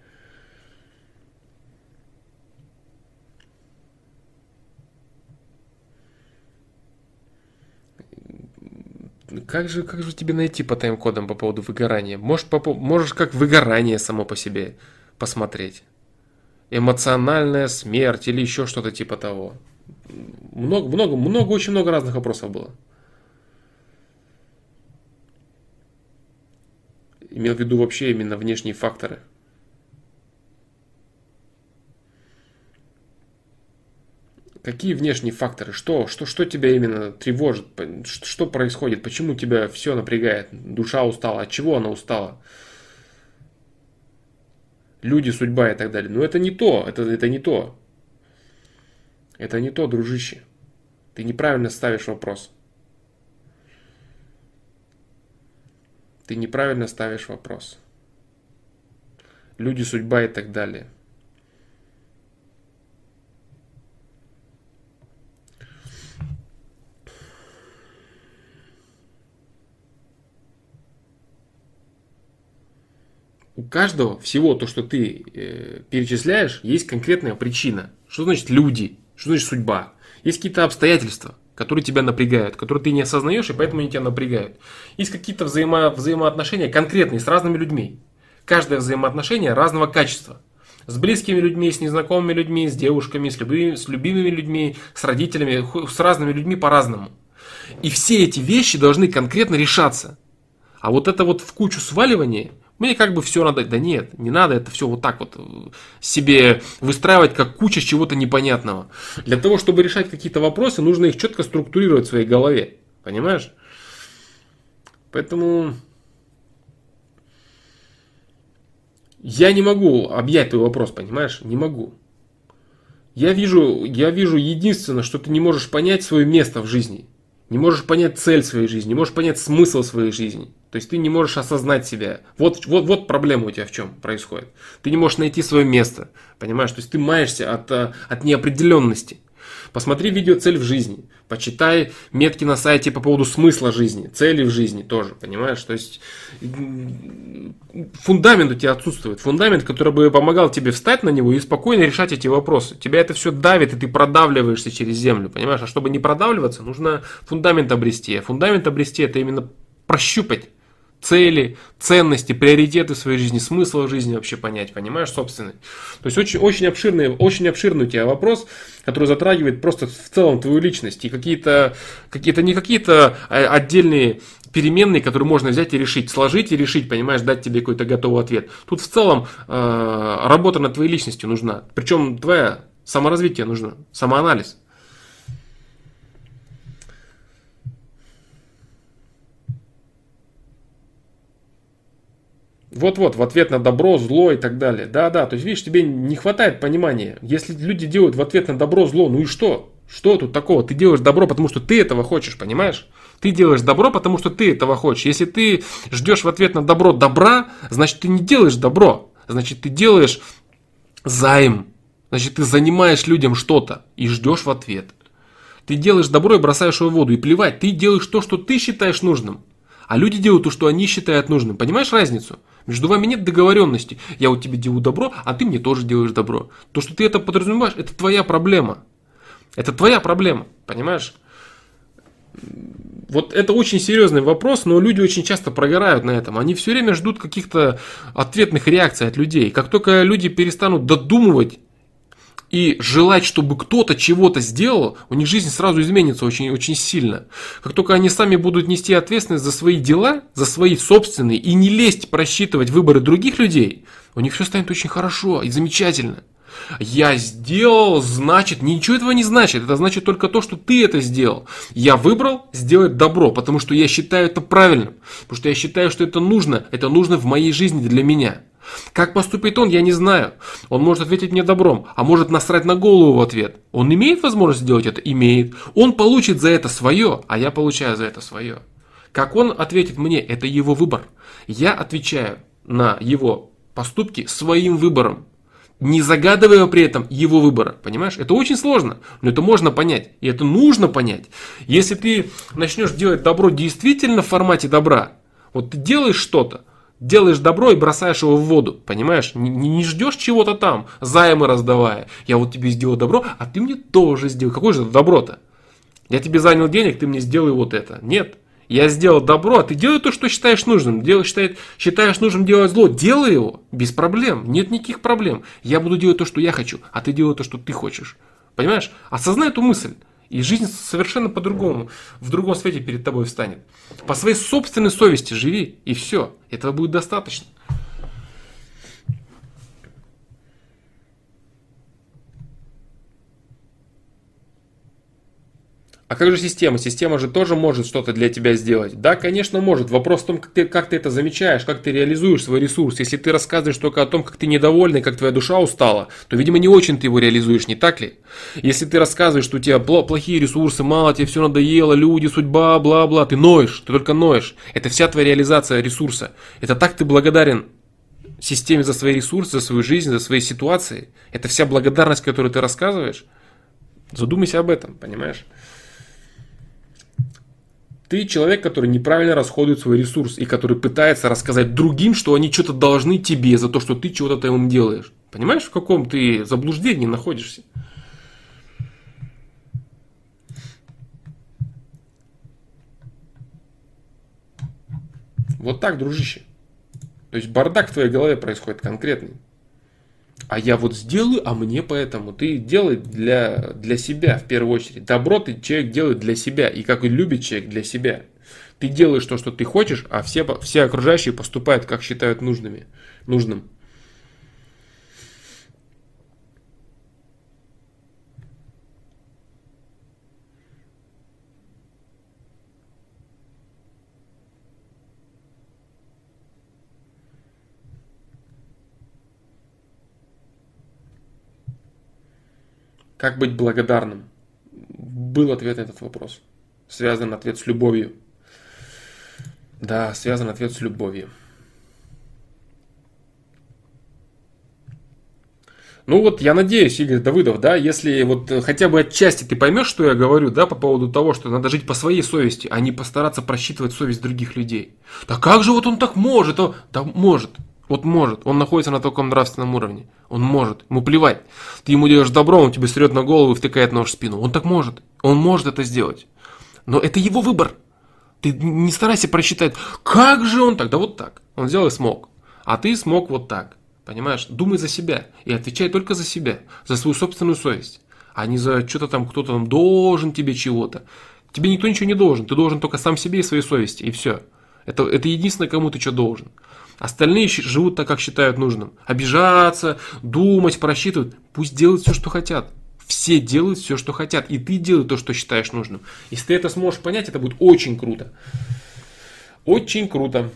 как же тебе найти по тайм-кодам по поводу выгорания? Можешь как выгорание само по себе посмотреть. Эмоциональная смерть или еще что-то типа того. Очень много разных вопросов было. Имел в виду вообще именно внешние факторы. Какие внешние факторы? Что тебя именно тревожит? Что происходит? Почему тебя все напрягает? Душа устала. От чего она устала? Люди, судьба и так далее. Но это не то. Это не то. Это не то, дружище. Ты неправильно ставишь вопрос. Ты неправильно ставишь вопрос. Люди, судьба и так далее. У каждого всего то, что ты перечисляешь, есть конкретная причина. Что значит люди? Что значит судьба? Есть какие-то обстоятельства, которые тебя напрягают, которые ты не осознаешь, и поэтому они тебя напрягают. Есть какие-то взаимоотношения конкретные с разными людьми. Каждое взаимоотношение разного качества. С близкими людьми, с незнакомыми людьми, с девушками, с любимыми людьми, с родителями, с разными людьми по-разному. И все эти вещи должны конкретно решаться. А вот это вот в кучу сваливания, мне как бы все надо. Да нет, не надо это все вот так вот себе выстраивать, как куча чего-то непонятного. Для того, чтобы решать какие-то вопросы, нужно их четко структурировать в своей голове. Понимаешь? Поэтому я не могу объять твой вопрос, понимаешь? Не могу. Я вижу единственное, что ты не можешь понять свое место в жизни. Не можешь понять цель своей жизни, не можешь понять смысл своей жизни. То есть ты не можешь осознать себя. Вот проблема у тебя в чем происходит. Ты не можешь найти свое место. Понимаешь? То есть ты маешься от неопределенности. Посмотри видео «Цель в жизни». Почитай метки на сайте по поводу смысла жизни, цели в жизни тоже, понимаешь? То есть фундамент у тебя отсутствует. Фундамент, который бы помогал тебе встать на него и спокойно решать эти вопросы. Тебя это все давит, и ты продавливаешься через землю, понимаешь? А чтобы не продавливаться, нужно фундамент обрести. А фундамент обрести — это именно прощупать цели, ценности, приоритеты в своей жизни, смысл жизни вообще понять, понимаешь, собственный. То есть очень обширный у тебя вопрос, который затрагивает просто в целом твою личность. И не какие-то отдельные переменные, которые можно взять и решить, сложить и решить, понимаешь, дать тебе какой-то готовый ответ. Тут в целом работа над твоей личностью нужна. Причем твое саморазвитие нужно, самоанализ. Вот, в ответ на добро, зло и так далее. Да, то есть, видишь, тебе не хватает понимания. Если люди делают в ответ на добро, зло, ну и что? Что тут такого? Ты делаешь добро, потому что ты этого хочешь, понимаешь? Ты делаешь добро, потому что ты этого хочешь. Если ты ждешь в ответ на добро добра, значит, ты не делаешь добро. Значит, ты делаешь займ. Значит, ты занимаешь людям что-то и ждешь в ответ. Ты делаешь добро и бросаешь его в воду. И плевать, ты делаешь то, что ты считаешь нужным. А люди делают то, что они считают нужным. Понимаешь разницу? Между вами нет договоренности. Я вот тебе делаю добро, а ты мне тоже делаешь добро. То, что ты это подразумеваешь, это твоя проблема. Это твоя проблема. Понимаешь? Вот это очень серьезный вопрос, но люди очень часто прогорают на этом. Они все время ждут каких-то ответных реакций от людей. Как только люди перестанут додумывать и желать, чтобы кто-то чего-то сделал, у них жизнь сразу изменится очень, очень сильно. Как только они сами будут нести ответственность за свои дела, за свои собственные, и не лезть просчитывать выборы других людей, у них все станет очень хорошо и замечательно. Я сделал, значит, ничего этого не значит. Это значит только то, что ты это сделал. Я выбрал сделать добро, потому что я считаю это правильным. Потому что я считаю, что это нужно в моей жизни для меня. Как поступит он, я не знаю. Он может ответить мне добром, а может насрать на голову в ответ. Он имеет возможность сделать это? Имеет. Он получит за это свое, а я получаю за это свое. Как он ответит мне, это его выбор. Я отвечаю на его поступки своим выбором, не загадывая при этом его выбора. Понимаешь? Это очень сложно, но это можно понять. И это нужно понять. Если ты начнешь делать добро действительно в формате добра, вот ты делаешь что-то, делаешь добро и бросаешь его в воду, понимаешь? Не ждешь чего-то там, займы раздавая. Я вот тебе сделал добро, а ты мне тоже сделал. Какое же это добро-то? Я тебе занял денег, ты мне сделай вот это. Нет. Я сделал добро, а ты делай то, что считаешь нужным. Считаешь нужным делать зло, делай его, без проблем, нет никаких проблем. Я буду делать то, что я хочу, а ты делай то, что ты хочешь. Понимаешь? Осознай эту мысль. И жизнь совершенно по-другому, в другом свете перед тобой встанет. По своей собственной совести живи, и все. Этого будет достаточно. А как же система? Система же тоже может что-то для тебя сделать. Да, конечно, может. Вопрос в том, как ты это замечаешь, как ты реализуешь свой ресурс. Если ты рассказываешь только о том, как ты недовольный, как твоя душа устала, то, видимо, не очень ты его реализуешь, не так ли? Если ты рассказываешь, что у тебя плохие ресурсы, мало, тебе все надоело, люди, судьба, бла-бла, ты ноешь, ты только ноешь. Это вся твоя реализация ресурса. Это так ты благодарен системе за свои ресурсы, за свою жизнь, за свои ситуации. Это вся благодарность, которую ты рассказываешь. Задумайся об этом, понимаешь? Ты человек, который неправильно расходует свой ресурс и который пытается рассказать другим, что они что-то должны тебе за то, что ты чего-то им делаешь. Понимаешь, в каком ты заблуждении находишься? Вот так, дружище. То есть бардак в твоей голове происходит конкретный. А я вот сделаю, а мне поэтому. Ты делай для себя в первую очередь. Добро ты человек делает для себя. И как и любит человек для себя. Ты делаешь то, что ты хочешь, а все окружающие поступают, как считают нужным. Как быть благодарным? Был ответ на этот вопрос. Связан ответ с любовью. Да, связан ответ с любовью. Ну вот, я надеюсь, Игорь Давыдов, да, если вот хотя бы отчасти ты поймешь, что я говорю, да, по поводу того, что надо жить по своей совести, а не постараться просчитывать совесть других людей. Да как же вот он так может? Да может. Вот может. Он находится на таком нравственном уровне. Он может. Ему плевать. Ты ему делаешь добро, он тебе срет на голову и втыкает нож в спину. Он так может. Он может это сделать. Но это его выбор. Ты не старайся просчитать, как же он так? Да вот так. Он взял и смог. А ты смог вот так. Понимаешь? Думай за себя. И отвечай только за себя. За свою собственную совесть. А не за что-то там, кто-то там должен тебе чего-то. Тебе никто ничего не должен. Ты должен только сам себе и своей совести. И все. Это единственное, кому ты что должен. Остальные живут так, как считают нужным. Обижаться, думать, просчитывать. Пусть делают все, что хотят. Все делают все, что хотят. И ты делай то, что считаешь нужным. Если ты это сможешь понять, это будет очень круто. Очень круто.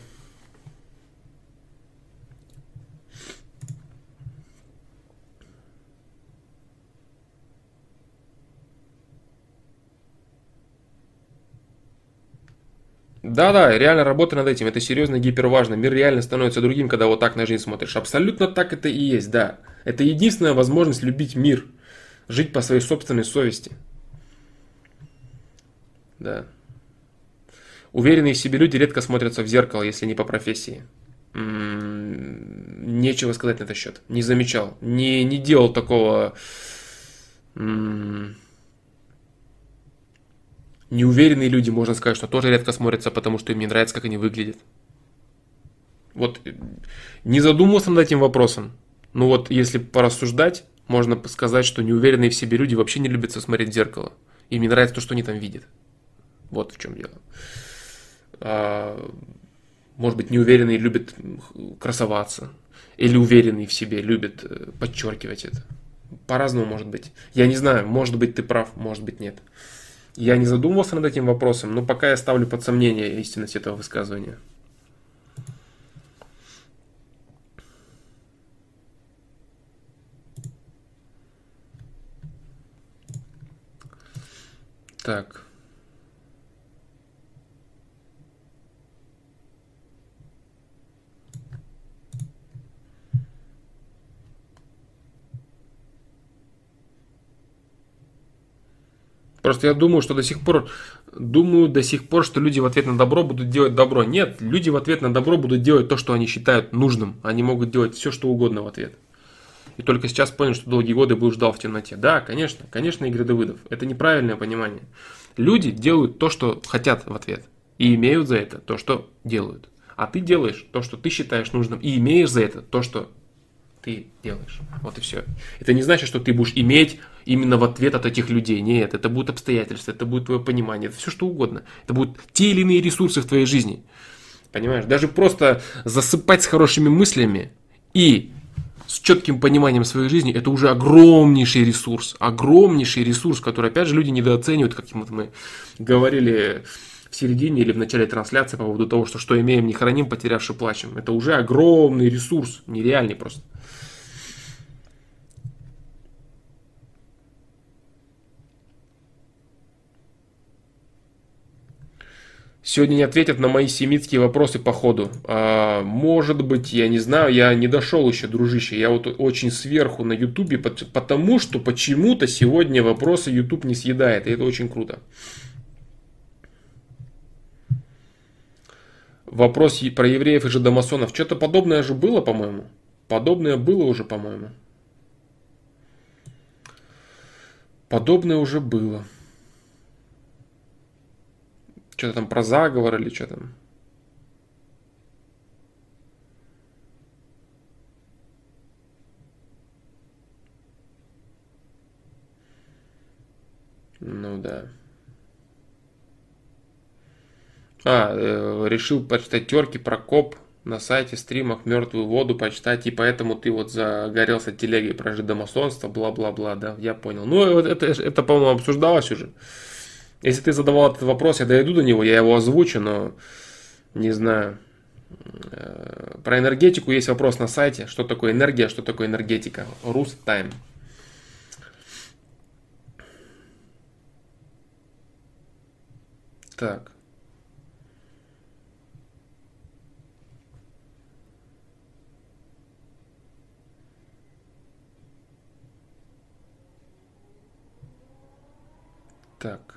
Да-да, реально работай над этим. Это серьезно гиперважно. Мир реально становится другим, когда вот так на жизнь смотришь. Абсолютно так это и есть, да. Это единственная возможность любить мир. Жить по своей собственной совести. Да. Уверенные в себе люди редко смотрятся в зеркало, если не по профессии. Нечего сказать на этот счет. Не замечал. Не делал такого... Неуверенные люди, можно сказать, что тоже редко смотрятся, потому что им не нравится, как они выглядят. Вот не задумывался над этим вопросом. Ну вот, если порассуждать, можно сказать, что неуверенные в себе люди вообще не любят смотреть в зеркало. Им не нравится то, что они там видят. Вот в чем дело. Может быть, неуверенные любят красоваться. Или уверенные в себе любят подчеркивать это. По-разному может быть. Я не знаю, может быть, ты прав, может быть, нет. Я не задумывался над этим вопросом, но пока я ставлю под сомнение истинность этого высказывания. Так. Просто я думаю, что до сих пор, что люди в ответ на добро будут делать добро. Нет, люди в ответ на добро будут делать то, что они считают нужным. Они могут делать все, что угодно в ответ. И только сейчас понял, что долгие годы блуждал в темноте. Да, конечно, Игорь Давыдов. Это неправильное понимание. Люди делают то, что хотят в ответ. и имеют за это то, что делают. А ты делаешь то, что ты считаешь нужным, и имеешь за это то, что ты делаешь. Вот и все. Это не значит, что ты будешь иметь именно в ответ от этих людей. Нет, это будут обстоятельства, это будет твое понимание, это все что угодно. Это будут те или иные ресурсы в твоей жизни. Понимаешь? Даже просто засыпать с хорошими мыслями и с четким пониманием своей жизни, это уже огромнейший ресурс, который, опять же, люди недооценивают, как мы говорили в середине или в начале трансляции по поводу того, что имеем, не храним, потерявши плачем. Это уже огромный ресурс, нереальный просто. Сегодня не ответят на мои семитские вопросы по ходу. Может быть, я не знаю, я не дошел еще, дружище. Я вот очень сверху на Ютубе, потому что почему-то сегодня вопросы Ютуб не съедает, и это очень круто. Вопрос про евреев и жидомасонов. Что-то подобное же было, по-моему. Подобное было уже, по-моему. Подобное уже было. Что-то там про заговор или что там. Ну да. Решил почитать терки про коп на сайте, стримах, мертвую воду почитать, и поэтому ты вот загорелся телегой про жидомасонство, бла-бла-бла, да, я понял. Ну, вот это, по-моему, обсуждалось уже. Если ты задавал этот вопрос, я дойду до него, я его озвучу, но не знаю. Про энергетику есть вопрос на сайте. Что такое энергия, что такое энергетика? Рустайм. Так. Так.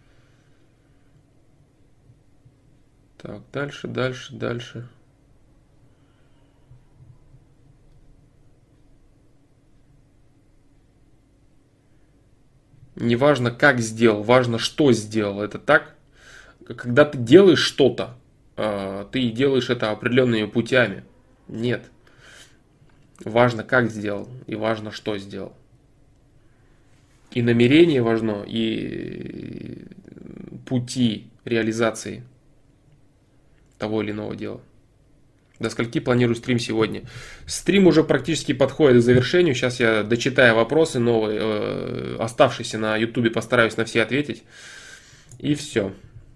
Так, дальше, дальше, дальше. Не важно, как сделал, важно, что сделал. Это так? Когда ты делаешь что-то, ты делаешь это определенными путями. Нет. Важно, как сделал, и важно, что сделал. И намерение важно, и пути реализации того или иного дела. До скольки планирую стрим сегодня? Стрим уже практически подходит к завершению. Сейчас я дочитаю вопросы новые, оставшиеся на ютубе, постараюсь на все ответить. И все.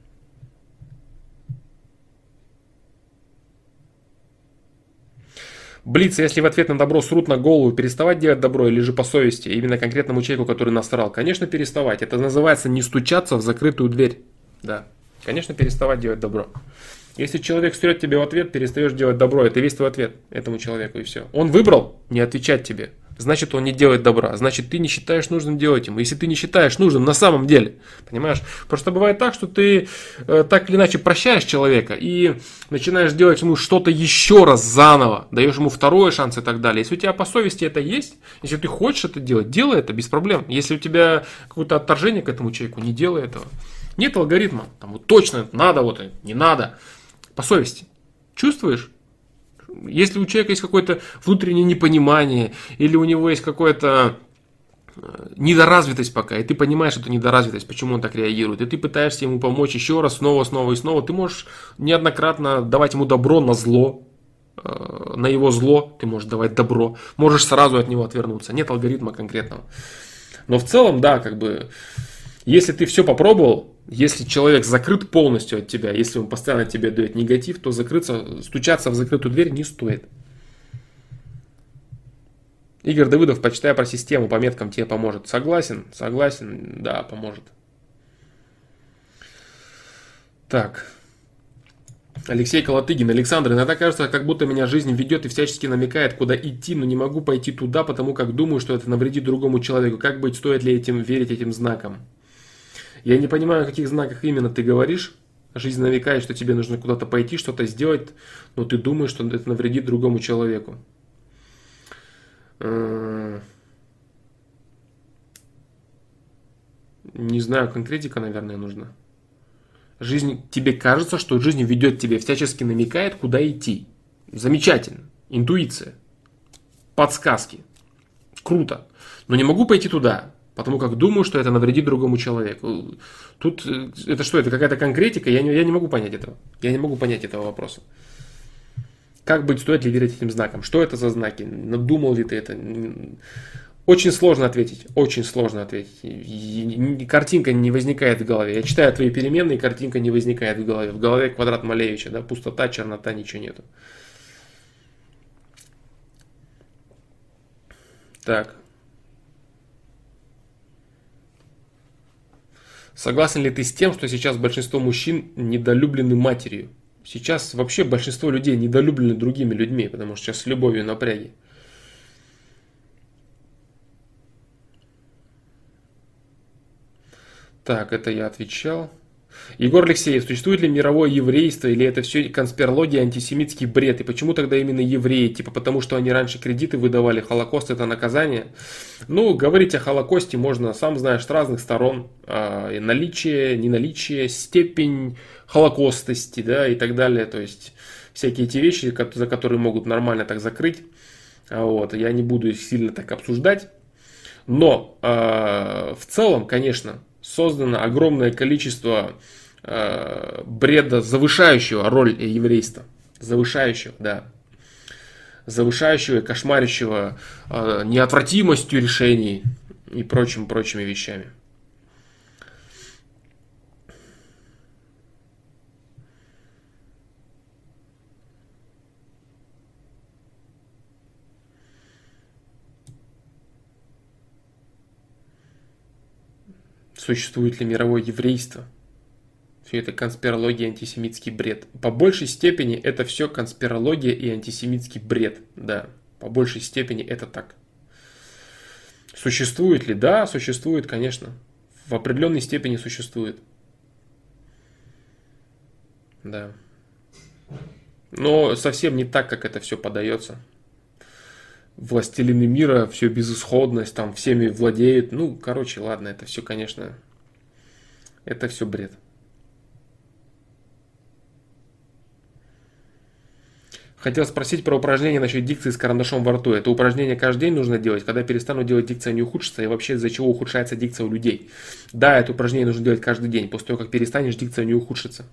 Блиц, если в ответ на добро срут на голову, переставать делать добро или же по совести, именно конкретному человеку, который насрал? Конечно, переставать. Это называется не стучаться в закрытую дверь. Да. Конечно, переставать делать добро. Если человек срет тебе в ответ, перестаешь делать добро. Это весь твой ответ этому человеку, и все. Он выбрал не отвечать тебе. Значит, он не делает добра. Значит, ты не считаешь нужным делать ему. Если ты не считаешь нужным на самом деле, понимаешь? Просто бывает так, что ты так или иначе прощаешь человека и начинаешь делать ему что-то еще раз заново, даешь ему второй шанс и так далее. Если у тебя по совести это есть, если ты хочешь это делать, делай это без проблем. Если у тебя какое-то отторжение к этому человеку, не делай этого. Нет алгоритма. Там вот точно надо, вот не надо. По совести. Чувствуешь? Если у человека есть какое-то внутреннее непонимание, или у него есть какое-то недоразвитость пока, и ты понимаешь эту недоразвитость, почему он так реагирует, и ты пытаешься ему помочь еще раз, снова, снова и снова, ты можешь неоднократно давать ему добро на зло, на его зло ты можешь давать добро, можешь сразу от него отвернуться, нет алгоритма конкретного. Но в целом, да, как бы, если ты все попробовал, если человек закрыт полностью от тебя, если он постоянно тебе дает негатив, то стучаться в закрытую дверь не стоит. Игорь Давыдов, почитай про систему, по меткам тебе поможет. Согласен, согласен, да, поможет. Так. Алексей Колотыгин. Александр, иногда кажется, как будто меня жизнь ведет и всячески намекает, куда идти, но не могу пойти туда, потому как думаю, что это навредит другому человеку. Как быть, стоит ли верить этим знакам? Я не понимаю, о каких знаках именно ты говоришь. Жизнь намекает, что тебе нужно куда-то пойти, что-то сделать, но ты думаешь, что это навредит другому человеку. Не знаю, конкретика, наверное, нужна. Жизнь, тебе кажется, что жизнь ведет тебе, всячески намекает, куда идти. Замечательно. Интуиция. Подсказки. Круто. Но не могу пойти туда, потому как думаю, что это навредит другому человеку. Тут это что, это какая-то конкретика? Я не могу понять этого. Я не могу понять этого вопроса. Как быть, стоит ли верить этим знакам? Что это за знаки? Надумал ли ты это? Очень сложно ответить. Очень сложно ответить. Картинка не возникает в голове. Я читаю твои переменные, картинка не возникает в голове. В голове квадрат Малевича, да, пустота, чернота, ничего нету. Так. Согласен ли ты с тем, что сейчас большинство мужчин недолюблены матерью? Сейчас вообще большинство людей недолюблены другими людьми, потому что сейчас с любовью напряги. Так, это я отвечал. Егор Алексеев, существует ли мировое еврейство или это все конспирология, антисемитский бред? И почему тогда именно евреи? Типа потому, что они раньше кредиты выдавали, Холокост это наказание? Ну, говорить о Холокосте можно, сам знаешь, с разных сторон. Наличие, неналичие, степень холокостности, да, и так далее. То есть всякие эти вещи, за которые могут нормально так закрыть. Вот, я не буду их сильно так обсуждать. Но в целом, конечно, создано огромное количество бреда, завышающего роль еврейства. Завышающего, да. Завышающего и кошмарящего неотвратимостью решений и прочими вещами. Существует ли мировое еврейство? Все это конспирология и антисемитский бред. По большей степени это все конспирология и антисемитский бред. Да, по большей степени это так. Существует ли? Да, существует, конечно. В определенной степени существует. Да. Но совсем не так, как это все подается. Властелины мира, все безысходность, там всеми владеют. Ну, короче, ладно, это все, конечно, это все бред. Хотел спросить про упражнение насчет дикции с карандашом во рту. Это упражнение каждый день нужно делать. Когда перестану делать, дикция не ухудшится. И вообще, из-за чего ухудшается дикция у людей. Да, это упражнение нужно делать каждый день. После того, как перестанешь, дикция не ухудшится.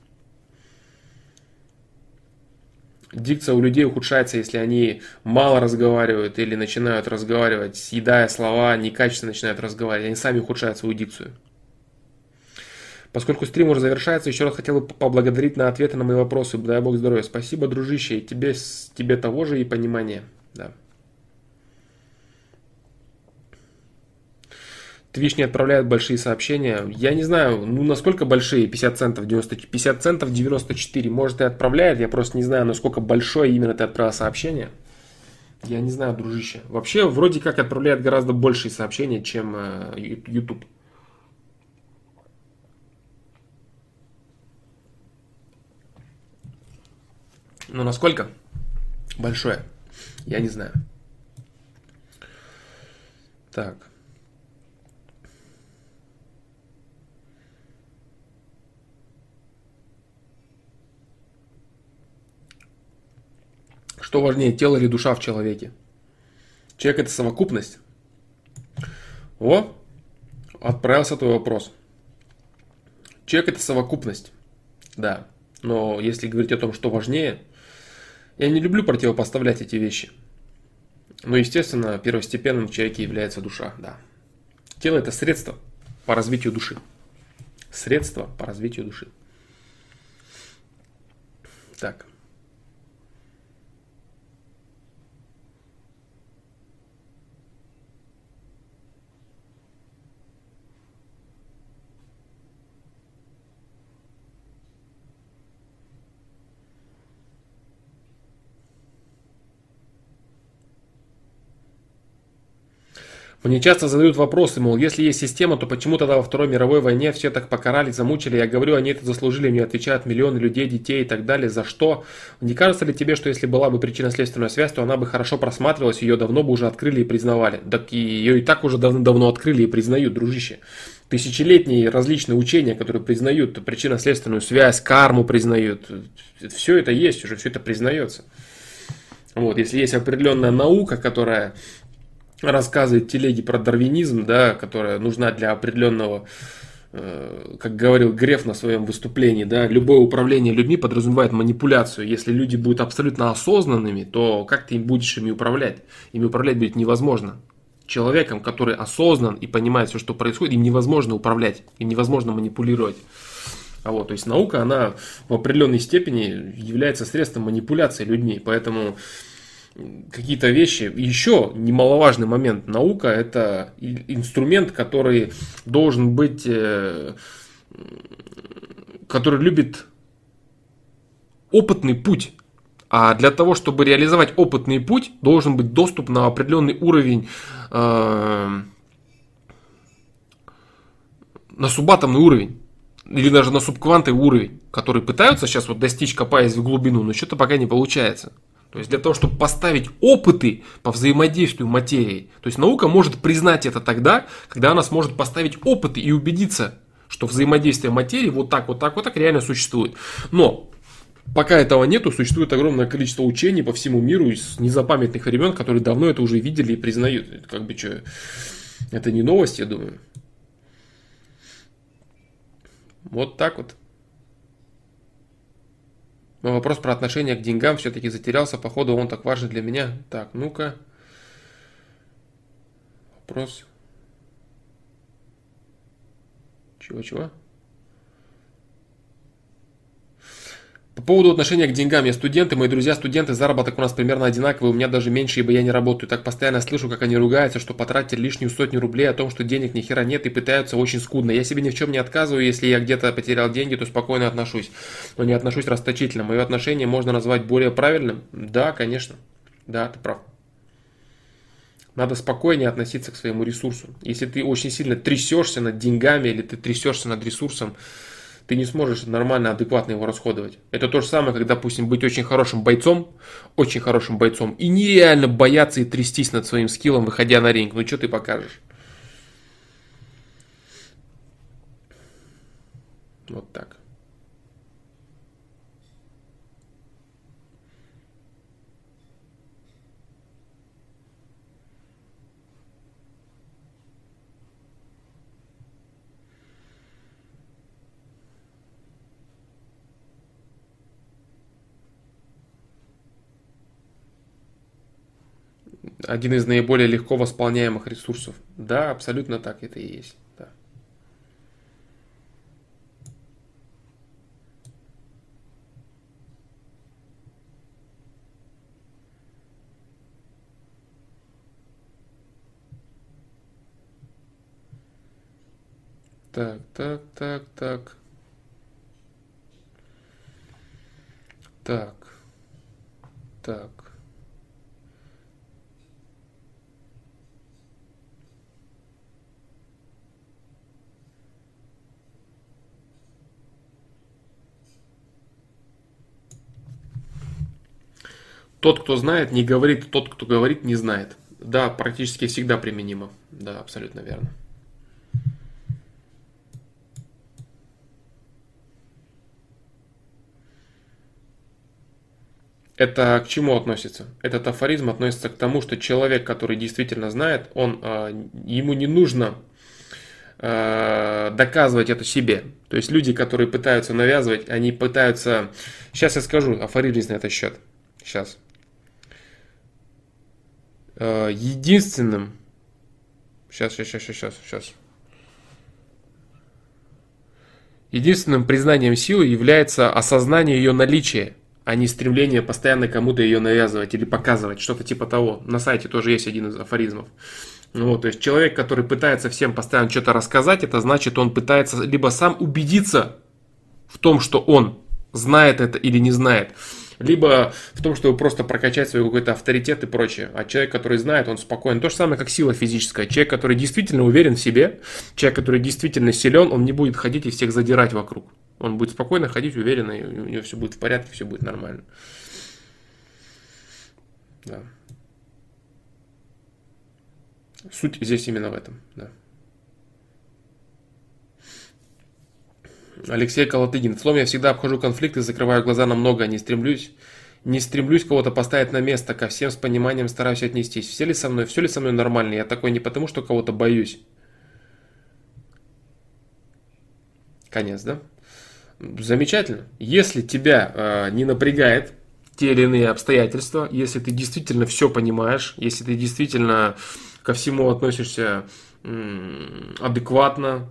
Дикция у людей ухудшается, если они мало разговаривают или начинают разговаривать, съедая слова, некачественно начинают разговаривать. Они сами ухудшают свою дикцию. Поскольку стрим уже завершается, еще раз хотел бы поблагодарить на ответы на мои вопросы. Дай Бог здоровья. Спасибо, дружище. И тебе того же и понимания. Да. Twitch не отправляет большие сообщения. Я не знаю, ну насколько большие, 50 центов, 50 центов 94. Может и отправляет, я просто не знаю, насколько большое именно ты отправил сообщение. Я не знаю, дружище. Вообще, вроде как отправляет гораздо большие сообщения, чем YouTube. Но насколько большое, я не знаю. Так. Что важнее, тело или душа в человеке? Человек это совокупность. О, отправился твой вопрос. Человек это совокупность. Да. Но если говорить о том, что важнее, я не люблю противопоставлять эти вещи. Но, естественно, первостепенным в человеке является душа, да. Тело это средство по развитию души. Средство по развитию души. Так. Мне часто задают вопросы, мол, если есть система, то почему тогда во Второй мировой войне все так покарали, замучили? Я говорю, они это заслужили, мне отвечают миллионы людей, детей и так далее. За что? Не кажется ли тебе, что если была бы причинно-следственная связь, то она бы хорошо просматривалась, ее давно бы уже открыли и признавали? Так ее и так уже давно открыли и признают, дружище. Тысячелетние различные учения, которые признают причинно-следственную связь, карму признают. Все это есть уже, все это признается. Вот, если есть определенная наука, которая рассказывает телеги про дарвинизм, да, которая нужна для определенного, как говорил Греф на своем выступлении, да, любое управление людьми подразумевает манипуляцию. Если люди будут абсолютно осознанными, то как ты им будешь ими управлять? Ими управлять будет невозможно. Человеком, который осознан и понимает все, что происходит, им невозможно управлять, им невозможно манипулировать. Вот, то есть наука, она в определенной степени является средством манипуляции людьми, поэтому какие-то вещи. Еще немаловажный момент. Наука — это инструмент, который должен быть, который любит опытный путь. А для того, чтобы реализовать опытный путь, должен быть доступ на определенный уровень, на субатомный уровень. Или даже на субквантовый уровень, который пытаются сейчас вот достичь, копаясь в глубину, но что-то пока не получается. То есть для того, чтобы поставить опыты по взаимодействию материи, то есть наука может признать это тогда, когда она сможет поставить опыты и убедиться, что взаимодействие материи вот так реально существует. Но пока этого нету, существует огромное количество учений по всему миру из незапамятных времен, которые давно это уже видели и признают. Это как бы что, это не новость, я думаю. Вот так вот. Но вопрос про отношение к деньгам все-таки затерялся. Походу, он так важен для меня. Так, ну-ка. Вопрос. Чего? По поводу отношения к деньгам. Я студент, и мои друзья студенты, заработок у нас примерно одинаковый, у меня даже меньше, ибо я не работаю. Так постоянно слышу, как они ругаются, что потратили лишнюю 100 рублей, о том, что денег ни хера нет, и пытаются очень скудно. Я себе ни в чем не отказываю, если я где-то потерял деньги, то спокойно отношусь. Но не отношусь расточительно. Мое отношение можно назвать более правильным? Да, конечно. Да, ты прав. Надо спокойнее относиться к своему ресурсу. Если ты очень сильно трясешься над деньгами, или ты трясешься над ресурсом, ты не сможешь нормально, адекватно его расходовать. Это то же самое, как, допустим, быть очень хорошим бойцом, и нереально бояться и трястись над своим скиллом, выходя на ринг. Ну, что ты покажешь? Вот так. Один из наиболее легко восполняемых ресурсов. Да, абсолютно так это и есть. Да. Так. Так. Тот, кто знает, не говорит, тот, кто говорит, не знает. Да, практически всегда применимо. Да, абсолютно верно. Это к чему относится? Этот афоризм относится к тому, что человек, который действительно знает, ему не нужно доказывать это себе. То есть люди, которые пытаются навязывать, они пытаются... Сейчас я скажу афоризм на этот счет. Сейчас. Единственным... Сейчас. Единственным признанием силы является осознание ее наличия, а не стремление постоянно кому-то ее навязывать или показывать, что-то типа того. На сайте тоже есть один из афоризмов. Вот, то есть человек, который пытается всем постоянно что-то рассказать, это значит, он пытается либо сам убедиться в том, что он знает это или не знает, либо в том, чтобы просто прокачать свой какой-то авторитет и прочее. А человек, который знает, он спокоен. То же самое, как сила физическая. Человек, который действительно уверен в себе, человек, который действительно силен, он не будет ходить и всех задирать вокруг. Он будет спокойно ходить, уверенно, и у него все будет в порядке, все будет нормально. Да. Суть здесь именно в этом. Да. Алексей Колотыгин. В целом я всегда обхожу конфликты, закрываю глаза на многое, не стремлюсь кого-то поставить на место, ко всем с пониманием стараюсь отнестись. Все ли со мной нормально? Я такой не потому, что кого-то боюсь. Конец, да? Замечательно. Если тебя не напрягает те или иные обстоятельства, если ты действительно все понимаешь, если ты действительно ко всему относишься адекватно,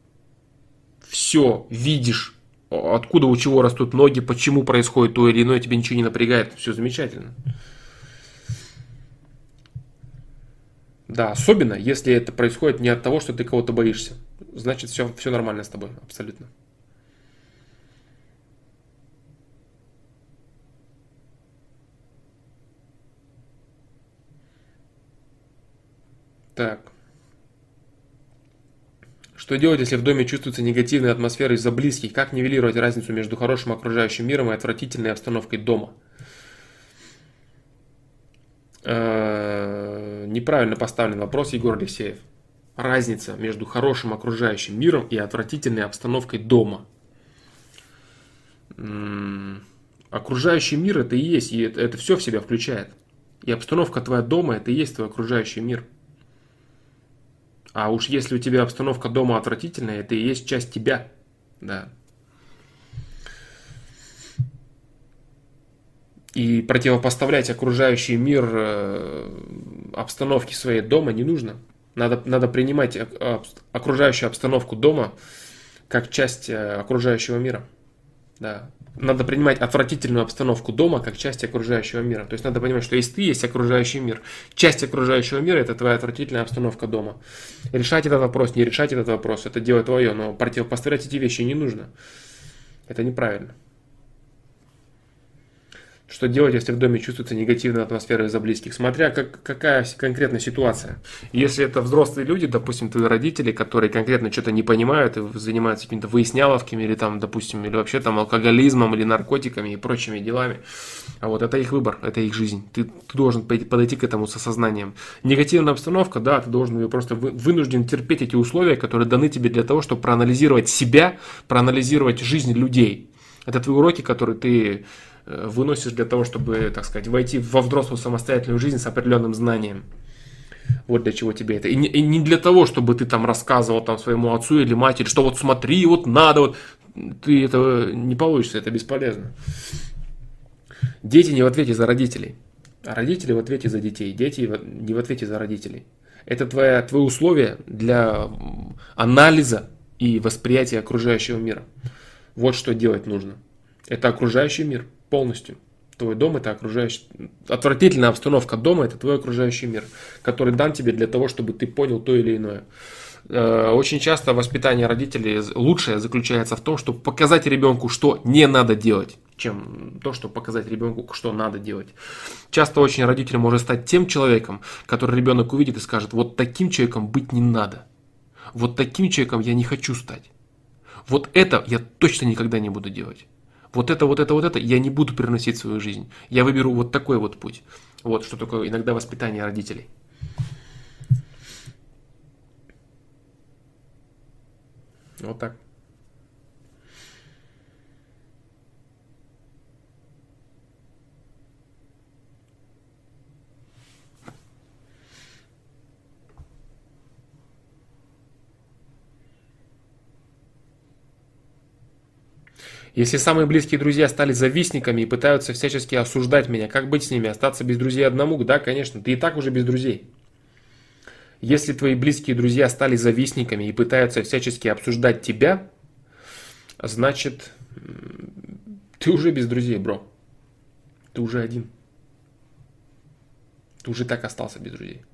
все видишь, откуда у чего растут ноги, почему происходит то или иное, тебе ничего не напрягает, все замечательно. Да, особенно если это происходит не от того, что ты кого-то боишься. Значит, все нормально с тобой, абсолютно. Так. Что делать, если в доме чувствуется негативная атмосфера из-за близких? Как нивелировать разницу между хорошим окружающим миром и отвратительной обстановкой дома? Неправильно поставлен вопрос, Егор Алексеев. Разница между хорошим окружающим миром и отвратительной обстановкой дома. Окружающий мир это и есть, и это все в себя включает. И обстановка твоя дома это и есть твой окружающий мир. А уж если у тебя обстановка дома отвратительная, это и есть часть тебя. Да. И противопоставлять окружающий мир обстановке своей дома не нужно. Надо принимать окружающую обстановку дома как часть окружающего мира. Да. Надо принимать отвратительную обстановку дома как часть окружающего мира. То есть надо понимать, что если ты есть окружающий мир, часть окружающего мира это твоя отвратительная обстановка дома. Решать этот вопрос, не решать этот вопрос, это дело твое, но противопоставлять эти вещи не нужно. Это неправильно. Что делать, если в доме чувствуется негативная атмосфера из-за близких? Смотря какая конкретная ситуация. Если это взрослые люди, допустим, твои родители, которые конкретно что-то не понимают и занимаются какими-то выясняловками или там, допустим, или вообще там алкоголизмом или наркотиками и прочими делами, а вот это их выбор, это их жизнь. Ты должен подойти к этому с осознанием. Негативная обстановка, да, ты должен ее просто вынужден терпеть эти условия, которые даны тебе для того, чтобы проанализировать себя, проанализировать жизнь людей. Это твои уроки, которые ты выносишь для того, чтобы, так сказать, войти во взрослую самостоятельную жизнь с определенным знанием. Вот для чего тебе это. И не для того, чтобы ты там рассказывал там своему отцу или матери, что вот смотри, вот надо, вот. Ты этого не получится, это бесполезно. Дети не в ответе за родителей, а родители в ответе за детей. Дети не в ответе за родителей. Это твои условия для анализа и восприятия окружающего мира. Вот что делать нужно. Это окружающий мир полностью. Твой дом это окружающий... Отвратительная обстановка дома это твой окружающий мир, который дан тебе для того, чтобы ты понял то или иное. Очень часто воспитание родителей лучшее заключается в том, чтобы показать ребенку, что не надо делать, чем то, чтобы показать ребенку, что надо делать. Часто очень родитель может стать тем человеком, который ребенок увидит и скажет, вот таким человеком быть не надо. Вот таким человеком я не хочу стать. Вот это я точно никогда не буду делать. Вот это я не буду переносить в свою жизнь. Я выберу вот такой вот путь. Вот что такое иногда воспитание родителей. Вот так. Если самые близкие друзья стали завистниками и пытаются всячески осуждать меня, как быть с ними? Остаться без друзей одному? Да, конечно, ты и так уже без друзей. Если твои близкие друзья стали завистниками и пытаются всячески обсуждать тебя, значит, ты уже без друзей, бро. Ты уже один. Ты уже так остался без друзей.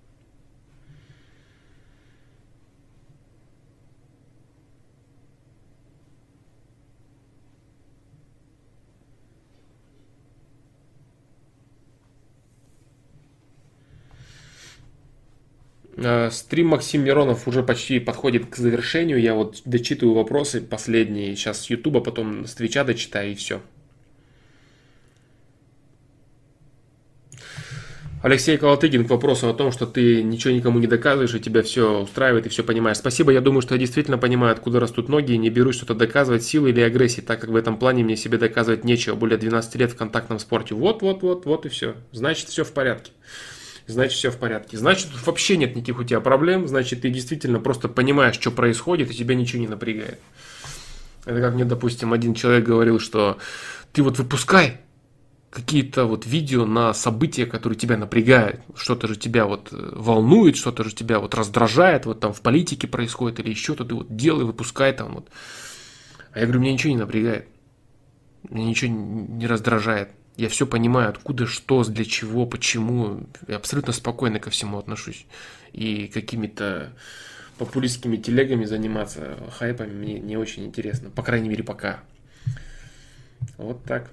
Стрим Максим Миронов уже почти подходит к завершению. Я вот дочитываю вопросы последние. Сейчас с Ютуба, потом с Твича дочитаю и все. Алексей Колотыгин к вопросу о том, что ты ничего никому не доказываешь, и тебя все устраивает, и все понимаешь. Спасибо, я думаю, что я действительно понимаю, откуда растут ноги, и не берусь что-то доказывать силой или агрессией, так как в этом плане мне себе доказывать нечего. Более 12 лет в контактном спорте. Вот и все. Значит, все в порядке. Значит, все в порядке. Значит, вообще нет никаких у тебя проблем. Значит, ты действительно просто понимаешь, что происходит, и тебя ничего не напрягает. Это как мне, допустим, один человек говорил, что ты вот выпускай какие-то вот видео на события, которые тебя напрягают, что-то же тебя вот волнует, что-то же тебя вот раздражает, вот там в политике происходит или еще-то, ты вот делай, выпускай там вот. А я говорю, меня ничего не напрягает, меня ничего не раздражает. Я все понимаю, откуда, что, для чего, почему. Я абсолютно спокойно ко всему отношусь. И какими-то популистскими телегами заниматься, хайпами мне не очень интересно. По крайней мере, пока. Вот так.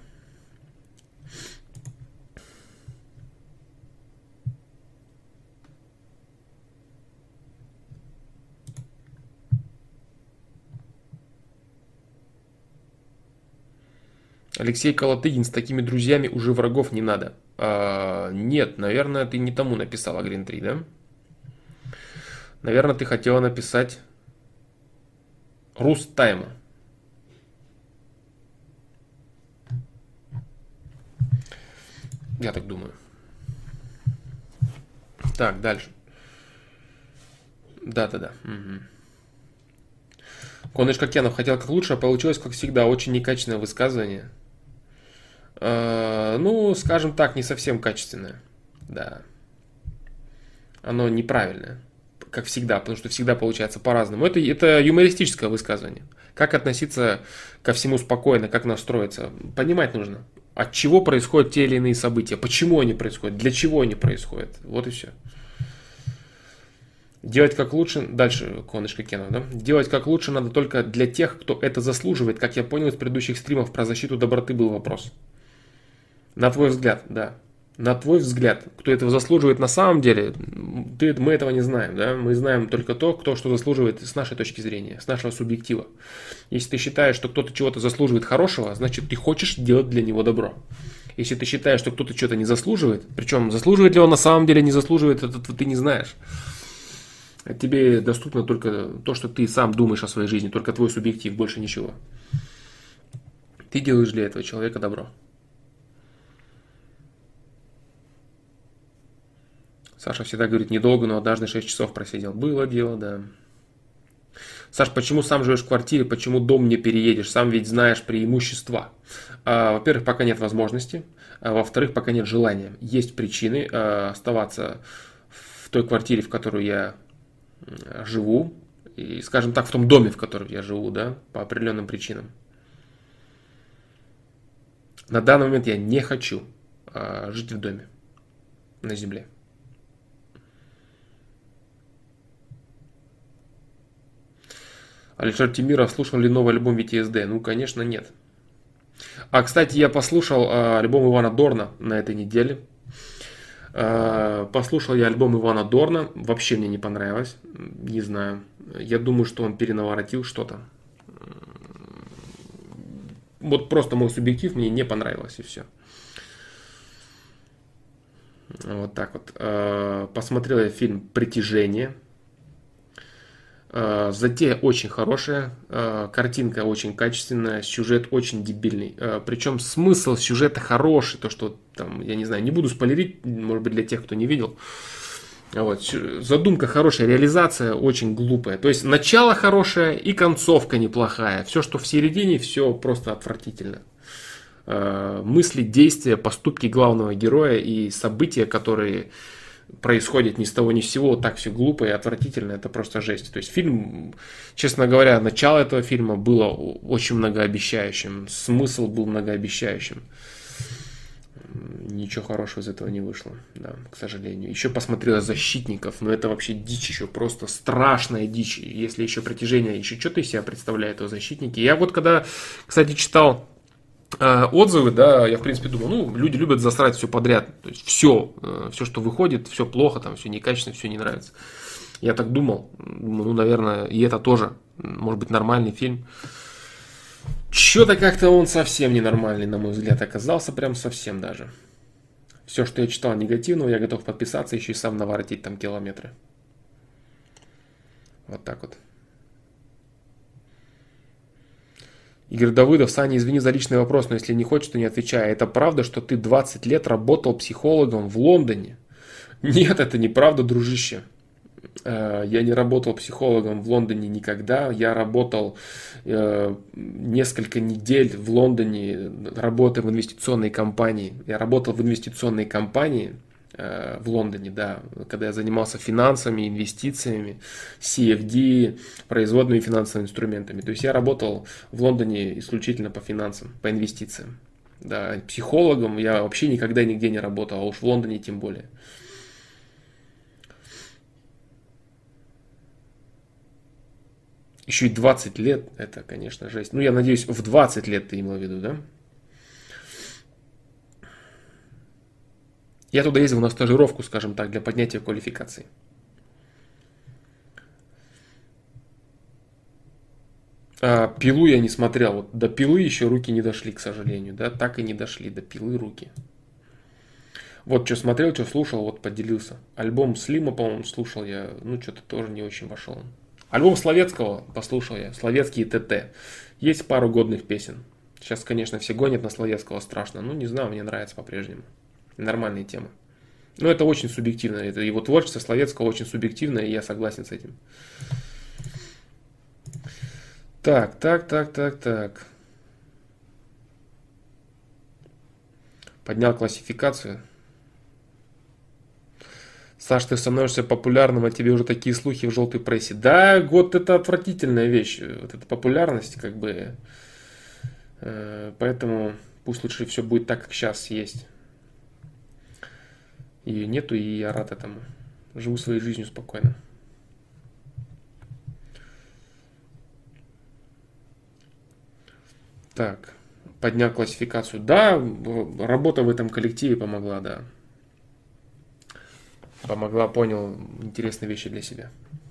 Алексей Колотыгин, с такими друзьями уже врагов не надо. Нет, наверное, ты не тому написала Green 3, да? Наверное, ты хотела написать Рустайма. Я так думаю. Так, дальше. Да. Угу. Коныш Кокенов хотел как лучше, а получилось, как всегда, очень некачественное высказывание. Ну, скажем так, не совсем качественное. Да. Оно неправильное. Как всегда, потому что всегда получается по-разному. Это юмористическое высказывание. Как относиться ко всему спокойно, как настроиться. Понимать нужно, от чего происходят те или иные события, почему они происходят, для чего они происходят. Вот и все. Делать как лучше, дальше Конышка Кенов, да? Делать как лучше надо только для тех, кто это заслуживает. Как я понял из предыдущих стримов, про защиту доброты был вопрос. На твой взгляд, да. На твой взгляд, кто этого заслуживает на самом деле, мы этого не знаем, да? Мы знаем только то, кто что заслуживает с нашей точки зрения, с нашего субъектива. Если ты считаешь, что кто-то чего-то заслуживает хорошего, значит ты хочешь делать для него добро. Если ты считаешь, что кто-то что-то не заслуживает, причем заслуживает ли он на самом деле, не заслуживает, это ты не знаешь. Тебе доступно только то, что ты сам думаешь о своей жизни, только твой субъектив, больше ничего. Ты делаешь для этого человека добро. Саша всегда говорит, недолго, но однажды 6 часов просидел. Было дело, да. Саш, почему сам живешь в квартире, почему дом не переедешь? Сам ведь знаешь преимущества. Во-первых, пока нет возможности. Во-вторых, пока нет желания. Есть причины оставаться в той квартире, в которой я живу, и, скажем так, в том доме, в котором я живу, да, по определенным причинам. На данный момент я не хочу жить в доме на земле. Алишер Тимиров слушал ли новый альбом VTSD? Ну, конечно, нет. Кстати, я послушал альбом Ивана Дорна на этой неделе. Послушал я альбом Ивана Дорна, вообще мне не понравилось, не знаю. Я думаю, что он перенаворотил что-то. Вот просто мой субъектив мне не понравилось и все. Вот так вот. Посмотрел я фильм «Притяжение». Затея очень хорошая, картинка очень качественная, сюжет очень дебильный. Причем смысл сюжета хороший, то что там, я не знаю, не буду спойлерить, может быть для тех, кто не видел. Вот. Задумка хорошая, реализация очень глупая. То есть начало хорошее и концовка неплохая. Все, что в середине, все просто отвратительно. Мысли, действия, поступки главного героя и события, которые происходит ни с того ни с сего, вот так все глупо и отвратительно, это просто жесть. То есть фильм, честно говоря, начало этого фильма было очень многообещающим, смысл был многообещающим. Ничего хорошего из этого не вышло, да, к сожалению. Еще посмотрел «Защитников», но это вообще дичь еще, просто страшная дичь. Если еще «Притяжение», еще что-то из себя представляет о «Защитнике». Я вот когда, кстати, читал отзывы, да, я в принципе думал, ну, люди любят засрать все подряд, то есть все, что выходит, все плохо, там, все некачественно, все не нравится. Я так думал. Ну, наверное, и это тоже, может быть, нормальный фильм. Что-то как-то он совсем ненормальный, на мой взгляд, оказался. Прям совсем даже. Все, что я читал негативного, я готов подписаться, еще и сам наворотить там километры. Вот так вот. Игорь Давыдов, Саня, извини за личный вопрос, но если не хочешь, то не отвечай. Это правда, что ты 20 лет работал психологом в Лондоне? Нет, это неправда, дружище. Я не работал психологом в Лондоне никогда. Я работал несколько недель в Лондоне, работая в инвестиционной компании. Я работал в инвестиционной компании в Лондоне, да, когда я занимался финансами, инвестициями, CFD, производными финансовыми инструментами. То есть я работал в Лондоне исключительно по финансам, по инвестициям. Да, психологом я вообще никогда нигде не работал, а уж в Лондоне тем более. Еще и 20 лет, это, конечно, жесть. Ну, я надеюсь, в 20 лет ты имел в виду, да? Я туда ездил на стажировку, скажем так, для поднятия квалификации. А пилу я не смотрел. Вот до пилы еще руки не дошли, к сожалению. Да, так и не дошли до пилы руки. Вот что смотрел, что слушал, вот поделился. Альбом Слима, по-моему, слушал я. Ну, что-то тоже не очень вошел. Альбом Словецкого послушал я. Словецкий ТТ. Есть пару годных песен. Сейчас, конечно, все гонят на Словецкого страшно. Ну, не знаю, мне нравится по-прежнему. Нормальные темы. Но это очень субъективно. Это его творчество Словецкого очень субъективно, и я согласен с этим. Так. Поднял классификацию. Саш, ты становишься популярным, а тебе уже такие слухи в желтой прессе. Да, вот это отвратительная вещь. Вот эта популярность, как бы. Поэтому пусть лучше все будет так, как сейчас есть. Ее нету, и я рад этому. Живу своей жизнью спокойно. Так, поднял классификацию. Да, работа в этом коллективе помогла, да. Помогла, понял интересные вещи для себя.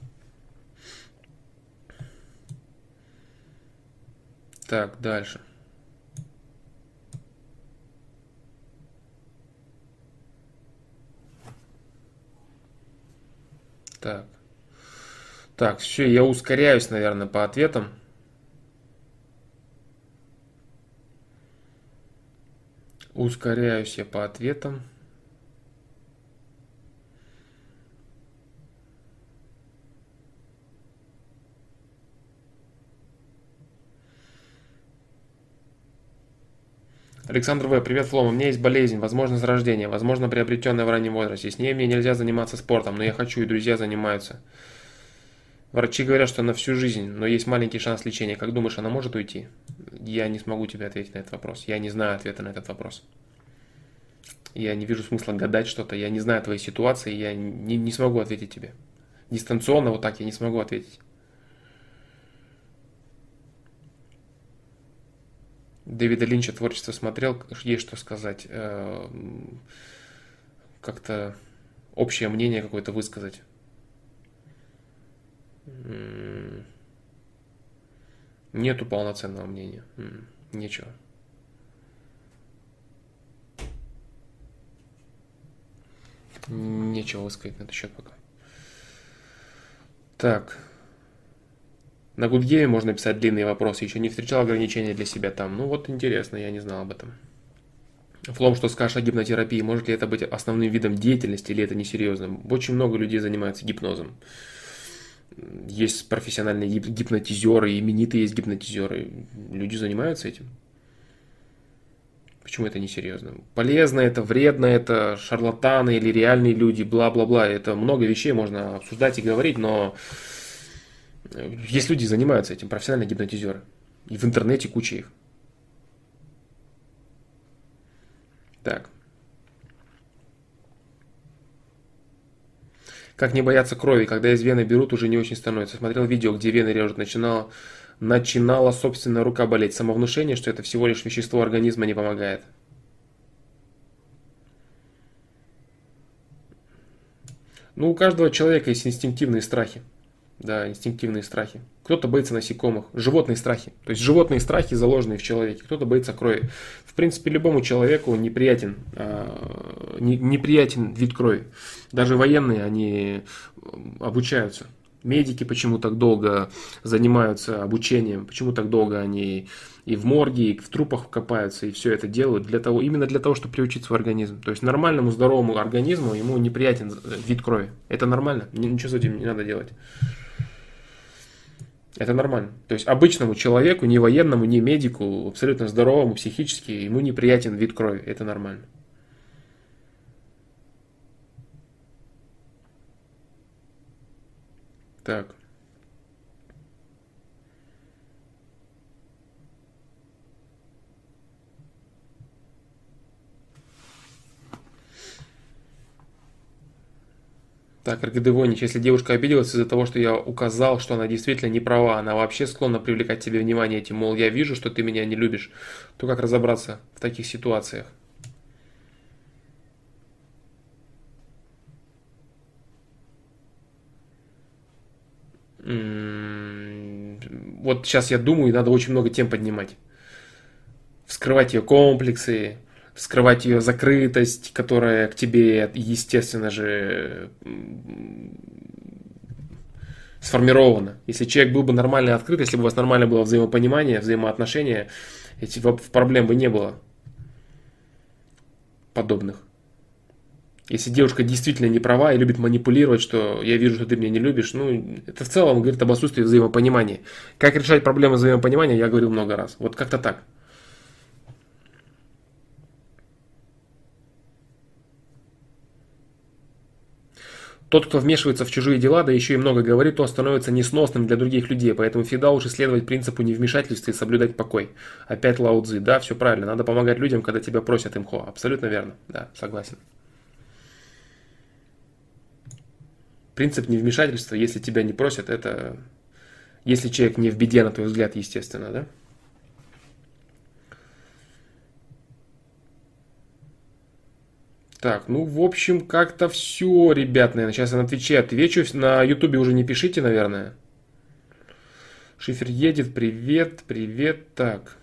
Так, дальше. Так. Так, все, я ускоряюсь, наверное, по ответам. Ускоряюсь я по ответам. Александр В. Привет, Флом. У меня есть болезнь, возможно, с рождения, возможно, приобретенная в раннем возрасте. С ней мне нельзя заниматься спортом, но я хочу, и друзья занимаются. Врачи говорят, что на всю жизнь, но есть маленький шанс лечения. Как думаешь, она может уйти? Я не смогу тебе ответить на этот вопрос. Я не знаю ответа на этот вопрос. Я не вижу смысла гадать что-то. Я не знаю твоей ситуации. Я не смогу ответить тебе. Дистанционно вот так я не смогу ответить. Дэвида Линча творчество смотрел. Есть что сказать. Как-то общее мнение какое-то высказать. Нету полноценного мнения. Нечего. Нечего высказать на этот счет пока. Так. На Гудгеме можно писать длинные вопросы. Еще не встречал ограничения для себя там. Ну вот интересно, я не знал об этом. Флом, что скажешь о гипнотерапии? Может ли это быть основным видом деятельности или это несерьезно? Очень много людей занимаются гипнозом. Есть профессиональные гипнотизеры, именитые есть гипнотизеры. Люди занимаются этим. Почему это несерьезно? Полезно это, вредно это, шарлатаны или реальные люди, бла-бла-бла. Это много вещей можно обсуждать и говорить, но есть люди, занимаются этим, профессиональные гипнотизеры. И в интернете куча их. Так. Как не бояться крови, когда из вены берут, уже не очень становится. Смотрел видео, где вены режут, начинала собственная рука болеть. Самовнушение, что это всего лишь вещество организма, не помогает. Ну, у каждого человека есть инстинктивные страхи. Да, инстинктивные страхи. Кто-то боится насекомых, животные страхи. То есть животные страхи, заложенные в человеке. Кто-то боится крови. В принципе, любому человеку неприятен, неприятен вид крови. Даже военные, они обучаются. Медики почему так долго занимаются обучением, почему так долго они и в морге, и в трупах копаются, и все это делают для того, именно для того, чтобы приучить свой организм. То есть нормальному, здоровому организму ему неприятен вид крови. Это нормально, ничего с этим не надо делать. Это нормально. То есть обычному человеку, ни военному, ни медику, абсолютно здоровому психически, ему неприятен вид крови. Это нормально. Так. Так, РГД Вонич, если девушка обиделась из-за того, что я указал, что она действительно не права, она вообще склонна привлекать тебе внимание этим, мол, я вижу, что ты меня не любишь, то как разобраться в таких ситуациях? Вот сейчас я думаю, надо очень много тем поднимать. Вскрывать ее комплексы, вскрывать ее закрытость, которая к тебе, естественно же, сформирована. Если человек был бы нормально открыт, если бы у вас нормально было взаимопонимание, взаимоотношения, этих проблем бы не было подобных. Если девушка действительно не права и любит манипулировать, что я вижу, что ты меня не любишь, ну, это в целом говорит об отсутствии взаимопонимания. Как решать проблемы взаимопонимания, я говорил много раз. Вот как-то так. Тот, кто вмешивается в чужие дела, да еще и много говорит, то становится несносным для других людей. Поэтому всегда лучше следовать принципу невмешательства и соблюдать покой. Опять Лао Цзи. Да, все правильно. Надо помогать людям, когда тебя просят имхо. Абсолютно верно. Да, согласен. Принцип невмешательства, если тебя не просят, это... Если человек не в беде, на твой взгляд, естественно, да? Так, ну, в общем, как-то все, ребят, наверное. Сейчас я на Твиче отвечу. На Ютубе уже не пишите, наверное. Шифер едет, привет, привет. Так,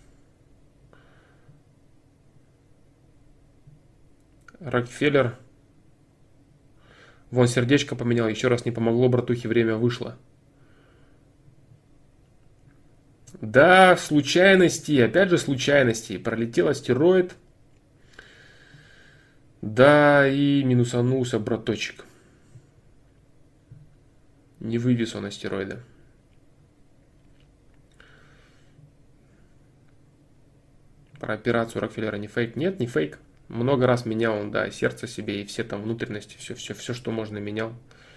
Рокфеллер. Вон сердечко поменял, еще раз не помогло, братухе, время вышло. Да, случайности, опять же случайности. Пролетел астероид. Да, и минусанулся браточек. Не вывез он астероида. Про операцию Рокфеллера не фейк? Нет, не фейк. Много раз менял он, да, сердце себе и все там внутренности, все, что можно менял.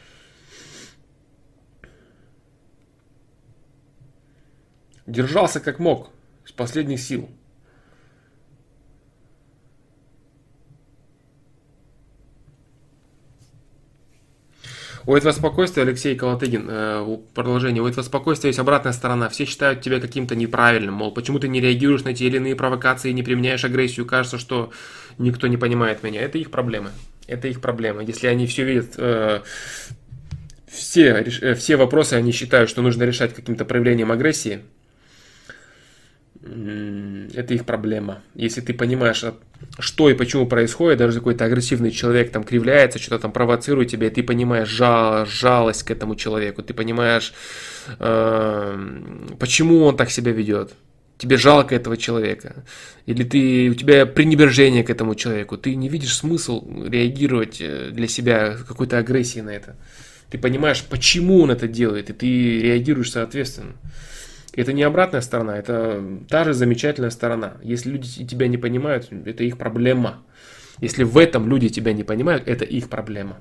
Держался как мог, с последних сил. У этого спокойствия, Алексей Колотыгин, продолжение, у этого спокойствия есть обратная сторона. Все считают тебя каким-то неправильным, мол, почему ты не реагируешь на те или иные провокации, не применяешь агрессию, кажется, что никто не понимает меня. Это их проблемы. Это их проблема. Если они все видят, все вопросы они считают, что нужно решать каким-то проявлением агрессии, это их проблема. Если ты понимаешь, что и почему происходит, даже какой-то агрессивный человек там кривляется, что-то там провоцирует тебя, и ты понимаешь жалость к этому человеку, ты понимаешь, почему он так себя ведет. Тебе жалко этого человека. Или у тебя пренебрежение к этому человеку. Ты не видишь смысл реагировать для себя какой-то агрессией на это. Ты понимаешь, почему он это делает, и ты реагируешь соответственно. Это не обратная сторона, это та же замечательная сторона. Если люди тебя не понимают, это их проблема. Если в этом люди тебя не понимают, это их проблема.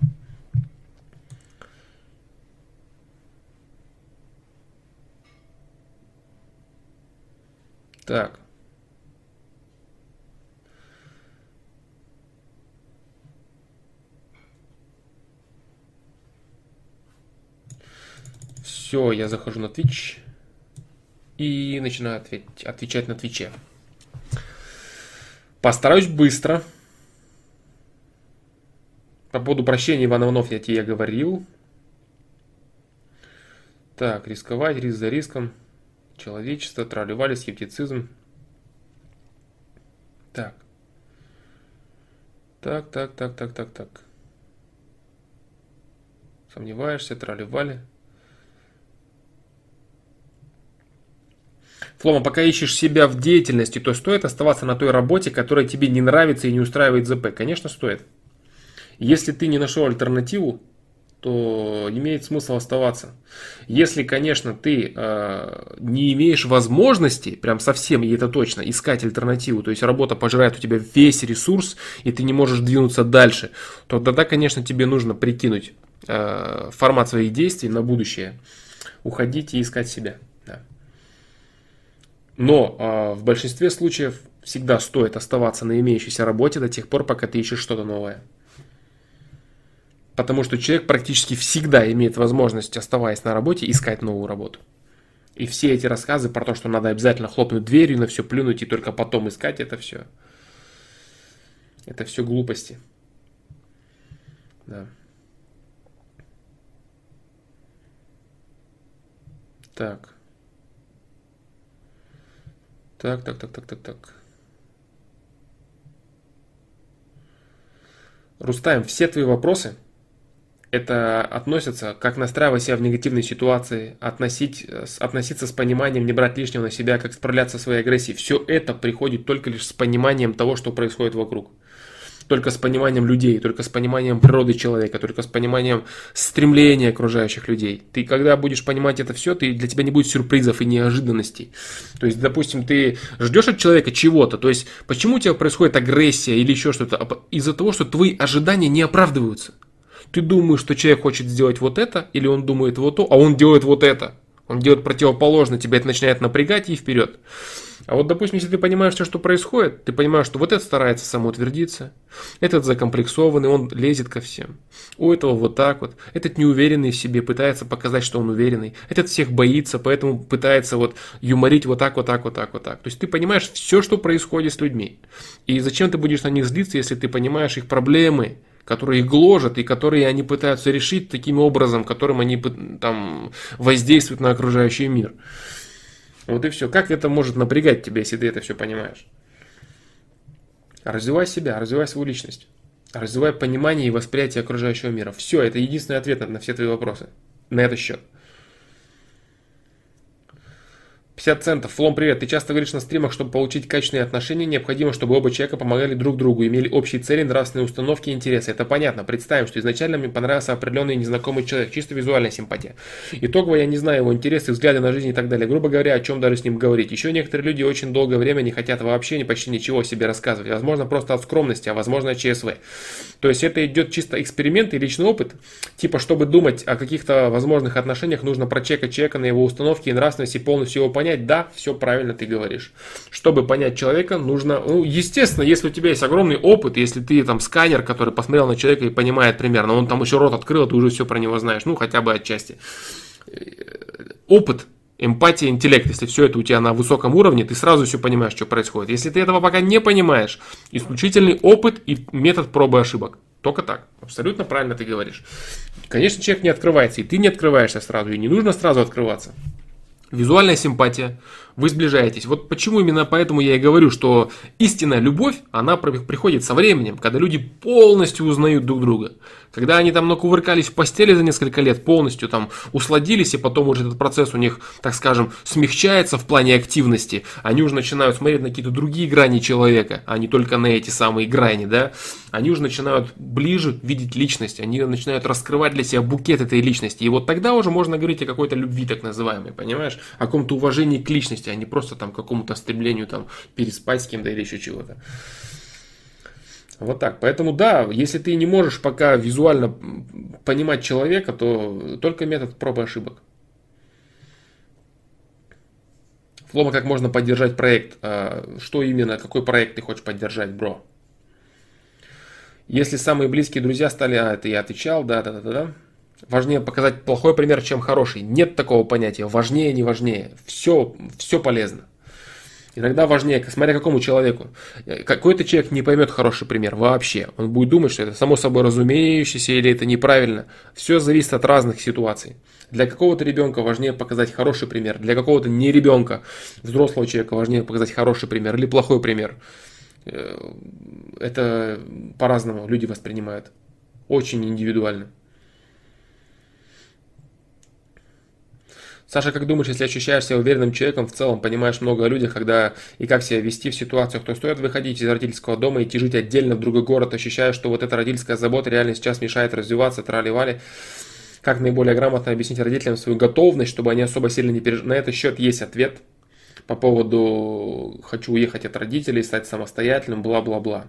Так. Все, я захожу на Twitch и начинаю отвечать на Твиче. Постараюсь быстро. По поводу прощения Иван Иванов я тебе говорил. Так, рисковать, риск за риском. Человечество, тролливали, скептицизм. Так. Так. Сомневаешься, тролливали. Флома, пока ищешь себя в деятельности, то стоит оставаться на той работе, которая тебе не нравится и не устраивает ЗП? Конечно, стоит. Если ты не нашел альтернативу, то имеет смысл оставаться. Если, конечно, ты не имеешь возможности, прям совсем, и это точно, искать альтернативу, то есть работа пожирает у тебя весь ресурс, и ты не можешь двинуться дальше, то тогда, конечно, тебе нужно прикинуть формат своих действий на будущее, уходить и искать себя. Да. Но в большинстве случаев всегда стоит оставаться на имеющейся работе до тех пор, пока ты ищешь что-то новое. Потому что человек практически всегда имеет возможность, оставаясь на работе, искать новую работу. И все эти рассказы про то, что надо обязательно хлопнуть дверью, на все плюнуть и только потом искать, это все глупости. Да. Так. Рустам, все твои вопросы это относится, как настраивать себя в негативной ситуации, относиться с пониманием, не брать лишнего на себя, как справляться со своей агрессией. Все это приходит только лишь с пониманием того, что происходит вокруг. Только с пониманием людей, только с пониманием природы человека, только с пониманием стремления окружающих людей. Ты когда будешь понимать это все, для тебя не будет сюрпризов и неожиданностей. То есть, допустим, ты ждешь от человека чего-то, то есть, почему у тебя происходит агрессия или еще что-то? Из-за того, что твои ожидания не оправдываются. Ты думаешь, что человек хочет сделать вот это, или он думает вот то, а он делает вот это. Он делает противоположно, тебя это начинает напрягать и вперед. А вот, допустим, если ты понимаешь все, что происходит, ты понимаешь, что вот этот старается самоутвердиться, этот закомплексованный, он лезет ко всем. У этого вот так вот. Этот неуверенный в себе, пытается показать, что он уверенный. Этот всех боится, поэтому пытается вот юморить вот так. То есть ты понимаешь все, что происходит с людьми. И зачем ты будешь на них злиться, если ты понимаешь их проблемы, которые их гложат и которые они пытаются решить таким образом, которым они там воздействуют на окружающий мир. Вот и все. Как это может напрягать тебя, если ты это все понимаешь? Развивай себя, развивай свою личность. Развивай понимание и восприятие окружающего мира. Все, это единственный ответ на все твои вопросы. На этот счет. 50 центов. Флом, привет. Ты часто говоришь на стримах, чтобы получить качественные отношения, необходимо, чтобы оба человека помогали друг другу, имели общие цели, нравственные установки и интересы. Это понятно. Представим, что изначально мне понравился определенный незнакомый человек, чисто визуальная симпатия. Итогово я не знаю его интересы, взгляды на жизнь и так далее. Грубо говоря, о чем даже с ним говорить. Еще некоторые люди очень долгое время не хотят вообще почти ничего о себе рассказывать. Возможно, просто от скромности, а возможно, ЧСВ. То есть это идет чисто эксперимент и личный опыт. Типа, чтобы думать о каких-то возможных отношениях, нужно прочекать человека на его установки и нравственность и полностью его понять. Да, все правильно ты говоришь. Чтобы понять человека, нужно, естественно, если у тебя есть огромный опыт, если ты там сканер, который посмотрел на человека и понимает примерно, он там еще рот открыл, ты уже все про него знаешь, хотя бы отчасти. Опыт, эмпатия, интеллект, если все это у тебя на высоком уровне, ты сразу все понимаешь, что происходит. Если ты этого пока не понимаешь, исключительный опыт и метод пробы и ошибок. Только так. Абсолютно правильно ты говоришь. Конечно, человек не открывается, и ты не открываешься сразу, и не нужно сразу открываться. Визуальная симпатия, вы сближаетесь. Вот почему именно поэтому я и говорю, что истинная любовь, она приходит со временем, когда люди полностью узнают друг друга. Когда они там накувыркались в постели за несколько лет, полностью там усладились, и потом уже этот процесс у них, так скажем, смягчается в плане активности. Они уже начинают смотреть на какие-то другие грани человека, а не только на эти самые грани, да. Они уже начинают ближе видеть личность, они начинают раскрывать для себя букет этой личности. И вот тогда уже можно говорить о какой-то любви так называемой, понимаешь? О каком-то уважении к личности, а не просто там какому-то стремлению там переспать с кем-то или еще чего-то. Вот так. Поэтому да, если ты не можешь пока визуально понимать человека, то только метод проб и ошибок. Флома, как можно поддержать проект? Что именно, какой проект ты хочешь поддержать, бро? Если самые близкие друзья стали... это я отвечал, да. Важнее показать плохой пример, чем хороший. Нет такого понятия. Важнее, не важнее. Все полезно. Иногда важнее, смотря какому человеку. Какой-то человек не поймет хороший пример вообще. Он будет думать, что это само собой разумеющееся или это неправильно. Все зависит от разных ситуаций. Для какого-то ребенка важнее показать хороший пример. Для какого-то не ребенка, взрослого человека важнее показать хороший пример или плохой пример. Это по-разному люди воспринимают. Очень индивидуально. Саша, как думаешь, если ощущаешь себя уверенным человеком, в целом понимаешь много о людях, когда и как себя вести в ситуациях, то стоит выходить из родительского дома и идти жить отдельно в другой город, ощущая, что вот эта родительская забота реально сейчас мешает развиваться, трали-вали. Как наиболее грамотно объяснить родителям свою готовность, чтобы они особо сильно не переживали? На этот счет есть ответ по поводу «хочу уехать от родителей, стать самостоятельным», бла-бла-бла.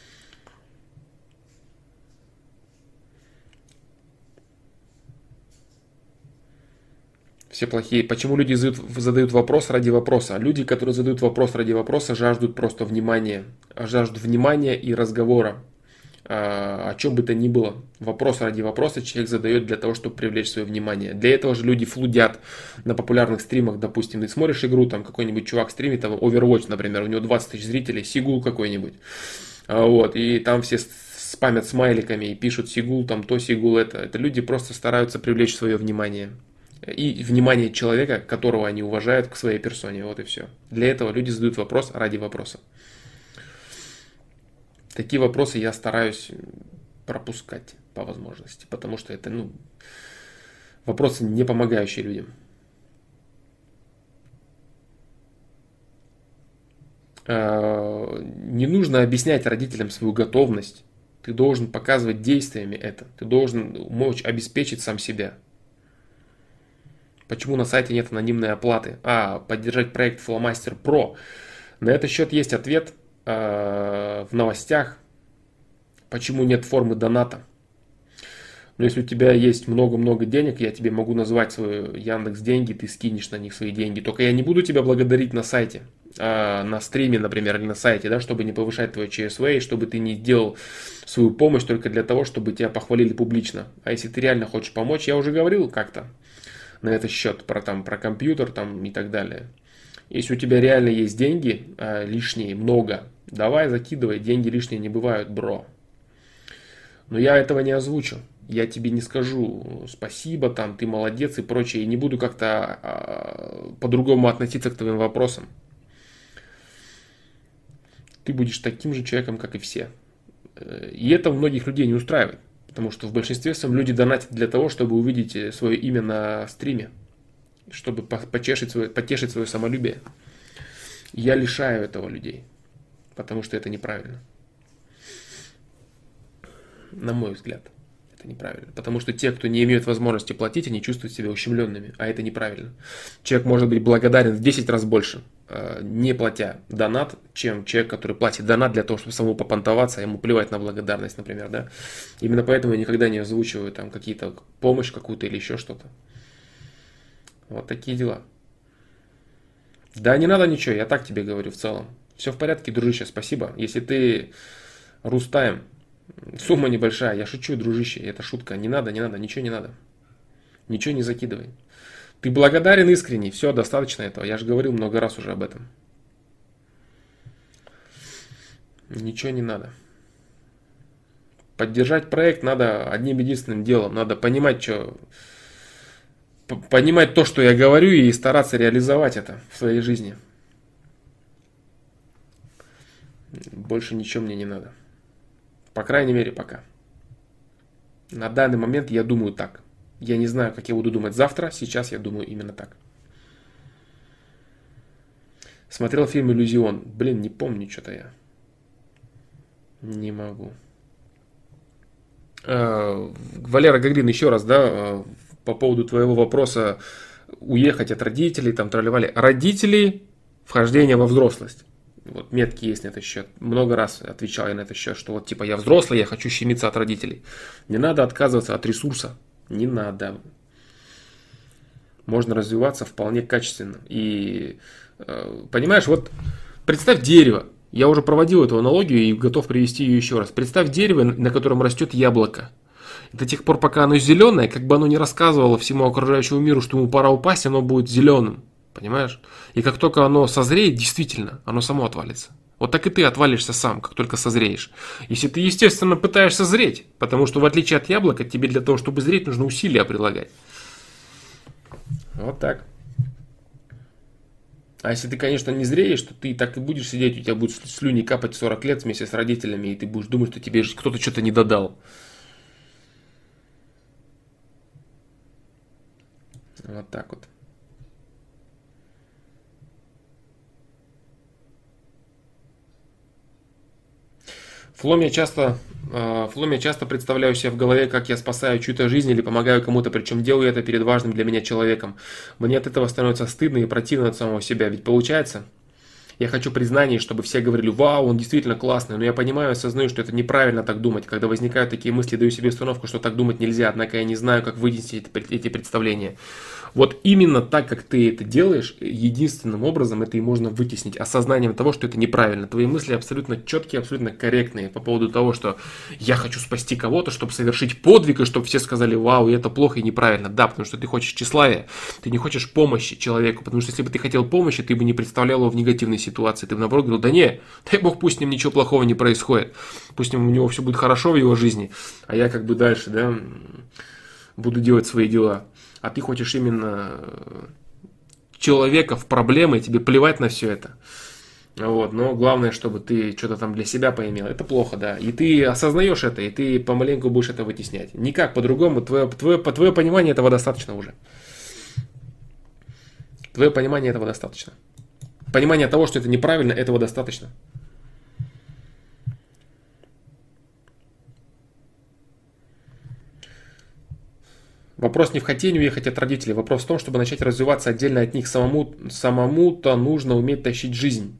Все плохие. Почему люди задают вопрос ради вопроса? Люди, которые задают вопрос ради вопроса, жаждут просто внимания. Жаждут внимания и разговора. О чем бы то ни было. Вопрос ради вопроса человек задает для того, чтобы привлечь свое внимание. Для этого же люди флудят на популярных стримах, допустим. Ты смотришь игру, там какой-нибудь чувак стримит, там Overwatch, например, у него 20 тысяч зрителей, Сигул какой-нибудь. Вот, и там все спамят смайликами и пишут Сигул, там то Сигул, это. Это люди просто стараются привлечь свое внимание. И внимание человека, которого они уважают к своей персоне. Вот и все. Для этого люди задают вопрос ради вопроса. Такие вопросы я стараюсь пропускать по возможности, потому что это вопросы, не помогающие людям. Не нужно объяснять родителям свою готовность. Ты должен показывать действиями это. Ты должен мочь обеспечить сам себя. Почему на сайте нет анонимной оплаты? Поддержать проект Flowmaster Pro. На этот счет есть ответ в новостях. Почему нет формы доната? Но если у тебя есть много-много денег, я тебе могу назвать свой Яндекс деньги, ты скинешь на них свои деньги. Только я не буду тебя благодарить на сайте, на стриме, например, или на сайте, да, чтобы не повышать твое ЧСВ, и чтобы ты не делал свою помощь только для того, чтобы тебя похвалили публично. А если ты реально хочешь помочь, я уже говорил как-то на этот счет про компьютер и так далее. Если у тебя реально есть деньги лишние, много, давай закидывай, деньги лишние не бывают, бро. Но я этого не озвучу. Я тебе не скажу спасибо, ты молодец и прочее. И не буду как-то по-другому относиться к твоим вопросам. Ты будешь таким же человеком, как и все. И это многих людей не устраивает. Потому что в большинстве своем люди донатят для того, чтобы увидеть свое имя на стриме. Чтобы потешить свое самолюбие. Я лишаю этого людей. Потому что это неправильно. На мой взгляд. Это неправильно. Потому что те, кто не имеют возможности платить, они чувствуют себя ущемленными. А это неправильно. Человек может быть благодарен в 10 раз больше, не платя донат, чем человек, который платит донат для того, чтобы самому попонтоваться, а ему плевать на благодарность, например. Да? Именно поэтому я никогда не озвучиваю какие-то помощь какую-то или еще что-то. Вот такие дела. Да, не надо ничего, я так тебе говорю в целом. Все в порядке, дружище, спасибо. Если ты Рустайм, сумма небольшая, я шучу, дружище, это шутка. Не надо, ничего не надо. Ничего не закидывай. Ты благодарен искренне, все, достаточно этого. Я же говорил много раз уже об этом. Ничего не надо. Поддержать проект надо одним единственным делом. Надо понимать, понимать то, что я говорю, и стараться реализовать это в своей жизни. Больше ничего мне не надо. По крайней мере, пока. На данный момент я думаю так. Я не знаю, как я буду думать завтра. Сейчас я думаю именно так. Смотрел фильм «Иллюзион». Блин, не помню что-то я. Не могу. Валера Гагрин, еще раз, да, по поводу твоего вопроса уехать от родителей, тролливали. Родители, вхождение во взрослость. Вот метки есть на этот счет. Много раз отвечал я на этот счет, что я взрослый, я хочу щемиться от родителей. Не надо отказываться от ресурса. Не надо. Можно развиваться вполне качественно. И понимаешь, представь дерево. Я уже проводил эту аналогию и готов привести ее еще раз. Представь дерево, на котором растет яблоко. До тех пор, пока оно зеленое, как бы оно ни рассказывало всему окружающему миру, что ему пора упасть, оно будет зеленым. Понимаешь? И как только оно созреет, действительно, оно само отвалится. Вот так и ты отвалишься сам, как только созреешь. Если ты, естественно, пытаешься зреть, потому что в отличие от яблока, тебе для того, чтобы зреть, нужно усилия прилагать. Вот так. А если ты, конечно, не зреешь, то ты так и будешь сидеть, у тебя будут слюни капать 40 лет вместе с родителями, и ты будешь думать, что тебе кто-то что-то не додал. Вот так вот. Флом я часто представляю себе в голове, как я спасаю чью-то жизнь или помогаю кому-то, причем делаю это перед важным для меня человеком. Мне от этого становится стыдно и противно от самого себя. Ведь получается, я хочу признаний, чтобы все говорили: вау, он действительно классный, но я понимаю и осознаю, что это неправильно так думать. Когда возникают такие мысли, даю себе установку, что так думать нельзя, однако я не знаю, как вынести эти представления. Вот именно так, как ты это делаешь, единственным образом это и можно вытеснить, осознанием того, что это неправильно. Твои мысли абсолютно четкие, абсолютно корректные по поводу того, что я хочу спасти кого-то, чтобы совершить подвиг, и чтобы все сказали: вау, и это плохо и неправильно. Да, потому что ты хочешь тщеславия, ты не хочешь помощи человеку, потому что если бы ты хотел помощи, ты бы не представлял его в негативной ситуации. Ты бы наоборот говорил: да не, дай бог, пусть с ним ничего плохого не происходит, пусть у него все будет хорошо в его жизни, а я как бы дальше, да, буду делать свои дела. А ты хочешь именно человека в проблемы, и тебе плевать на все это. Вот, но главное, чтобы ты что-то там для себя поимел. Это плохо, да. И ты осознаешь это, и ты помаленьку будешь это вытеснять. Никак по-другому. Твое понимание этого достаточно уже. Твое понимание этого достаточно. Понимание того, что это неправильно, этого достаточно. Вопрос не в хотении уехать от родителей. Вопрос в том, чтобы начать развиваться отдельно от них самому-то нужно уметь тащить жизнь.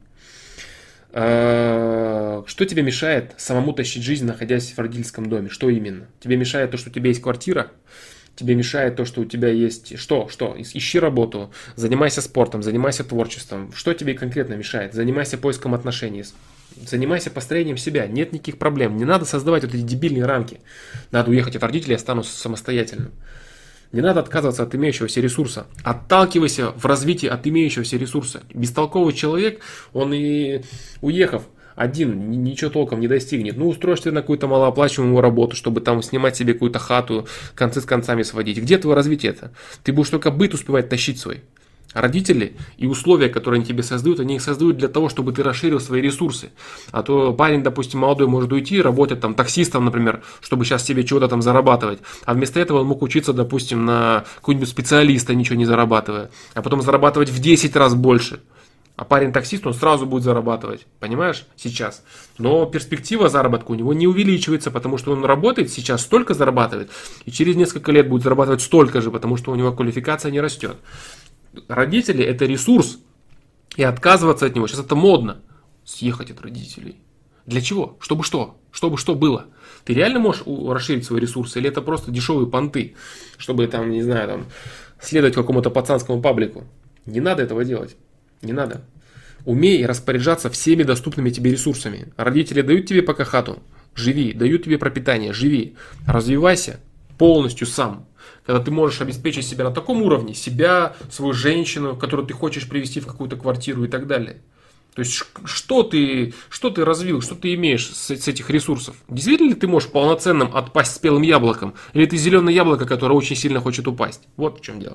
Что тебе мешает самому тащить жизнь, находясь в родительском доме? Что именно? Тебе мешает то, что у тебя есть квартира? Тебе мешает то, что у тебя есть... Что? Ищи работу, занимайся спортом, занимайся творчеством. Что тебе конкретно мешает? Занимайся поиском отношений. Занимайся построением себя. Нет никаких проблем. Не надо создавать вот эти дебильные рамки. Надо уехать от родителей, я стану самостоятельным. Не надо отказываться от имеющегося ресурса. Отталкивайся в развитии от имеющегося ресурса. Бестолковый человек, он и уехав один, ничего толком не достигнет. Ну, устроишься на какую-то малооплачиваемую работу, чтобы там снимать себе какую-то хату, концы с концами сводить. Где твое развитие это? Ты будешь только быт успевать тащить свой. Родители и условия, которые они тебе создают, они их создают для того, чтобы ты расширил свои ресурсы. А то парень, допустим, молодой может уйти, работать там таксистом, например, чтобы сейчас себе чего-то там зарабатывать. А вместо этого он мог учиться, допустим, на какого-нибудь специалиста, ничего не зарабатывая. А потом зарабатывать в 10 раз больше. А парень-таксист, он сразу будет зарабатывать, понимаешь, сейчас. Но перспектива заработка у него не увеличивается, потому что он работает сейчас, столько зарабатывает, и через несколько лет будет зарабатывать столько же, потому что у него квалификация не растет. Родители – это ресурс, и отказываться от него, сейчас это модно, съехать от родителей. Для чего? Чтобы что? Чтобы что было? Ты реально можешь расширить свои ресурсы, или это просто дешевые понты, чтобы там, не знаю, там, следовать какому-то пацанскому паблику? Не надо этого делать. Не надо. Умей распоряжаться всеми доступными тебе ресурсами. Родители дают тебе пока хату, живи. Дают тебе пропитание, живи. Развивайся полностью сам. Когда ты можешь обеспечить себя на таком уровне, себя, свою женщину, которую ты хочешь привести в какую-то квартиру и так далее. То есть, что ты развил, что ты имеешь с этих ресурсов? Действительно ли ты можешь полноценным отпасть спелым яблоком? Или ты зеленое яблоко, которое очень сильно хочет упасть? Вот в чем дело.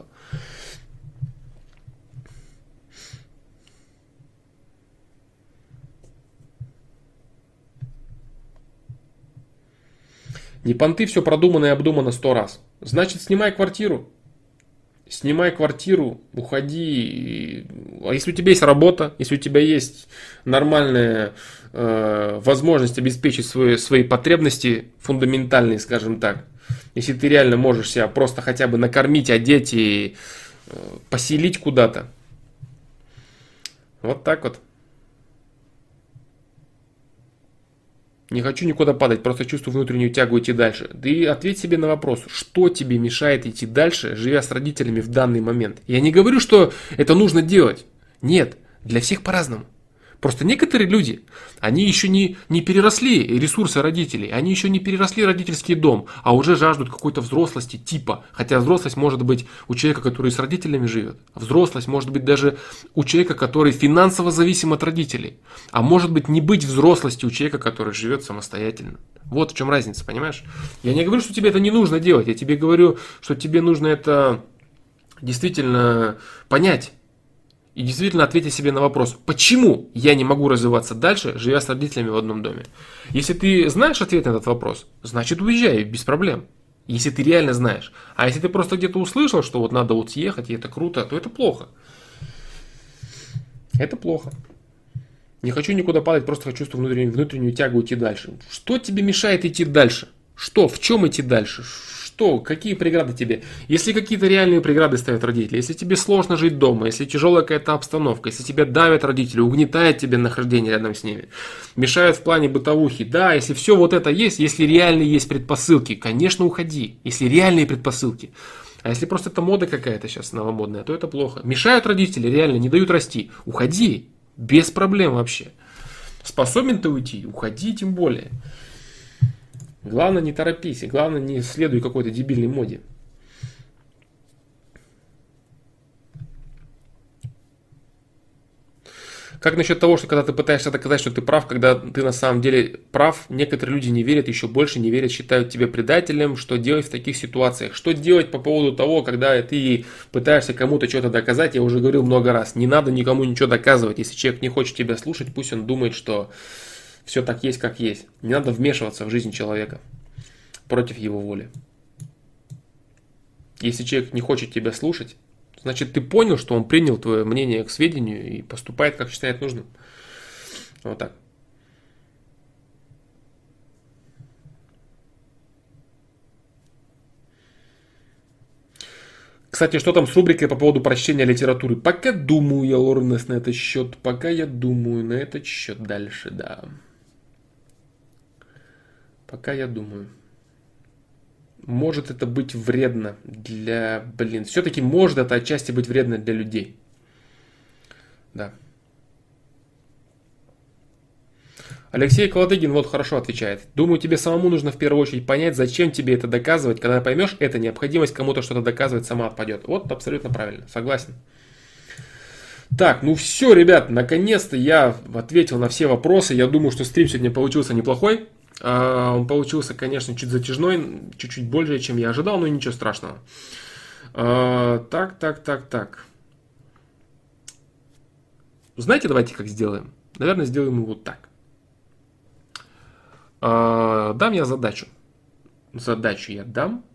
Не понты, все продумано и обдумано 100 раз. Значит, снимай квартиру. Снимай квартиру, уходи. А если у тебя есть работа, если у тебя есть нормальная возможность обеспечить свои потребности фундаментальные, скажем так, если ты реально можешь себя просто хотя бы накормить, одеть и поселить куда-то. Вот так вот. Не хочу никуда падать, просто чувствую внутреннюю тягу идти дальше. Ты ответь себе на вопрос, что тебе мешает идти дальше, живя с родителями в данный момент. Я не говорю, что это нужно делать. Нет, для всех по-разному. Просто некоторые люди, они еще не переросли ресурсы родителей, они еще не переросли родительский дом, а уже жаждут какой-то взрослости типа. Хотя взрослость может быть у человека, который с родителями живет. Взрослость может быть даже у человека, который финансово зависим от родителей. А может быть не быть взрослости у человека, который живет самостоятельно. Вот в чем разница, понимаешь? Я не говорю, что тебе это не нужно делать. Я тебе говорю, что тебе нужно это действительно понять. И действительно ответить себе на вопрос, почему я не могу развиваться дальше, живя с родителями в одном доме. Если ты знаешь ответ на этот вопрос, значит уезжай без проблем. Если ты реально знаешь. А если ты просто где-то услышал, что вот надо вот съехать, и это круто, то это плохо. Это плохо. Не хочу никуда падать, просто хочу внутреннюю тягу идти дальше. Что тебе мешает идти дальше? Что? В чем идти дальше? Что? Какие преграды тебе? Если какие-то реальные преграды ставят родители, если тебе сложно жить дома, если тяжелая какая-то обстановка, если тебя давят родители, угнетает тебе нахождение рядом с ними, мешают в плане бытовухи, да, если все вот это есть, если реальные есть предпосылки, конечно, уходи, если реальные предпосылки. А если просто это мода какая-то сейчас новомодная, то это плохо. Мешают родители, реально не дают расти, уходи, без проблем вообще. Способен ты уйти, уходи тем более. Главное, не торопись, и главное, не следуй какой-то дебильной моде. Как насчет того, что когда ты пытаешься доказать, что ты прав, когда ты на самом деле прав, некоторые люди не верят, еще больше не верят, считают тебя предателем. Что делать в таких ситуациях? Что делать по поводу того, когда ты пытаешься кому-то что-то доказать? Я уже говорил много раз, не надо никому ничего доказывать. Если человек не хочет тебя слушать, пусть он думает, что все так есть, как есть. Не надо вмешиваться в жизнь человека против его воли. Если человек не хочет тебя слушать, значит ты понял, что он принял твое мнение к сведению и поступает, как считает нужным. Вот так. Кстати, что там с рубрикой по поводу прочтения литературы? Пока думаю я, Лорнес, на этот счет. Пока я думаю на этот счет дальше, да. Пока я думаю. Может это быть вредно для... все-таки может это отчасти быть вредно для людей. Да. Алексей Колодыгин вот хорошо отвечает. Думаю, тебе самому нужно в первую очередь понять, зачем тебе это доказывать. Когда поймешь это, необходимость кому-то что-то доказывать сама отпадет. Вот абсолютно правильно, согласен. Так, ну все, ребят, наконец-то я ответил на все вопросы. Я думаю, что стрим сегодня получился неплохой. Он получился, конечно, чуть затяжной, чуть-чуть больше, чем я ожидал, но ничего страшного. Так. Знаете, давайте как сделаем? Наверное, сделаем его вот так. Дам я задачу. Задачу я дам,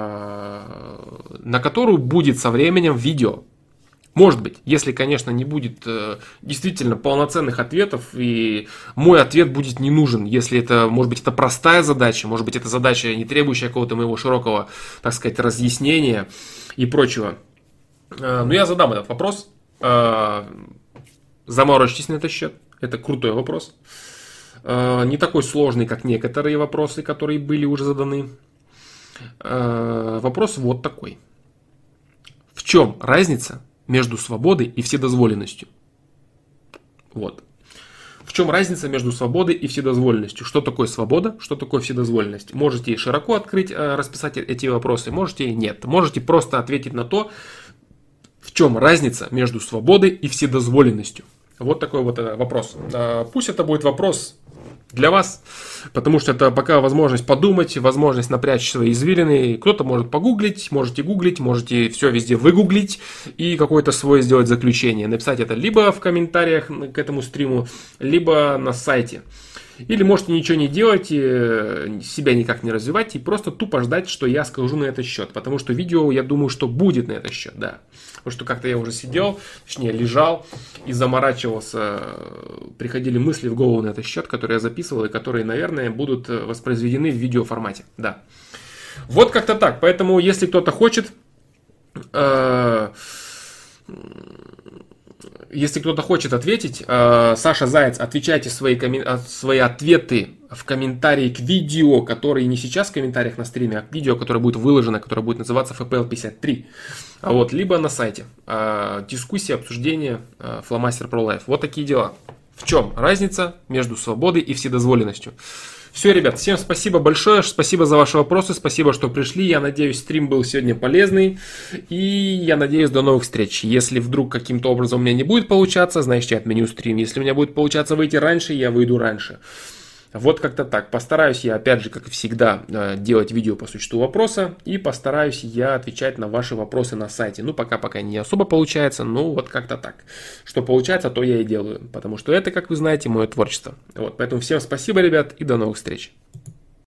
на которую будет со временем видео. Может быть, если, конечно, не будет действительно полноценных ответов, и мой ответ будет не нужен, если это, может быть, это простая задача, может быть, это задача, не требующая какого-то моего широкого, так сказать, разъяснения и прочего. Но я задам этот вопрос. Заморочьтесь на этот счет. Это крутой вопрос. Не такой сложный, как некоторые вопросы, которые были уже заданы. Вопрос вот такой. В чем разница между свободой и вседозволенностью? Вот. В чем разница между свободой и вседозволенностью? Что такое свобода, что такое вседозволенность? Можете широко открыть, расписать эти вопросы, можете и нет. Можете просто ответить на то, в чем разница между свободой и вседозволенностью. Вот такой вот вопрос. Пусть это будет вопрос для вас, потому что это пока возможность подумать, возможность напрячь свои извилины. Кто-то может погуглить, можете все везде выгуглить и какое-то свое сделать заключение. Написать это либо в комментариях к этому стриму, либо на сайте. Или можете ничего не делать, себя никак не развивать и просто тупо ждать, что я скажу на этот счет. Потому что видео, я думаю, что будет на этот счет, да. Потому что как-то я уже сидел, точнее лежал и заморачивался. Приходили мысли в голову на этот счет, которые я записывал и которые, наверное, будут воспроизведены в видеоформате. Да. Вот как-то так. Поэтому, если кто-то хочет... Если кто-то хочет ответить, Саша Заяц, отвечайте свои ответы в комментарии к видео, которые не сейчас в комментариях на стриме, а к видео, которое будет выложено, которое будет называться FPL 53. Вот, либо на сайте. Дискуссия, обсуждение, Flamaster Pro Life. Вот такие дела. В чем разница между свободой и вседозволенностью? Все, ребят, всем спасибо большое, спасибо за ваши вопросы, спасибо, что пришли. Я надеюсь, стрим был сегодня полезный. И я надеюсь, до новых встреч. Если вдруг каким-то образом у меня не будет получаться, значит, я отменю стрим. Если у меня будет получаться выйти раньше, я выйду раньше. Вот как-то так. Постараюсь я, опять же, как и всегда, делать видео по существу вопроса. И постараюсь я отвечать на ваши вопросы на сайте. Ну, пока не особо получается, но вот как-то так. Что получается, то я и делаю. Потому что это, как вы знаете, мое творчество. Вот, поэтому всем спасибо, ребят, и до новых встреч.